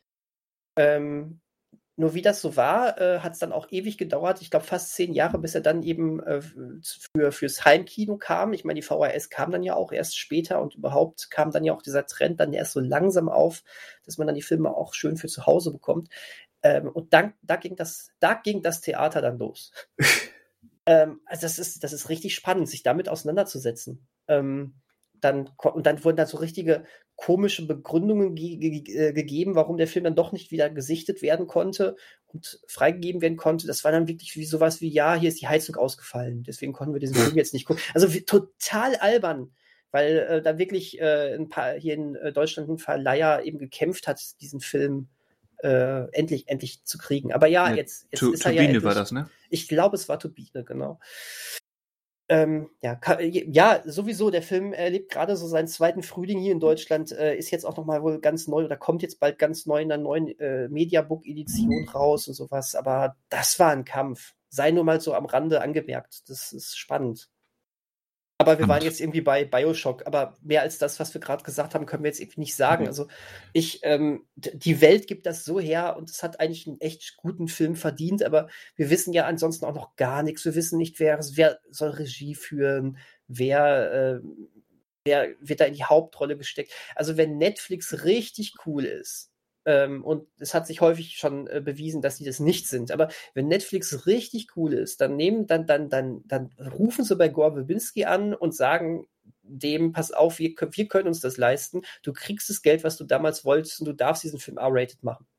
Nur wie das so war, hat es dann auch ewig gedauert, ich glaube fast 10 Jahre, bis er dann eben fürs Heimkino kam. Ich meine, die VHS kam dann ja auch erst später und überhaupt kam dann ja auch dieser Trend dann erst so langsam auf, dass man dann die Filme auch schön für zu Hause bekommt. Und da ging das Theater dann los. Also das ist richtig spannend, sich damit auseinanderzusetzen. Dann wurden da so richtige komische Begründungen gegeben, warum der Film dann doch nicht wieder gesichtet werden konnte und freigegeben werden konnte. Das war dann wirklich wie sowas wie, ja, hier ist die Heizung ausgefallen, deswegen konnten wir diesen Film jetzt nicht gucken. Also total albern, weil da wirklich hier in Deutschland ein Verleiher eben gekämpft hat, diesen Film endlich zu kriegen. Aber ja, jetzt ist er ja endlich. War das, ne? Ich glaube, es war Turbine, genau. Sowieso, der Film erlebt gerade so seinen zweiten Frühling hier in Deutschland, ist jetzt auch nochmal wohl ganz neu oder kommt jetzt bald ganz neu in einer neuen Mediabook-Edition raus und sowas, aber das war ein Kampf. Sei nur mal so am Rande angemerkt, das ist spannend. Aber wir waren jetzt irgendwie bei BioShock, aber mehr als das, was wir gerade gesagt haben, können wir jetzt irgendwie nicht sagen. Mhm. Also die Welt gibt das so her und es hat eigentlich einen echt guten Film verdient, aber wir wissen ja ansonsten auch noch gar nichts. Wir wissen nicht, wer soll Regie führen, wer wird da in die Hauptrolle gesteckt. Also wenn Netflix richtig cool ist, und es hat sich häufig schon bewiesen, dass sie das nicht sind. Aber wenn Netflix richtig cool ist, dann rufen sie bei Gore Verbinski an und sagen dem, pass auf, wir können uns das leisten. Du kriegst das Geld, was du damals wolltest und du darfst diesen Film R-rated machen.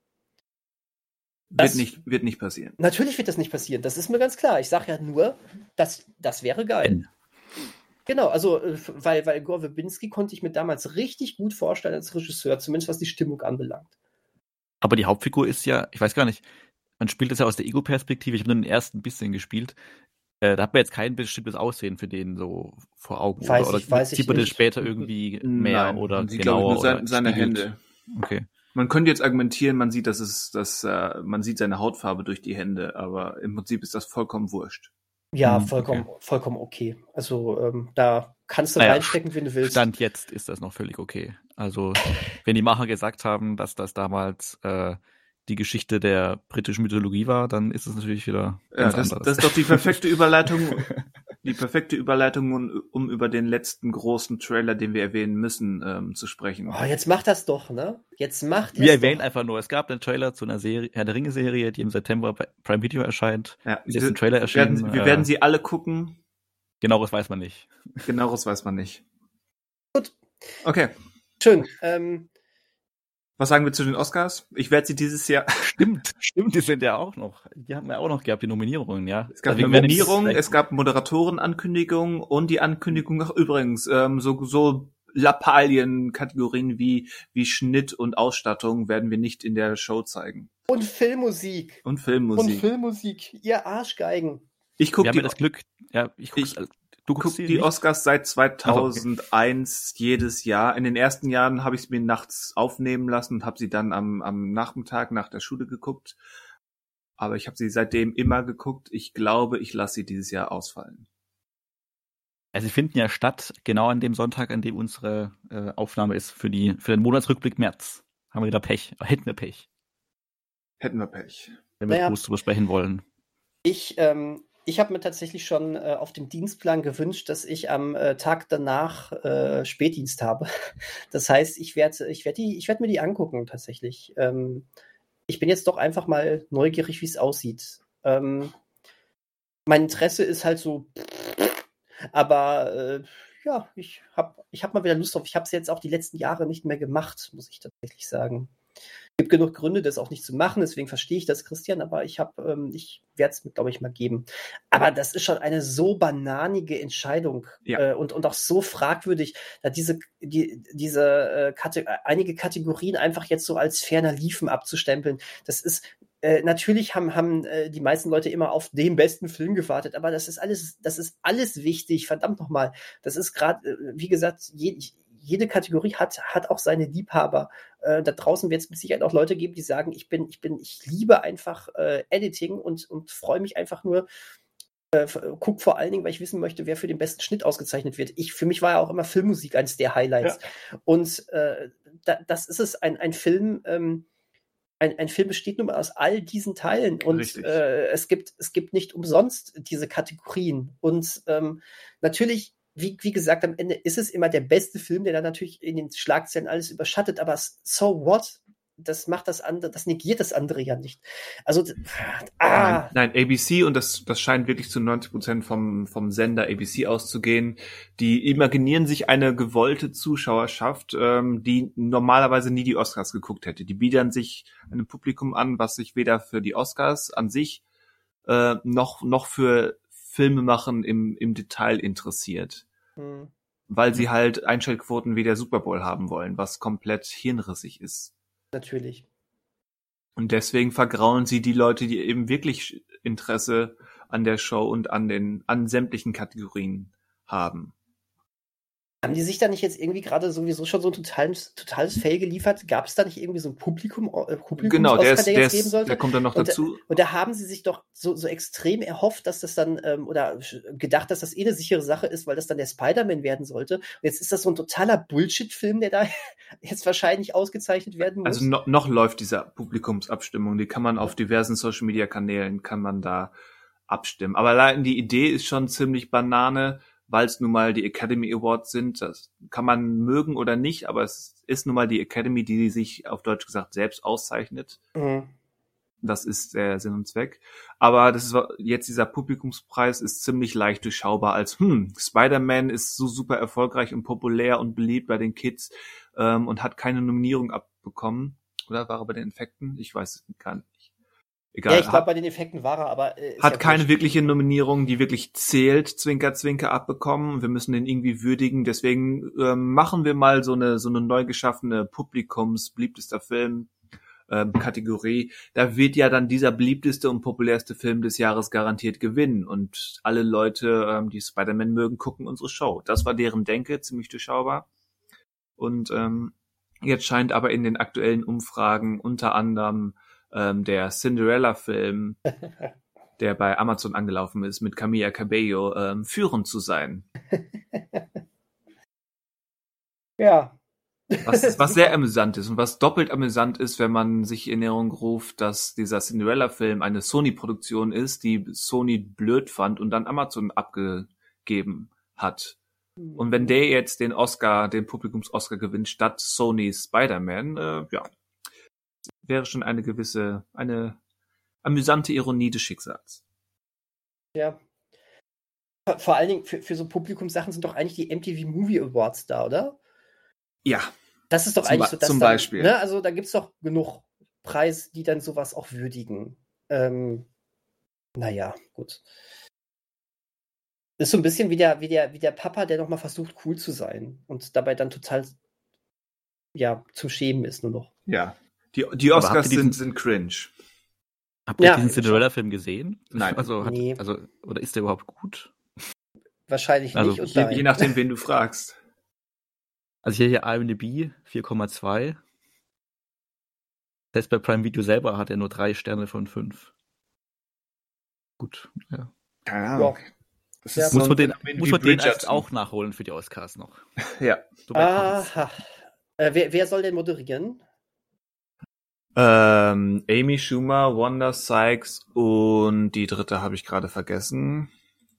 Wird nicht passieren. Natürlich wird das nicht passieren. Das ist mir ganz klar. Ich sage ja nur, das wäre geil. Genau, also weil Gore Verbinski konnte ich mir damals richtig gut vorstellen als Regisseur, zumindest was die Stimmung anbelangt. Aber die Hauptfigur ist ja, ich weiß gar nicht, man spielt das ja aus der Ego-Perspektive, ich habe nur den ersten bisschen gespielt. Da hat man jetzt kein bestimmtes Aussehen für den so vor Augen. Sieht man das später irgendwie mehr? Nein, oder man sieht, genauer? Nur seine Hände. Okay. Man könnte jetzt argumentieren, man sieht, man sieht seine Hautfarbe durch die Hände, aber im Prinzip ist das vollkommen wurscht. Ja, vollkommen okay. Also da kannst du reinstecken, wenn du willst. Stand jetzt ist das noch völlig okay. Also wenn die Macher gesagt haben, dass das damals die Geschichte der britischen Mythologie war, dann ist es natürlich wieder ganz anderes. Das ist doch die perfekte Überleitung, um über den letzten großen Trailer, den wir erwähnen müssen, zu sprechen. Oh, jetzt macht das doch, ne? Wir erwähnen einfach nur, es gab einen Trailer zu einer Serie, Herr der Ringe-Serie, die im September bei Prime Video erscheint. Ja, ist jetzt ein Trailer erschienen. Wir werden sie alle gucken. Genaueres weiß man nicht. Gut. Okay. Schön. Was sagen wir zu den Oscars? Ich werde sie dieses Jahr... Stimmt, die sind ja auch noch. Die haben wir auch noch gehabt, die Nominierungen, ja. Es gab eine Nominierung, es gab Moderatorenankündigungen und die Ankündigung, übrigens, so Lappalien-Kategorien wie Schnitt und Ausstattung werden wir nicht in der Show zeigen. Und Filmmusik. Ihr Arschgeigen. Wir haben ja das Glück, Du guckst die Oscars seit 2001 jedes Jahr. In den ersten Jahren habe ich es mir nachts aufnehmen lassen und habe sie dann am Nachmittag nach der Schule geguckt. Aber ich habe sie seitdem immer geguckt. Ich glaube, ich lasse sie dieses Jahr ausfallen. Also sie finden ja statt, genau an dem Sonntag, an dem unsere Aufnahme ist für den Monatsrückblick März. Haben wir wieder Pech. Hätten wir Pech. Wenn wir groß drüber sprechen wollen. Ich habe mir tatsächlich schon auf dem Dienstplan gewünscht, dass ich am Tag danach Spätdienst habe. Das heißt, ich werd mir die angucken tatsächlich. ich bin jetzt doch einfach mal neugierig, wie es aussieht. Mein Interesse ist halt so, aber ja, ich hab mal wieder Lust drauf. Ich habe es jetzt auch die letzten Jahre nicht mehr gemacht, muss ich tatsächlich sagen. Es gibt genug Gründe, das auch nicht zu machen, deswegen verstehe ich das, Christian, aber ich werde es mir, glaube ich, mal geben. Aber das ist schon eine so bananige Entscheidung und auch so fragwürdig, da einige Kategorien einfach jetzt so als ferner Liefen abzustempeln. Das ist natürlich haben die meisten Leute immer auf den besten Film gewartet, aber das ist alles wichtig, verdammt nochmal. Das ist gerade, wie gesagt, jede Kategorie hat auch seine Liebhaber. Da draußen wird es mit Sicherheit auch Leute geben, die sagen, ich liebe einfach Editing und freue mich einfach nur, guck vor allen Dingen, weil ich wissen möchte, wer für den besten Schnitt ausgezeichnet wird. Für mich war ja auch immer Filmmusik eines der Highlights. Ja. Und das ist es, ein Film, ein Film besteht nun mal aus all diesen Teilen und es gibt nicht umsonst diese Kategorien. Und natürlich, wie gesagt, am Ende ist es immer der beste Film, der dann natürlich in den Schlagzeilen alles überschattet, aber so what? Das macht das andere, das negiert das andere ja nicht. Also, Nein, ABC, und das scheint wirklich zu 90% vom Sender ABC auszugehen, die imaginieren sich eine gewollte Zuschauerschaft, die normalerweise nie die Oscars geguckt hätte. Die biedern sich einem Publikum an, was sich weder für die Oscars an sich noch für Filme machen im Detail interessiert. Weil sie halt Einschaltquoten wie der Super Bowl haben wollen, was komplett hirnrissig ist. Natürlich. Und deswegen vergraulen sie die Leute, die eben wirklich Interesse an der Show und an sämtlichen Kategorien haben. Haben die sich da nicht jetzt irgendwie gerade sowieso schon so ein totales Fail geliefert? Gab es da nicht irgendwie so ein Genau, der jetzt geben sollte? Der kommt dann noch dazu. Und da haben sie sich doch so extrem erhofft, dass das dann, oder gedacht, dass das eine sichere Sache ist, weil das dann der Spider-Man werden sollte. Und jetzt ist das so ein totaler Bullshit-Film, der da jetzt wahrscheinlich ausgezeichnet werden muss. Also noch läuft diese Publikumsabstimmung. Die kann man auf diversen Social-Media-Kanälen da abstimmen. Aber allein die Idee ist schon ziemlich Banane, weil es nun mal die Academy Awards sind. Das kann man mögen oder nicht, aber es ist nun mal die Academy, die sich auf Deutsch gesagt selbst auszeichnet. Mhm. Das ist der Sinn und Zweck. Aber das ist jetzt dieser Publikumspreis ist ziemlich leicht durchschaubar als Spider-Man ist so super erfolgreich und populär und beliebt bei den Kids und hat keine Nominierung abbekommen. Oder war er bei den Effekten? Ich weiß es gar nicht. Egal. Ja, ich glaube, bei den Effekten war er, aber hat ja keine wirkliche Nominierung, die wirklich zählt, Zwinker, Zwinker abbekommen. Wir müssen den irgendwie würdigen. Deswegen machen wir mal so eine neu geschaffene Publikums-beliebtester Film Kategorie. Da wird ja dann dieser beliebteste und populärste Film des Jahres garantiert gewinnen. Und alle Leute, die Spider-Man mögen, gucken unsere Show. Das war deren Denke, ziemlich durchschaubar. Und jetzt scheint aber in den aktuellen Umfragen unter anderem der Cinderella-Film, der bei Amazon angelaufen ist, mit Camila Cabello, führend zu sein. Ja. Was sehr amüsant ist und was doppelt amüsant ist, wenn man sich in Erinnerung ruft, dass dieser Cinderella-Film eine Sony-Produktion ist, die Sony blöd fand und dann Amazon abgegeben hat. Und wenn der jetzt den Publikums-Oscar gewinnt, statt Sonys Spider-Man, wäre schon eine amüsante Ironie des Schicksals. Ja. Vor allen Dingen für so Publikumssachen sind doch eigentlich die MTV Movie Awards da, oder? Ja. Das ist doch eigentlich so das. Zum Beispiel. Ne? Also da gibt's doch genug Preise, die dann sowas auch würdigen. Naja, gut. Ist so ein bisschen wie der Papa, der noch mal versucht, cool zu sein und dabei dann total zum Schämen ist nur noch. Ja. Die Oscars sind cringe. Habt ihr diesen Cinderella-Film gesehen? Nein. Oder ist der überhaupt gut? Wahrscheinlich nicht. Und je nachdem, wen du fragst. Also hier IMDb 4,2. Selbst bei Prime Video selber hat er nur 3 Sterne von 5. Gut, ja. Keine Ahnung. Ja. Muss man den auch nachholen für die Oscars noch. Ja. Aha. Wer soll denn moderieren? Amy Schumer, Wanda Sykes und die dritte habe ich gerade vergessen.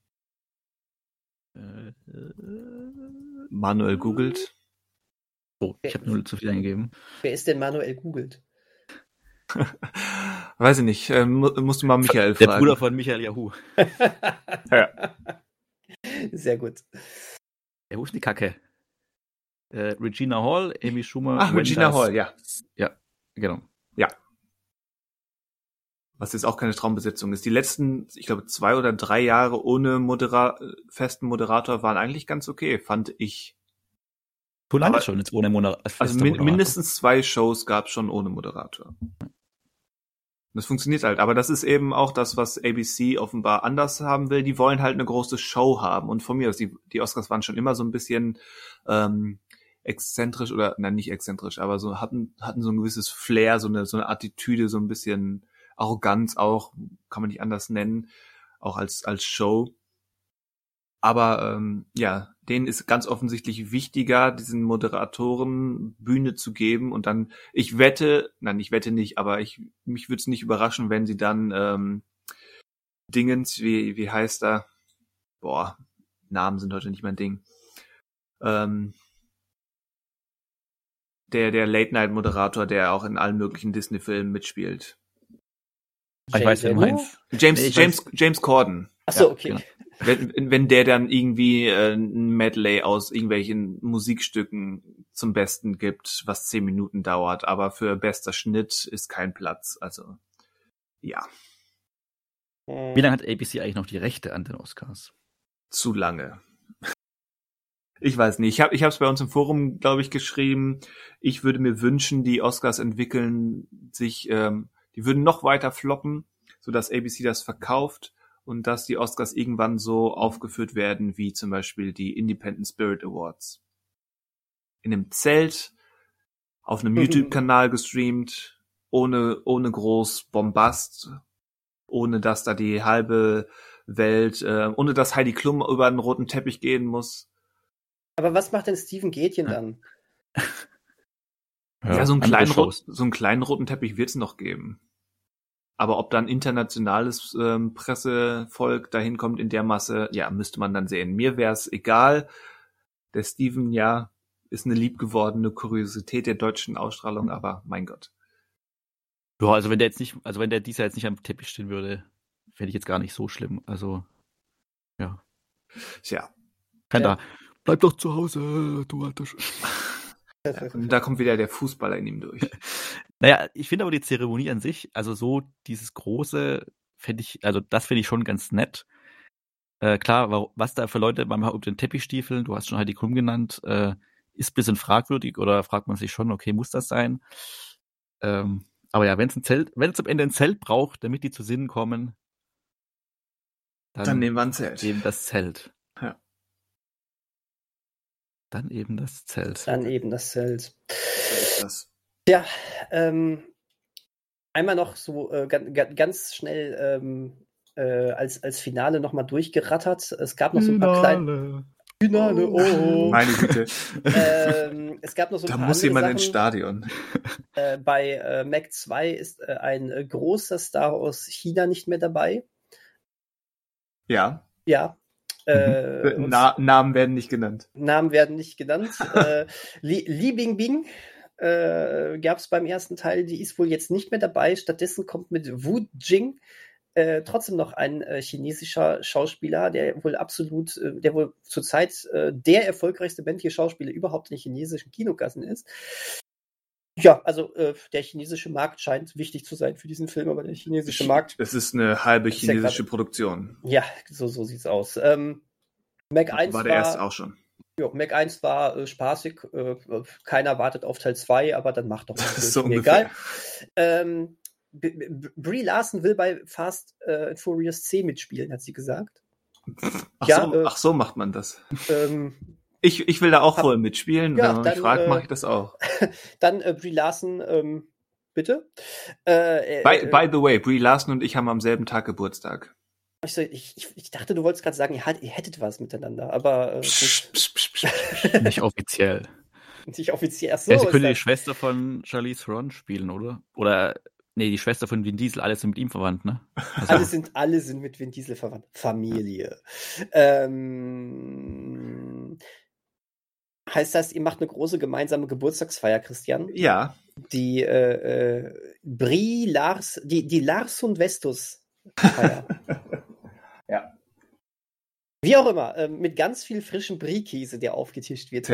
Manuel googelt. Oh, ich habe nur zu viel eingegeben. Wer ist denn Manuel googelt? Weiß ich nicht, musst du mal Michael fragen. Der Bruder von Michael Yahoo. Ja. Sehr gut. Wo ist die Kacke? Regina Hall, Amy Schumer. Ach, Regina Hall, ja. Ja, genau. Ja. Was jetzt auch keine Traumbesetzung ist. Die letzten, ich glaube, 2 oder 3 Jahre ohne festen Moderator waren eigentlich ganz okay, fand ich. Wo lange schon jetzt ohne Moderator? Also mindestens 2 Shows gab es schon ohne Moderator. Das funktioniert halt, aber das ist eben auch das, was ABC offenbar anders haben will. Die wollen halt eine große Show haben. Und von mir aus, die Oscars waren schon immer so ein bisschen exzentrisch oder, nein, nicht exzentrisch, aber so hatten so ein gewisses Flair, so eine Attitüde, so ein bisschen Arroganz auch, kann man nicht anders nennen, auch als Show. Aber ja, denen ist ganz offensichtlich wichtiger, diesen Moderatoren Bühne zu geben. Und dann, ich wette nicht, aber mich würde es nicht überraschen, wenn sie dann Dingens, wie heißt er? Boah, Namen sind heute nicht mein Ding. Der Late-Night-Moderator, der auch in allen möglichen Disney-Filmen mitspielt. Ich weiß, wer du meinst. James Corden. Achso, ja, okay. Genau. Wenn der dann irgendwie ein Medley aus irgendwelchen Musikstücken zum Besten gibt, was 10 Minuten dauert, aber für bester Schnitt ist kein Platz. Also, ja. Wie lange hat ABC eigentlich noch die Rechte an den Oscars? Zu lange. Ich weiß nicht. Ich habe es bei uns im Forum, glaube ich, geschrieben. Ich würde mir wünschen, die Oscars entwickeln sich, die würden noch weiter floppen, sodass ABC das verkauft und dass die Oscars irgendwann so aufgeführt werden, wie zum Beispiel die Independent Spirit Awards. In einem Zelt, auf einem YouTube-Kanal gestreamt, ohne groß Bombast, ohne dass da die halbe Welt, ohne dass Heidi Klum über den roten Teppich gehen muss. Aber was macht denn Steven Gätjen dann? Ja, so einen kleinen roten Teppich wird's noch geben. Aber ob dann internationales Pressevolk dahin kommt in der Masse, ja, müsste man dann sehen. Mir wär's egal. Der Steven, ja, ist eine liebgewordene Kuriosität der deutschen Ausstrahlung, aber mein Gott. Ja, also wenn der dieses Jahr jetzt nicht am Teppich stehen würde, fände ich jetzt gar nicht so schlimm. Also, ja. Tja. Bleib doch zu Hause, du alter Und da kommt wieder der Fußballer in ihm durch. Naja, ich finde aber die Zeremonie an sich, also so dieses Große, das finde ich schon ganz nett. Klar, was da für Leute manchmal auf den Teppich stiefeln, du hast schon Heidi Klum genannt, ist ein bisschen fragwürdig oder fragt man sich schon, okay, muss das sein? Aber ja, wenn es am Ende ein Zelt braucht, damit die zu Sinnen kommen, dann nehmen wir ein Zelt. Eben das Zelt. Ja. Dann eben das Zelt. So ist das. Ja, einmal noch so ganz schnell als Finale nochmal durchgerattert. Es gab noch so ein paar kleine... Finale, oh. Meine Güte. Es gab noch so ein paar Da muss jemand Sachen. ins Stadion. Bei Mac 2 ist ein großer Star aus China nicht mehr dabei. Ja. Ja. Namen werden nicht genannt. Li Bingbing gab es beim ersten Teil, die ist wohl jetzt nicht mehr dabei. Stattdessen kommt mit Wu Jing trotzdem noch ein chinesischer Schauspieler, der wohl zurzeit der erfolgreichste männliche Schauspieler überhaupt in den chinesischen Kinokassen ist. Ja, also der chinesische Markt scheint wichtig zu sein für diesen Film, aber der chinesische Markt... Es ist eine halbe chinesische Produktion. Ja, so sieht's aus. Mac 1 war der erste auch schon. Ja, Mac 1 war spaßig. Keiner wartet auf Teil 2, aber dann macht doch mal. Das ist so mir egal. Brie Larson will bei Fast and Furious 10 mitspielen, hat sie gesagt. Ach so macht man das. Ich will da auch wohl mitspielen. Ja, wenn man mich fragt, mache ich das auch. Dann Brie Larson, bitte. By the way, Brie Larson und ich haben am selben Tag Geburtstag. Ich dachte, du wolltest gerade sagen, ihr hättet was miteinander, aber nicht offiziell. Nicht offiziell. Achso, ja, sie könnte die Schwester von Charlize Theron spielen, oder? Oder die Schwester von Vin Diesel, alle sind mit ihm verwandt, ne? Also alle sind mit Vin Diesel verwandt. Familie. Heißt das, ihr macht eine große gemeinsame Geburtstagsfeier, Christian? Ja. Die die Lars und Vestus Feier. Ja. Wie auch immer, mit ganz viel frischem Brie-Käse, der aufgetischt wird.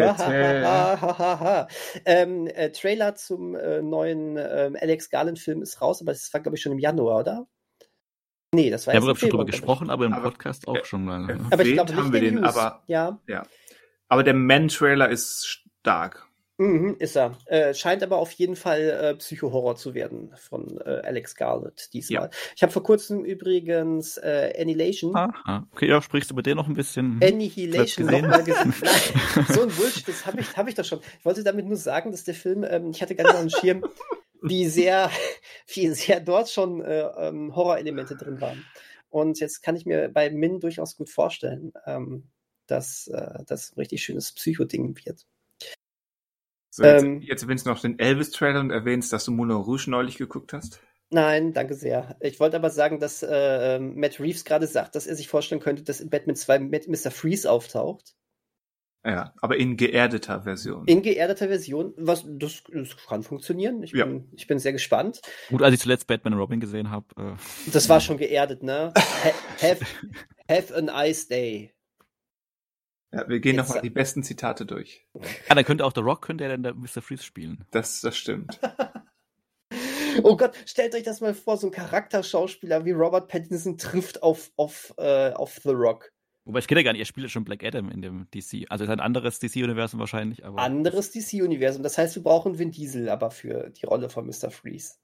Trailer zum neuen Alex Garland-Film ist raus, aber das war, glaube ich, schon im Januar, oder? Nee, das war jetzt. Wir haben schon drüber gesprochen, aber im Podcast auch schon mal. Ne? Aber ich glaube nicht haben wir den, News. Aber ja. Aber der Man-Trailer ist stark. Ist er. Scheint aber auf jeden Fall Psycho-Horror zu werden von Alex Garland diesmal. Ja. Ich habe vor kurzem übrigens Annihilation. Okay, ja, sprichst du über den noch ein bisschen? Annihilation nochmal gesehen. So ein Bullshit, das hab ich doch schon. Ich wollte damit nur sagen, dass der Film, ich hatte ganz auf dem Schirm, wie sehr dort schon Horrorelemente drin waren. Und jetzt kann ich mir bei Min durchaus gut vorstellen, dass das ein richtig schönes Psycho-Ding wird. So, jetzt erwähnst du noch den Elvis-Trailer und erwähnst, dass du Moulin Rouge neulich geguckt hast? Nein, danke sehr. Ich wollte aber sagen, dass Matt Reeves gerade sagt, dass er sich vorstellen könnte, dass in Batman 2 Mr. Freeze auftaucht. Ja, aber in geerdeter Version. In geerdeter Version, das kann funktionieren. Ich bin sehr gespannt. Gut, als ich zuletzt Batman und Robin gesehen habe. Das war schon geerdet, ne? Have a nice day. Ja, wir gehen nochmal die besten Zitate durch. Ja, dann könnte auch The Rock dann der Mr. Freeze spielen. Das stimmt. Oh Gott, stellt euch das mal vor, so ein Charakterschauspieler wie Robert Pattinson trifft auf The Rock. Wobei ich kenne ja gar nicht, er spielt schon Black Adam in dem DC. Also ist ein anderes DC-Universum wahrscheinlich. Aber anderes DC-Universum. Das heißt, wir brauchen Vin Diesel aber für die Rolle von Mr. Freeze.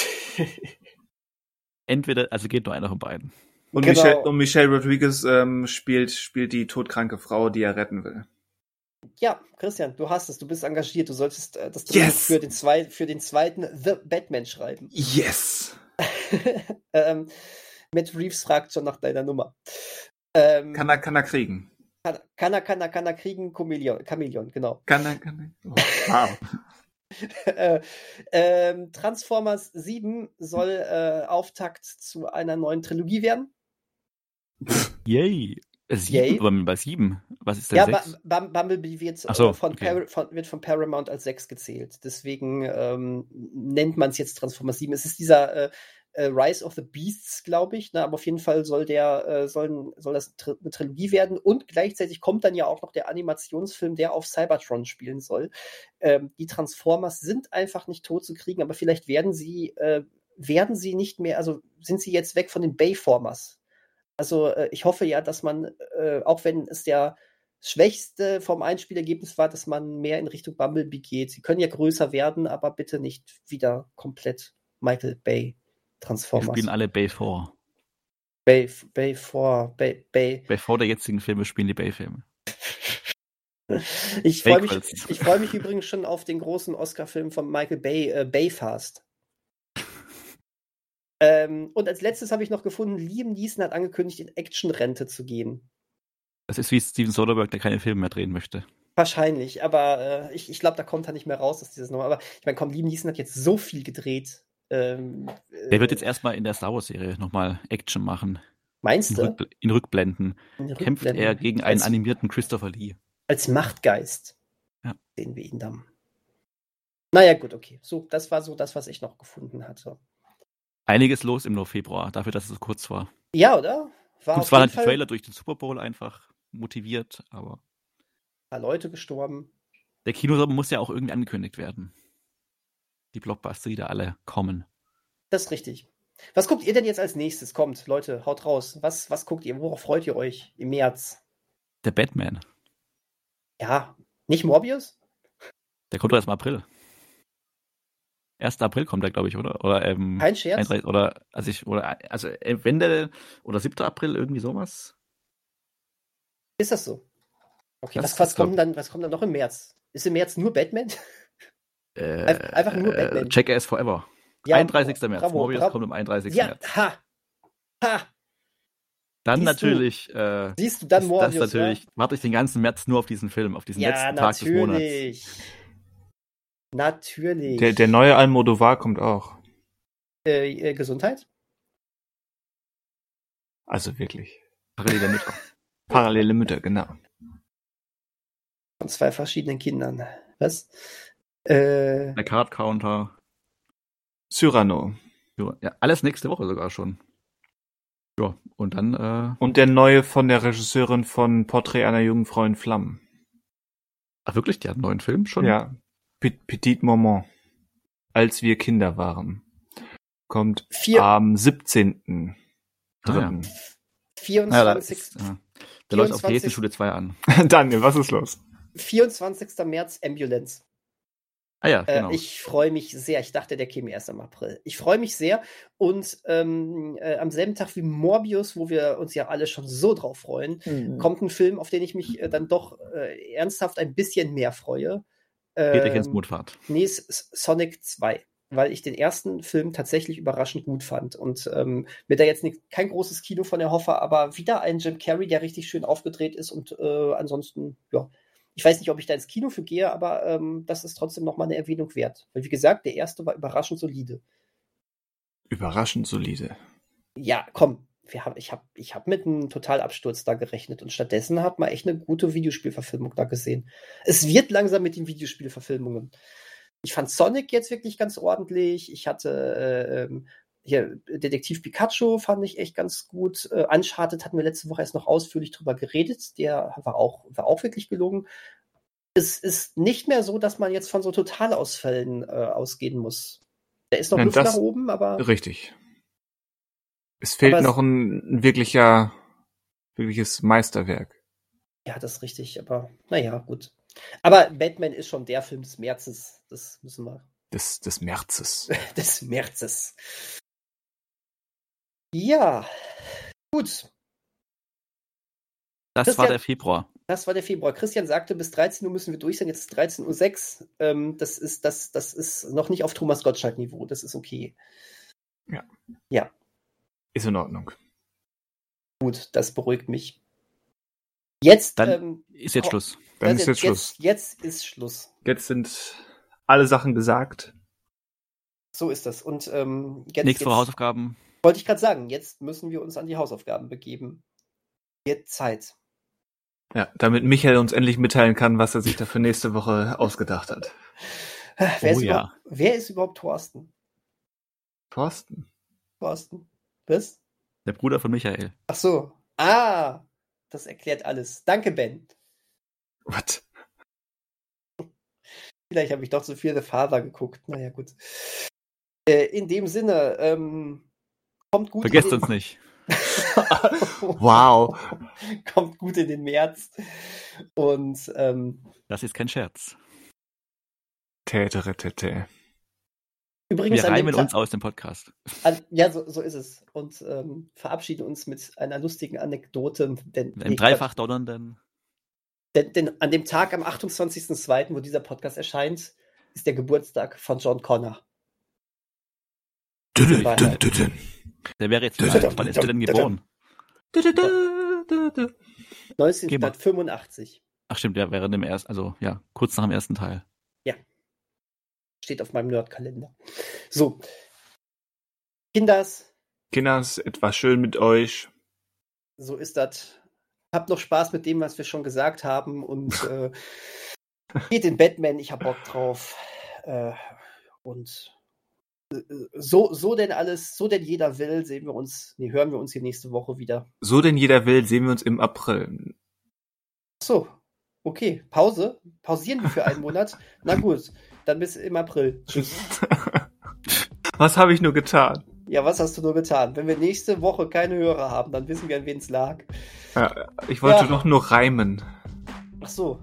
Entweder, also geht nur einer von beiden. Und genau. Michelle Rodriguez spielt die todkranke Frau, die er retten will. Ja, Christian, du hast es, du bist engagiert, du solltest das Drehbuch für den zweiten The Batman schreiben. Yes! Matt Reeves fragt schon nach deiner Nummer. Kann er kriegen? Kann er kriegen, Chamäleon, genau. Kann er. Oh, wow. Transformers 7 soll Auftakt zu einer neuen Trilogie werden. Yay! 7, bei 7. Was ist denn 6? Bumblebee wird von Paramount als 6 gezählt. Deswegen nennt man es jetzt Transformers 7. Es ist dieser Rise of the Beasts, glaube ich. Ne? Aber auf jeden Fall soll das eine Trilogie werden. Und gleichzeitig kommt dann ja auch noch der Animationsfilm, der auf Cybertron spielen soll. Die Transformers sind einfach nicht tot zu kriegen, aber vielleicht werden sie nicht mehr, also sind sie jetzt weg von den Bayformers. Also ich hoffe ja, dass man, auch wenn es der schwächste vom Einspielergebnis war, dass man mehr in Richtung Bumblebee geht. Sie können ja größer werden, aber bitte nicht wieder komplett Michael Bay Transformers. Wir spielen alle Bay 4. Bay 4. Bay 4 der jetzigen Filme spielen die Bay-Filme. Ich freue mich übrigens schon auf den großen Oscar-Film von Michael Bay, Bayfast. Und als letztes habe ich noch gefunden, Liam Neeson hat angekündigt, in Action-Rente zu gehen. Das ist wie Steven Soderbergh, der keine Filme mehr drehen möchte. Wahrscheinlich, aber ich glaube, da kommt er nicht mehr raus aus dieses Nummer. Aber ich meine, komm, Liam Neeson hat jetzt so viel gedreht. Der wird jetzt erstmal in der Star Wars-Serie nochmal Action machen. Meinst du? In Rückblenden. Kämpft er gegen einen animierten Christopher Lee. Als Machtgeist sehen wir ihn dann. Naja, gut, okay. So, das war so das, was ich noch gefunden hatte. Einiges los im Februar, dafür, dass es so kurz war. Ja, oder? Es waren halt die Trailer durch den Super Bowl einfach motiviert, aber ein paar Leute gestorben. Der Kinosommer muss ja auch irgendwie angekündigt werden. Die Blockbuster, die da alle kommen. Das ist richtig. Was guckt ihr denn jetzt als nächstes? Kommt, Leute, haut raus. Was guckt ihr? Worauf freut ihr euch im März? Der Batman. Ja, nicht Morbius? Der kommt doch erst im April. 1. April kommt der, glaube ich, oder? Kein Scherz? Oder 7. April, irgendwie sowas. Ist das so? Okay, was kommt dann noch im März? Ist im März nur Batman? Einfach nur Batman. Jackass Forever. Ja, 31. März. Bravo, Morbius kommt am 31. März. Ha! Dann Siehst natürlich. Siehst du dann Morbius? Das natürlich. Warte ich den ganzen März nur auf diesen Film, auf diesen letzten Tag des Monats. Natürlich. Der neue Almodovar kommt auch. Gesundheit? Also wirklich. Parallele Mütter. Parallele Mütter, genau. Von 2 verschiedenen Kindern. Was? Der Card Counter. Cyrano. Ja, alles nächste Woche sogar schon. Ja, und dann. Und der neue von der Regisseurin von Porträt einer jungen Frau in Flammen. Ach wirklich, die hat einen neuen Film schon? Ja. Petit Moment. Als wir Kinder waren. Kommt am 17. Ja. 24. Der läuft auf die nächste Schule 2 an. Daniel, was ist los? 24. März, Ambulance. Ah ja, genau. Ich freue mich sehr. Ich dachte, der käme erst im April. Ich freue mich sehr. Und am selben Tag wie Morbius, wo wir uns ja alle schon so drauf freuen, kommt ein Film, auf den ich mich dann doch ernsthaft ein bisschen mehr freue. Peterchens Mondfahrt. Nee, Sonic 2. Weil ich den ersten Film tatsächlich überraschend gut fand. Und mir da jetzt kein großes Kino von erhoffe, aber wieder ein Jim Carrey, der richtig schön aufgedreht ist. Und ansonsten, ja. Ich weiß nicht, ob ich da ins Kino für gehe, aber das ist trotzdem nochmal eine Erwähnung wert. Weil, wie gesagt, der erste war überraschend solide. Überraschend solide. Ja, komm. Ich hab mit einem Totalabsturz da gerechnet. Und stattdessen hat man echt eine gute Videospielverfilmung da gesehen. Es wird langsam mit den Videospielverfilmungen. Ich fand Sonic jetzt wirklich ganz ordentlich. Ich hatte hier Detektiv Pikachu fand ich echt ganz gut. Uncharted hatten wir letzte Woche erst noch ausführlich drüber geredet. Der war auch wirklich gelungen. Es ist nicht mehr so, dass man jetzt von so Totalausfällen ausgehen muss. Da ist noch Luft nach oben, aber... Richtig. Es fehlt noch ein wirkliches Meisterwerk. Ja, das ist richtig, aber naja, gut. Aber Batman ist schon der Film des Märzes. Das müssen wir... Des Märzes. Des Märzes. Ja, gut. Das war der Februar. Das war der Februar. Christian sagte, bis 13 Uhr müssen wir durch sein. Jetzt ist 13:06 Uhr. Das ist noch nicht auf Thomas Gottschalk-Niveau. Das ist okay. Ja. Ist in Ordnung. Gut, das beruhigt mich. Jetzt ist jetzt Schluss. Dann ist jetzt Schluss. Jetzt ist Schluss. Jetzt sind alle Sachen gesagt. So ist das. Und nächste Woche Hausaufgaben. Wollte ich gerade sagen, jetzt müssen wir uns an die Hausaufgaben begeben. Wird Zeit. Ja, damit Michael uns endlich mitteilen kann, was er sich da für nächste Woche ausgedacht hat. Wer ist überhaupt Thorsten? Thorsten? Was? Der Bruder von Michael. Ach so. Das erklärt alles. Danke, Ben. Was? Vielleicht habe ich doch zu viel The Father geguckt. Naja, gut. In dem Sinne, kommt gut. Vergesst uns nicht. Wow. Kommt gut in den März. Und das ist kein Scherz. Tätere. Übrigens wir reimen uns aus dem Podcast. Ja, so ist es. Und verabschieden uns mit einer lustigen Anekdote. Im dreifach donnernden. Denn an dem Tag am 28.02., wo dieser Podcast erscheint, ist der Geburtstag von John Connor. Der wäre jetzt wann ist der denn geboren? 1985. Ach stimmt, der wäre im ersten, also ja, kurz nach dem ersten Teil. Ja. Steht auf meinem Nerdkalender. So. Kinders, etwas schön mit euch. So ist das. Habt noch Spaß mit dem, was wir schon gesagt haben und geht in Batman, ich hab Bock drauf. Und so denn jeder will, hören wir uns hier nächste Woche wieder. So denn jeder will, sehen wir uns im April. So, okay, Pause. Pausieren wir für einen Monat. Na gut, dann bis im April. Tschüss. Was habe ich nur getan? Ja, was hast du nur getan? Wenn wir nächste Woche keine Hörer haben, dann wissen wir, an wen es lag. Ja, ich wollte doch nur reimen. Ach so,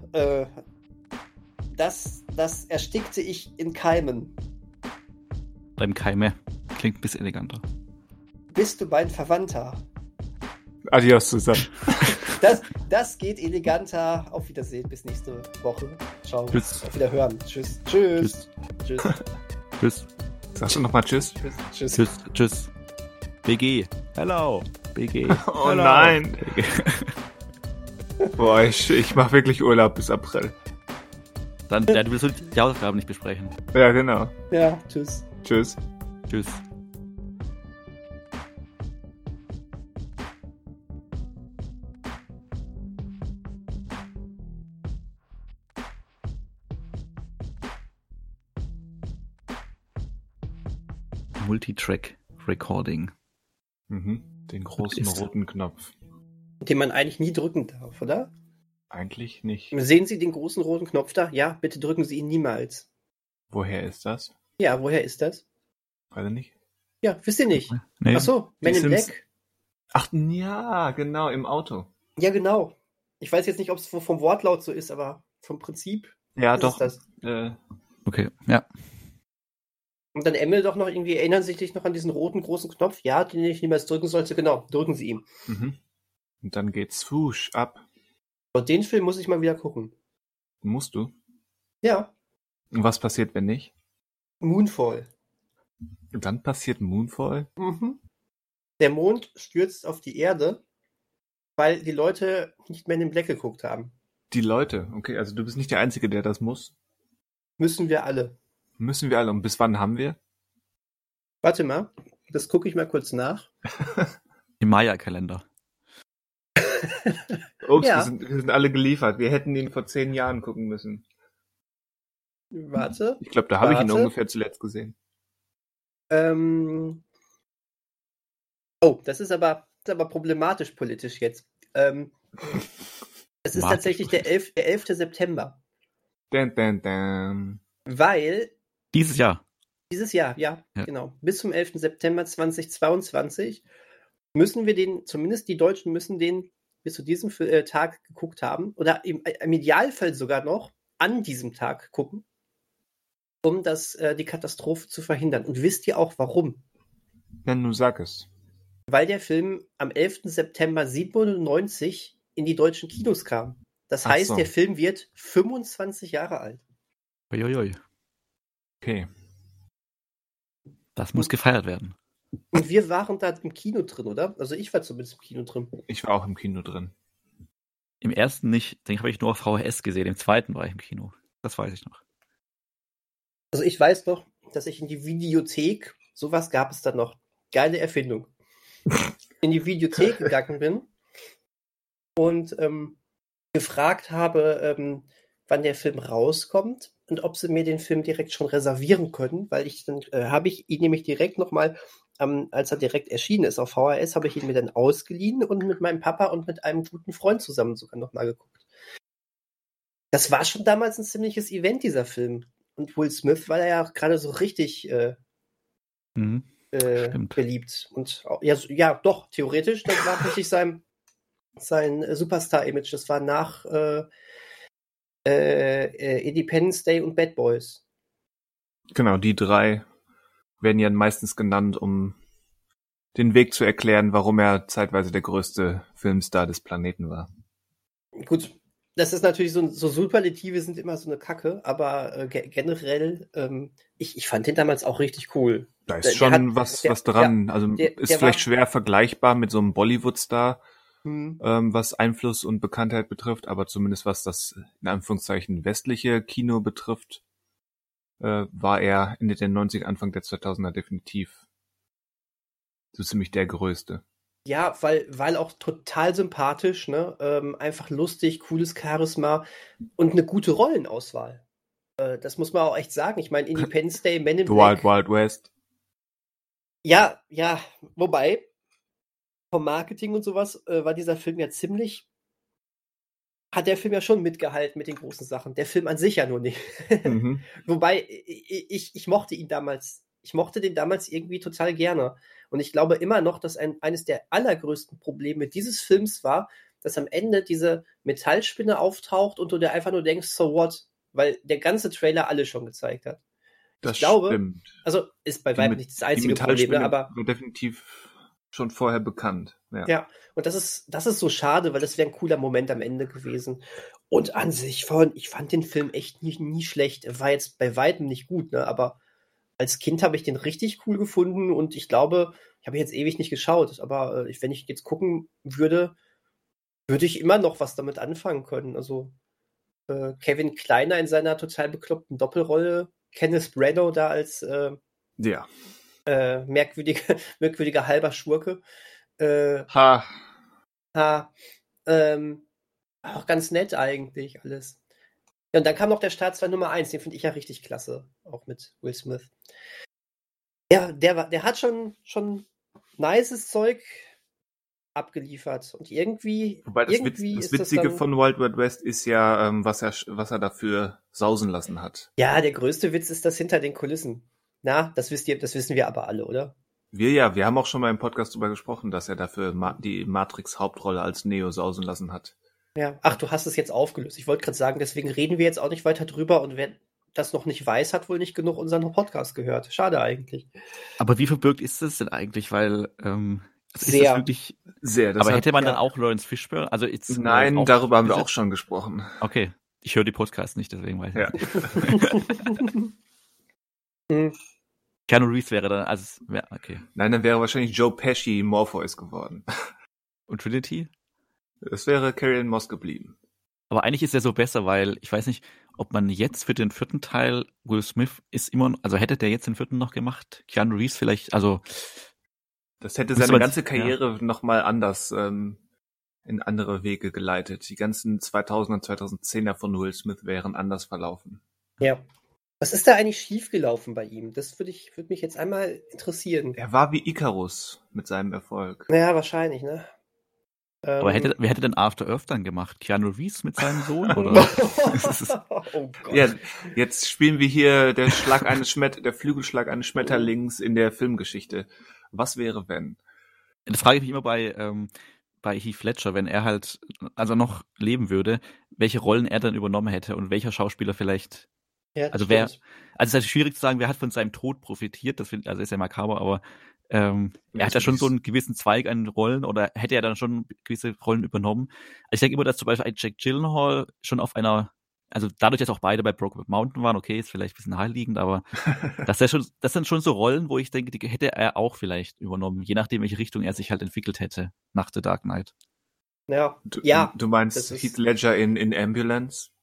das erstickte ich in Keimen. Beim Keime. Klingt ein bisschen eleganter. Bist du mein Verwandter? Adios zusammen. Das geht eleganter. Auf Wiedersehen, bis nächste Woche. Ciao. Tschüss. Auf Wiederhören. Tschüss. Tschüss. Tschüss. Tschüss. Sagst du nochmal Tschüss? Tschüss. Tschüss. Tschüss. BG. Hello. BG. Oh Hello. nein. BG. Boah, ich mach wirklich Urlaub bis April. Dann, ja, du willst die Hausaufgaben nicht besprechen. Ja, genau. Ja, tschüss. Tschüss. Tschüss. Multitrack-Recording. Den großen roten Knopf. Den man eigentlich nie drücken darf, oder? Eigentlich nicht. Sehen Sie den großen roten Knopf da? Ja, bitte drücken Sie ihn niemals. Woher ist das? Ja, woher ist das? Weiß ich nicht. Ja, wisst ihr nicht? Nee. Ach so, Men in Black. Ach ja, genau, im Auto. Ja, genau. Ich weiß jetzt nicht, ob es vom Wortlaut so ist, aber vom Prinzip Ja, ist doch. es Das. Okay, ja. Und dann Emil doch noch irgendwie, erinnern Sie sich noch an diesen roten großen Knopf? Ja, den ich niemals drücken sollte. Genau, drücken Sie ihn. Und dann geht's swoosh ab. Und den Film muss ich mal wieder gucken. Musst du? Ja, Und was passiert, wenn nicht? Moonfall. Und dann passiert Moonfall? Der Mond stürzt auf die Erde, weil die Leute nicht mehr in den Black geguckt haben. Die Leute, okay, also du bist nicht der Einzige, der das muss. Müssen wir alle. Müssen wir alle. Und bis wann haben wir? Warte mal, das gucke ich mal kurz nach. Im Maya-Kalender. Ups, Ja. wir sind alle geliefert. Wir hätten ihn vor 10 Jahren gucken müssen. Warte. Ich glaube, da habe ich ihn Warte. ungefähr zuletzt gesehen. Oh, das ist aber problematisch politisch jetzt. Es ist tatsächlich der 11. September. Dan. Weil Dieses Jahr. dieses Jahr, ja, Ja. genau, bis zum 11. September 2022 müssen wir den, zumindest die Deutschen müssen den bis zu diesem Tag geguckt haben oder im Idealfall sogar noch an diesem Tag gucken, um die Katastrophe zu verhindern. Und wisst ihr auch warum? Ja, nun sag es. Weil der Film am 11. September 97 in die deutschen Kinos kam. Das Ach heißt, so. der Film wird 25 Jahre alt. Uiuiui. Okay. Das muss gefeiert werden. Und wir waren da im Kino drin, oder? Also ich war zumindest im Kino drin. Ich war auch im Kino drin. Im ersten nicht, den habe ich nur auf VHS gesehen, im zweiten war ich im Kino. Das weiß ich noch. Also ich weiß noch, dass ich in die Videothek, sowas gab es dann noch, geile Erfindung, in die Videothek gegangen bin und gefragt habe, wann der Film rauskommt und ob sie mir den Film direkt schon reservieren können, weil ich dann habe ich ihn nämlich direkt nochmal, als er direkt erschienen ist auf VHS, habe ich ihn mir dann ausgeliehen und mit meinem Papa und mit einem guten Freund zusammen sogar nochmal geguckt. Das war schon damals ein ziemliches Event, dieser Film. Und Will Smith war ja gerade so richtig Stimmt. beliebt. Und ja, doch, theoretisch, das war richtig sein Superstar-Image. Das war nach Independence Day und Bad Boys. Genau, die 3 werden ja meistens genannt, um den Weg zu erklären, warum er zeitweise der größte Filmstar des Planeten war. Gut, das ist natürlich so Superlative sind immer so eine Kacke, aber generell, ich fand den damals auch richtig cool. Da ist schon was dran. Ja, also der ist vielleicht schwer vergleichbar mit so einem Bollywood-Star, Hm. was Einfluss und Bekanntheit betrifft, aber zumindest was das in Anführungszeichen westliche Kino betrifft, war er Ende der 90er, Anfang der 2000er definitiv so ziemlich der Größte. Ja, weil auch total sympathisch, ne? Einfach lustig, cooles Charisma und eine gute Rollenauswahl. Das muss man auch echt sagen. Ich meine, Independence Day, Men in The Black. Wild Wild West. Ja, wobei, vom Marketing und sowas war dieser Film ja hat der Film ja schon mitgehalten mit den großen Sachen. Der Film an sich ja nur nicht. Mhm. Wobei, ich mochte ihn damals. Ich mochte den damals irgendwie total gerne. Und ich glaube immer noch, dass eines der allergrößten Probleme dieses Films war, dass am Ende diese Metallspinne auftaucht und du dir einfach nur denkst, so what? Weil der ganze Trailer alles schon gezeigt hat. Das Ich glaube, stimmt. also ist bei weitem nicht das einzige die Problem, ne, Metallspinne aber war definitiv schon vorher bekannt. ja, und das ist so schade, weil das wäre ein cooler Moment am Ende gewesen. Und an sich, ich fand den Film echt nie schlecht. Er war jetzt bei weitem nicht gut, ne, aber als Kind habe ich den richtig cool gefunden und ich glaube, ich habe jetzt ewig nicht geschaut, aber wenn ich jetzt gucken würde, würde ich immer noch was damit anfangen können. Also Kevin Kleiner in seiner total bekloppten Doppelrolle, Kenneth Branagh da als Ja. merkwürdiger halber Schurke. Ha. Auch ganz nett eigentlich alles. Ja, und dann kam noch der Staatsfeind Nummer 1, den finde ich ja richtig klasse, auch mit Will Smith. Ja, der hat schon nices Zeug abgeliefert. Und irgendwie Wobei das ist Witzige das dann, von Wild Wild West ist ja, was er dafür sausen lassen hat. ja, der größte Witz ist das hinter den Kulissen. Na, das wissen wir aber alle, oder? Wir haben auch schon mal im Podcast darüber gesprochen, dass er dafür die Matrix-Hauptrolle als Neo sausen lassen hat. Ja. Ach, du hast es jetzt aufgelöst. Ich wollte gerade sagen, deswegen reden wir jetzt auch nicht weiter drüber und wer das noch nicht weiß, hat wohl nicht genug unseren Podcast gehört. Schade eigentlich. Aber wie verbirgt ist das denn eigentlich? Weil, ist Sehr. das wirklich Sehr. Aber hätte man ja. dann auch Lawrence Fishburne? Also jetzt, Nein, darüber haben wir auch schon gesprochen. Okay, ich höre die Podcasts nicht, deswegen weiß ich Ja. Hm. Keanu Reeves wäre dann, also, ja, okay. Nein, dann wäre wahrscheinlich Joe Pesci Morpheus geworden. Und Trinity? Es wäre Carrie-Anne Moss geblieben. Aber eigentlich ist er so besser, weil ich weiß nicht, ob man jetzt für den 4. Teil Will Smith ist immer, also hätte der jetzt den 4. noch gemacht? Keanu Reeves vielleicht, also Das hätte Müsste seine man- ganze Karriere nochmal anders in andere Wege geleitet. Die ganzen 2000er und 2010er von Will Smith wären anders verlaufen. Ja. Was ist da eigentlich schiefgelaufen bei ihm? Das würde mich jetzt einmal interessieren. Er war wie Icarus mit seinem Erfolg. Ja, wahrscheinlich, ne? aber wer hätte denn After Earth dann gemacht? Keanu Reeves mit seinem Sohn? Oder? Oh Gott. Ja, jetzt spielen wir hier der Flügelschlag eines Schmetterlings in der Filmgeschichte. Was wäre, wenn? Das frage ich mich immer bei Heath Ledger, wenn er halt, also noch leben würde, welche Rollen er dann übernommen hätte und welcher Schauspieler vielleicht, Ja, das also stimmt. es ist halt schwierig zu sagen, wer hat von seinem Tod profitiert, also ist ja makaber, aber er hat ja schon so einen gewissen Zweig an Rollen oder hätte er dann schon gewisse Rollen übernommen. Also ich denke immer, dass zum Beispiel ein Jack Gyllenhaal schon auf einer, also dadurch, dass auch beide bei Brokeback Mountain waren, okay, ist vielleicht ein bisschen naheliegend, aber das sind schon so Rollen, wo ich denke, die hätte er auch vielleicht übernommen, je nachdem, welche Richtung er sich halt entwickelt hätte nach The Dark Knight. Ja. Du Das meinst ist- Heath Ledger in Ambulance?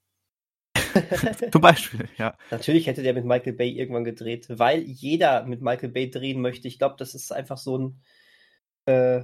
Zum Beispiel, ja. Natürlich hätte der mit Michael Bay irgendwann gedreht, weil jeder mit Michael Bay drehen möchte. Ich glaube, das ist einfach so ein. Ein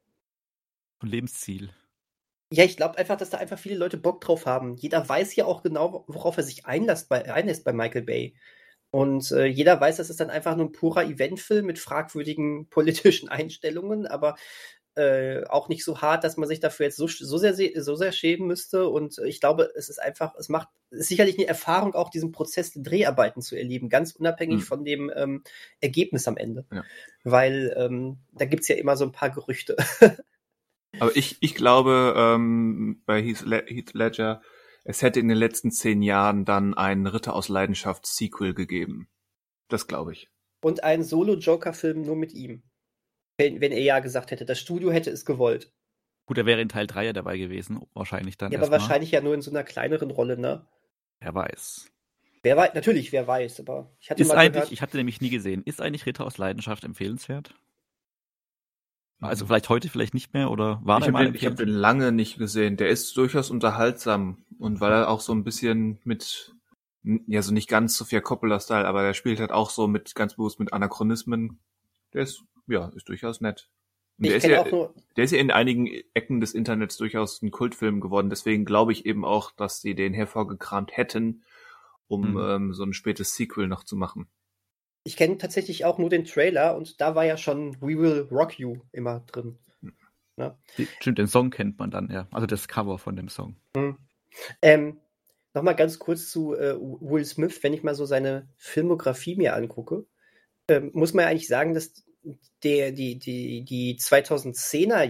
Lebensziel. Ja, ich glaube einfach, dass da einfach viele Leute Bock drauf haben. Jeder weiß ja auch genau, worauf er sich einlässt bei Michael Bay. Und jeder weiß, das ist dann einfach nur ein purer Eventfilm mit fragwürdigen politischen Einstellungen, aber auch nicht so hart, dass man sich dafür jetzt so sehr schämen müsste. Und ich glaube, es ist sicherlich eine Erfahrung, auch diesen Prozess der Dreharbeiten zu erleben, ganz unabhängig von dem Ergebnis am Ende. Ja. Weil da gibt's ja immer so ein paar Gerüchte. Aber ich glaube, bei Heath Ledger, es hätte in den letzten 10 Jahren dann ein Ritter aus Leidenschaft Sequel gegeben. Das glaube ich. Und einen Solo-Joker-Film nur mit ihm. Wenn er ja gesagt hätte, das Studio hätte es gewollt. Gut, er wäre in Teil 3 ja dabei gewesen, wahrscheinlich dann Ja, aber erstmal. wahrscheinlich ja nur in so einer kleineren Rolle, ne? Wer weiß. Wer weiß, natürlich, wer weiß, aber ich hatte Ist mal eigentlich, gehört, ich hatte nämlich nie gesehen, ist eigentlich Ritter aus Leidenschaft empfehlenswert? Also vielleicht heute, vielleicht nicht mehr, oder war Ich der mal habe den lange nicht gesehen. Der ist durchaus unterhaltsam. Und weil er auch so ein bisschen so nicht ganz Sofia Coppola-Style, aber der spielt halt auch so ganz bewusst mit Anachronismen. Der ist durchaus nett. Und der ist ja in einigen Ecken des Internets durchaus ein Kultfilm geworden. Deswegen glaube ich eben auch, dass sie den hervorgekramt hätten, um so ein spätes Sequel noch zu machen. ich kenne tatsächlich auch nur den Trailer und da war ja schon We Will Rock You immer drin. Ne? Stimmt, den Song kennt man dann, ja. Also das Cover von dem Song. Nochmal ganz kurz zu Will Smith, wenn ich mal so seine Filmografie mir angucke, muss man ja eigentlich sagen, dass die 2010er,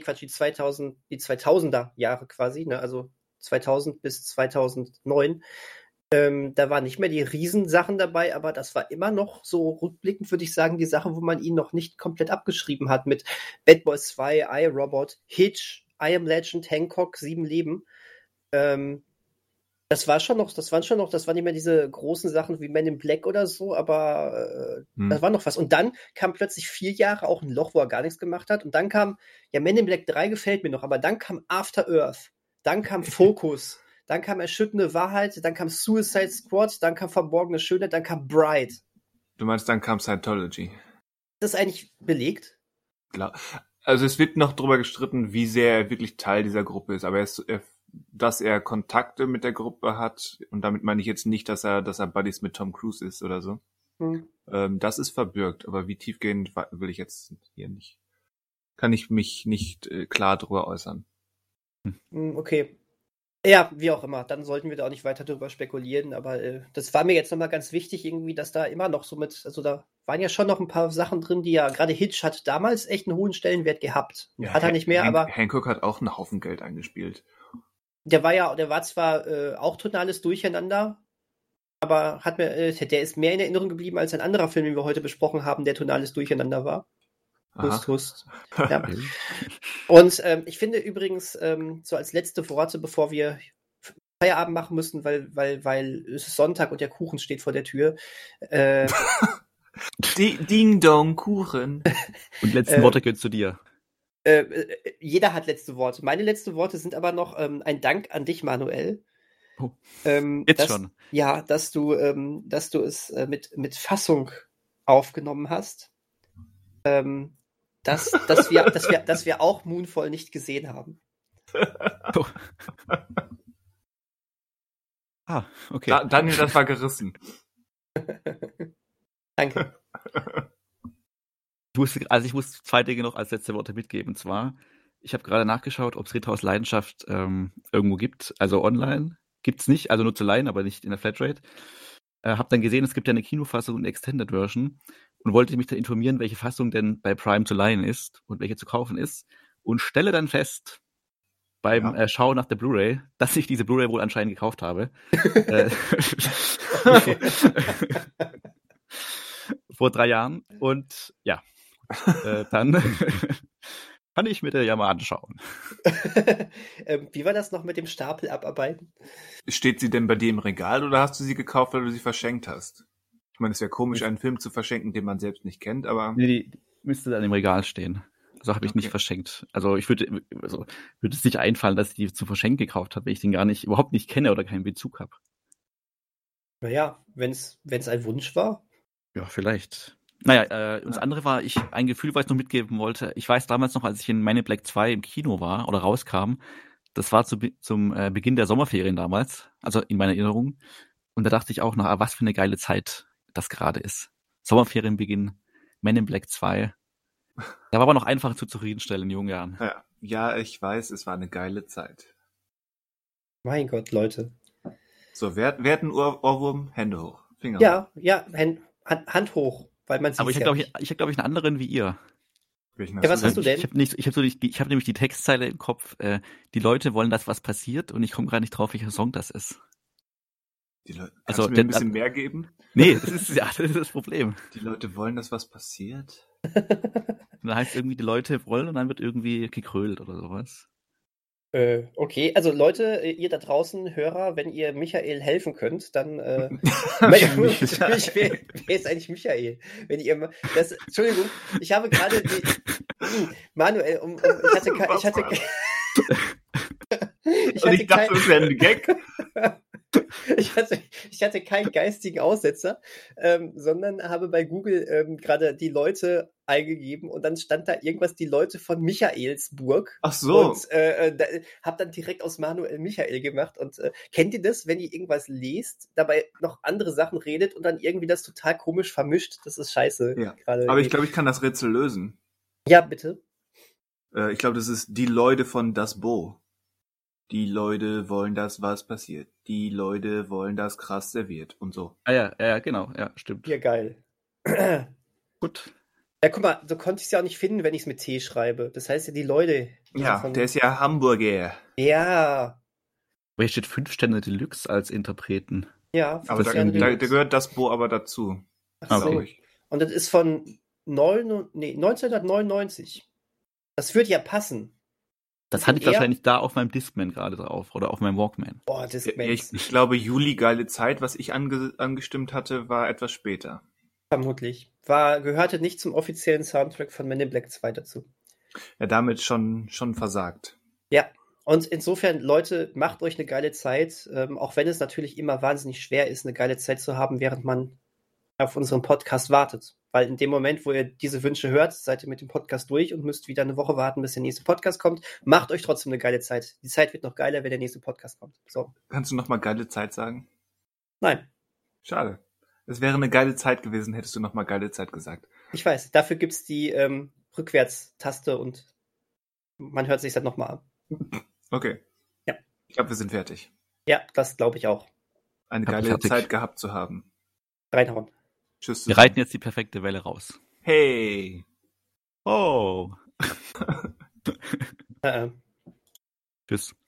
die 2000er Jahre quasi, ne, also 2000 bis 2009, da waren nicht mehr die Riesensachen dabei, aber das war immer noch so rückblickend, würde ich sagen, die Sache, wo man ihn noch nicht komplett abgeschrieben hat mit Bad Boys 2, I, Robot, Hitch, I Am Legend, Hancock, 7 Leben. Das waren nicht mehr diese großen Sachen wie Men in Black oder so, aber das war noch was. Und dann kam plötzlich 4 Jahre auch ein Loch, wo er gar nichts gemacht hat. Und dann kam, ja, Men in Black 3 gefällt mir noch, aber dann kam After Earth, dann kam Focus, dann kam Erschütternde Wahrheit, dann kam Suicide Squad, dann kam Verborgene Schönheit, dann kam Bride. Du meinst, dann kam Scientology? Ist das eigentlich belegt? Klar. Also es wird noch drüber gestritten, wie sehr er wirklich Teil dieser Gruppe ist, aber dass er Kontakte mit der Gruppe hat, und damit meine ich jetzt nicht, dass er Buddies mit Tom Cruise ist oder so. Das ist verbürgt, aber wie tiefgehend will ich jetzt hier nicht. Kann ich mich nicht klar drüber äußern. Okay. Ja, wie auch immer. Dann sollten wir da auch nicht weiter drüber spekulieren. Aber das war mir jetzt nochmal ganz wichtig, irgendwie, dass da immer noch so also da waren ja schon noch ein paar Sachen drin, die ja, gerade Hitch hat damals echt einen hohen Stellenwert gehabt. Ja, hat er nicht mehr, aber Hancock hat auch einen Haufen Geld eingespielt. der war zwar auch totales Durcheinander, aber der ist mehr in Erinnerung geblieben als ein anderer Film, den wir heute besprochen haben, der totales Durcheinander war. Hust. Ja. Und ich finde übrigens, so als letzte Worte, bevor wir Feierabend machen müssen, weil es ist Sonntag und der Kuchen steht vor der Tür. Ding Dong Kuchen. Und letzten Worte gehört zu dir. Jeder hat letzte Worte. Meine letzten Worte sind aber noch ein Dank an dich, Manuel. Oh, jetzt schon. Ja, dass du es mit Fassung aufgenommen hast. Dass wir auch Moonfall nicht gesehen haben. Oh. Okay. Daniel, das war gerissen. Danke. Ich muss zwei Dinge noch als letzte Worte mitgeben. Und zwar, ich habe gerade nachgeschaut, ob es Ritter aus Leidenschaft irgendwo gibt. Also online gibt's nicht, also nur zu leihen, aber nicht in der Flatrate. Hab dann gesehen, es gibt ja eine Kinofassung und eine Extended Version und wollte mich dann informieren, welche Fassung denn bei Prime zu leihen ist und welche zu kaufen ist und stelle dann fest, beim Schauen nach der Blu-ray, dass ich diese Blu-ray wohl anscheinend gekauft habe. Vor 3 Jahren und ja, dann kann ich mir den ja mal anschauen. Wie war das noch mit dem Stapel abarbeiten? Steht sie denn bei dir im Regal oder hast du sie gekauft, weil du sie verschenkt hast? Ich meine, es wäre komisch, einen Film zu verschenken, den man selbst nicht kennt, aber... Nee, die müsste dann im Regal stehen. Also habe ich nicht verschenkt. Also würde es nicht einfallen, dass ich die zum Verschenken gekauft habe, wenn ich den überhaupt nicht kenne oder keinen Bezug habe. Naja, wenn es ein Wunsch war. Ja, vielleicht. Naja, und das andere war, ein Gefühl, was ich noch mitgeben wollte. Ich weiß damals noch, als ich in Men in Black 2 im Kino war oder rauskam, das war zum Beginn der Sommerferien damals, also in meiner Erinnerung. Und da dachte ich auch noch, was für eine geile Zeit das gerade ist. Sommerferienbeginn, Men in Black 2. Da war aber noch einfach zu zufriedenstellen in jungen Jahren. Ja, ich weiß, es war eine geile Zeit. Mein Gott, Leute. So, wer hat einen Ohrwurm? Hände hoch. Finger hoch. Ja, Hand hoch, weil man sieht. Aber ich habe, glaube ich, einen anderen wie ihr. Was hast du denn? Ich habe nämlich die Textzeile im Kopf. Die Leute wollen, dass was passiert und ich komme gerade nicht drauf, welcher Song das ist. Kannst du mir ein bisschen mehr geben? Nee, das ist das Problem. Die Leute wollen, dass was passiert? Und dann heißt irgendwie, die Leute wollen und dann wird irgendwie gekrölt oder sowas. Okay, also Leute, ihr da draußen, Hörer, wenn ihr Michael helfen könnt, dann wer ist eigentlich Michael? Wenn ihr Entschuldigung, ich habe gerade Manuel, ich dachte, das wäre ein Gag. Ich hatte keinen geistigen Aussetzer, sondern habe bei Google gerade die Leute eingegeben und dann stand da irgendwas, die Leute von Michaelsburg. Ach so. Und habe dann direkt aus Manuel Michael gemacht. Und kennt ihr das, wenn ihr irgendwas lest, dabei noch andere Sachen redet und dann irgendwie das total komisch vermischt? Das ist scheiße. Ja. Aber ich glaube, ich kann das Rätsel lösen. Ja, bitte. Ich glaube, das ist die Leute von Das Bo. Die Leute wollen, dass was passiert. Die Leute wollen, dass krass serviert und so. Ja, genau. Ja, stimmt. Ja, geil. Gut. Ja, guck mal, so konnte ich es ja auch nicht finden, wenn ich es mit T schreibe. Das heißt ja, die Leute... Ja, der ist ja Hamburger. Ja. Aber hier steht 5 Sterne Deluxe als Interpreten. Ja. Aber da gehört Das Bo aber dazu. Ach so. Und das ist von 1999. Das würde ja passen. Das hatte ich wahrscheinlich da auf meinem Discman gerade drauf oder auf meinem Walkman. Boah, Discman. Ich glaube, Juli, geile Zeit, was ich angestimmt hatte, war etwas später. Vermutlich. Gehörte nicht zum offiziellen Soundtrack von Men in Black 2 dazu. Ja, damit schon versagt. Ja, und insofern, Leute, macht euch eine geile Zeit, auch wenn es natürlich immer wahnsinnig schwer ist, eine geile Zeit zu haben, während man auf unseren Podcast wartet. Weil in dem Moment, wo ihr diese Wünsche hört, seid ihr mit dem Podcast durch und müsst wieder eine Woche warten, bis der nächste Podcast kommt. Macht euch trotzdem eine geile Zeit. Die Zeit wird noch geiler, wenn der nächste Podcast kommt. So. Kannst du noch mal geile Zeit sagen? Nein. Schade. Es wäre eine geile Zeit gewesen, hättest du nochmal geile Zeit gesagt. Ich weiß, dafür gibt's die Rückwärtstaste und man hört sich dann nochmal an. Okay. Ja. Ich glaube, wir sind fertig. Ja, das glaube ich auch. Eine geile Zeit gehabt zu haben. Reinhauen. Tschüss. Wir reiten jetzt die perfekte Welle raus. Hey. Oh. Tschüss.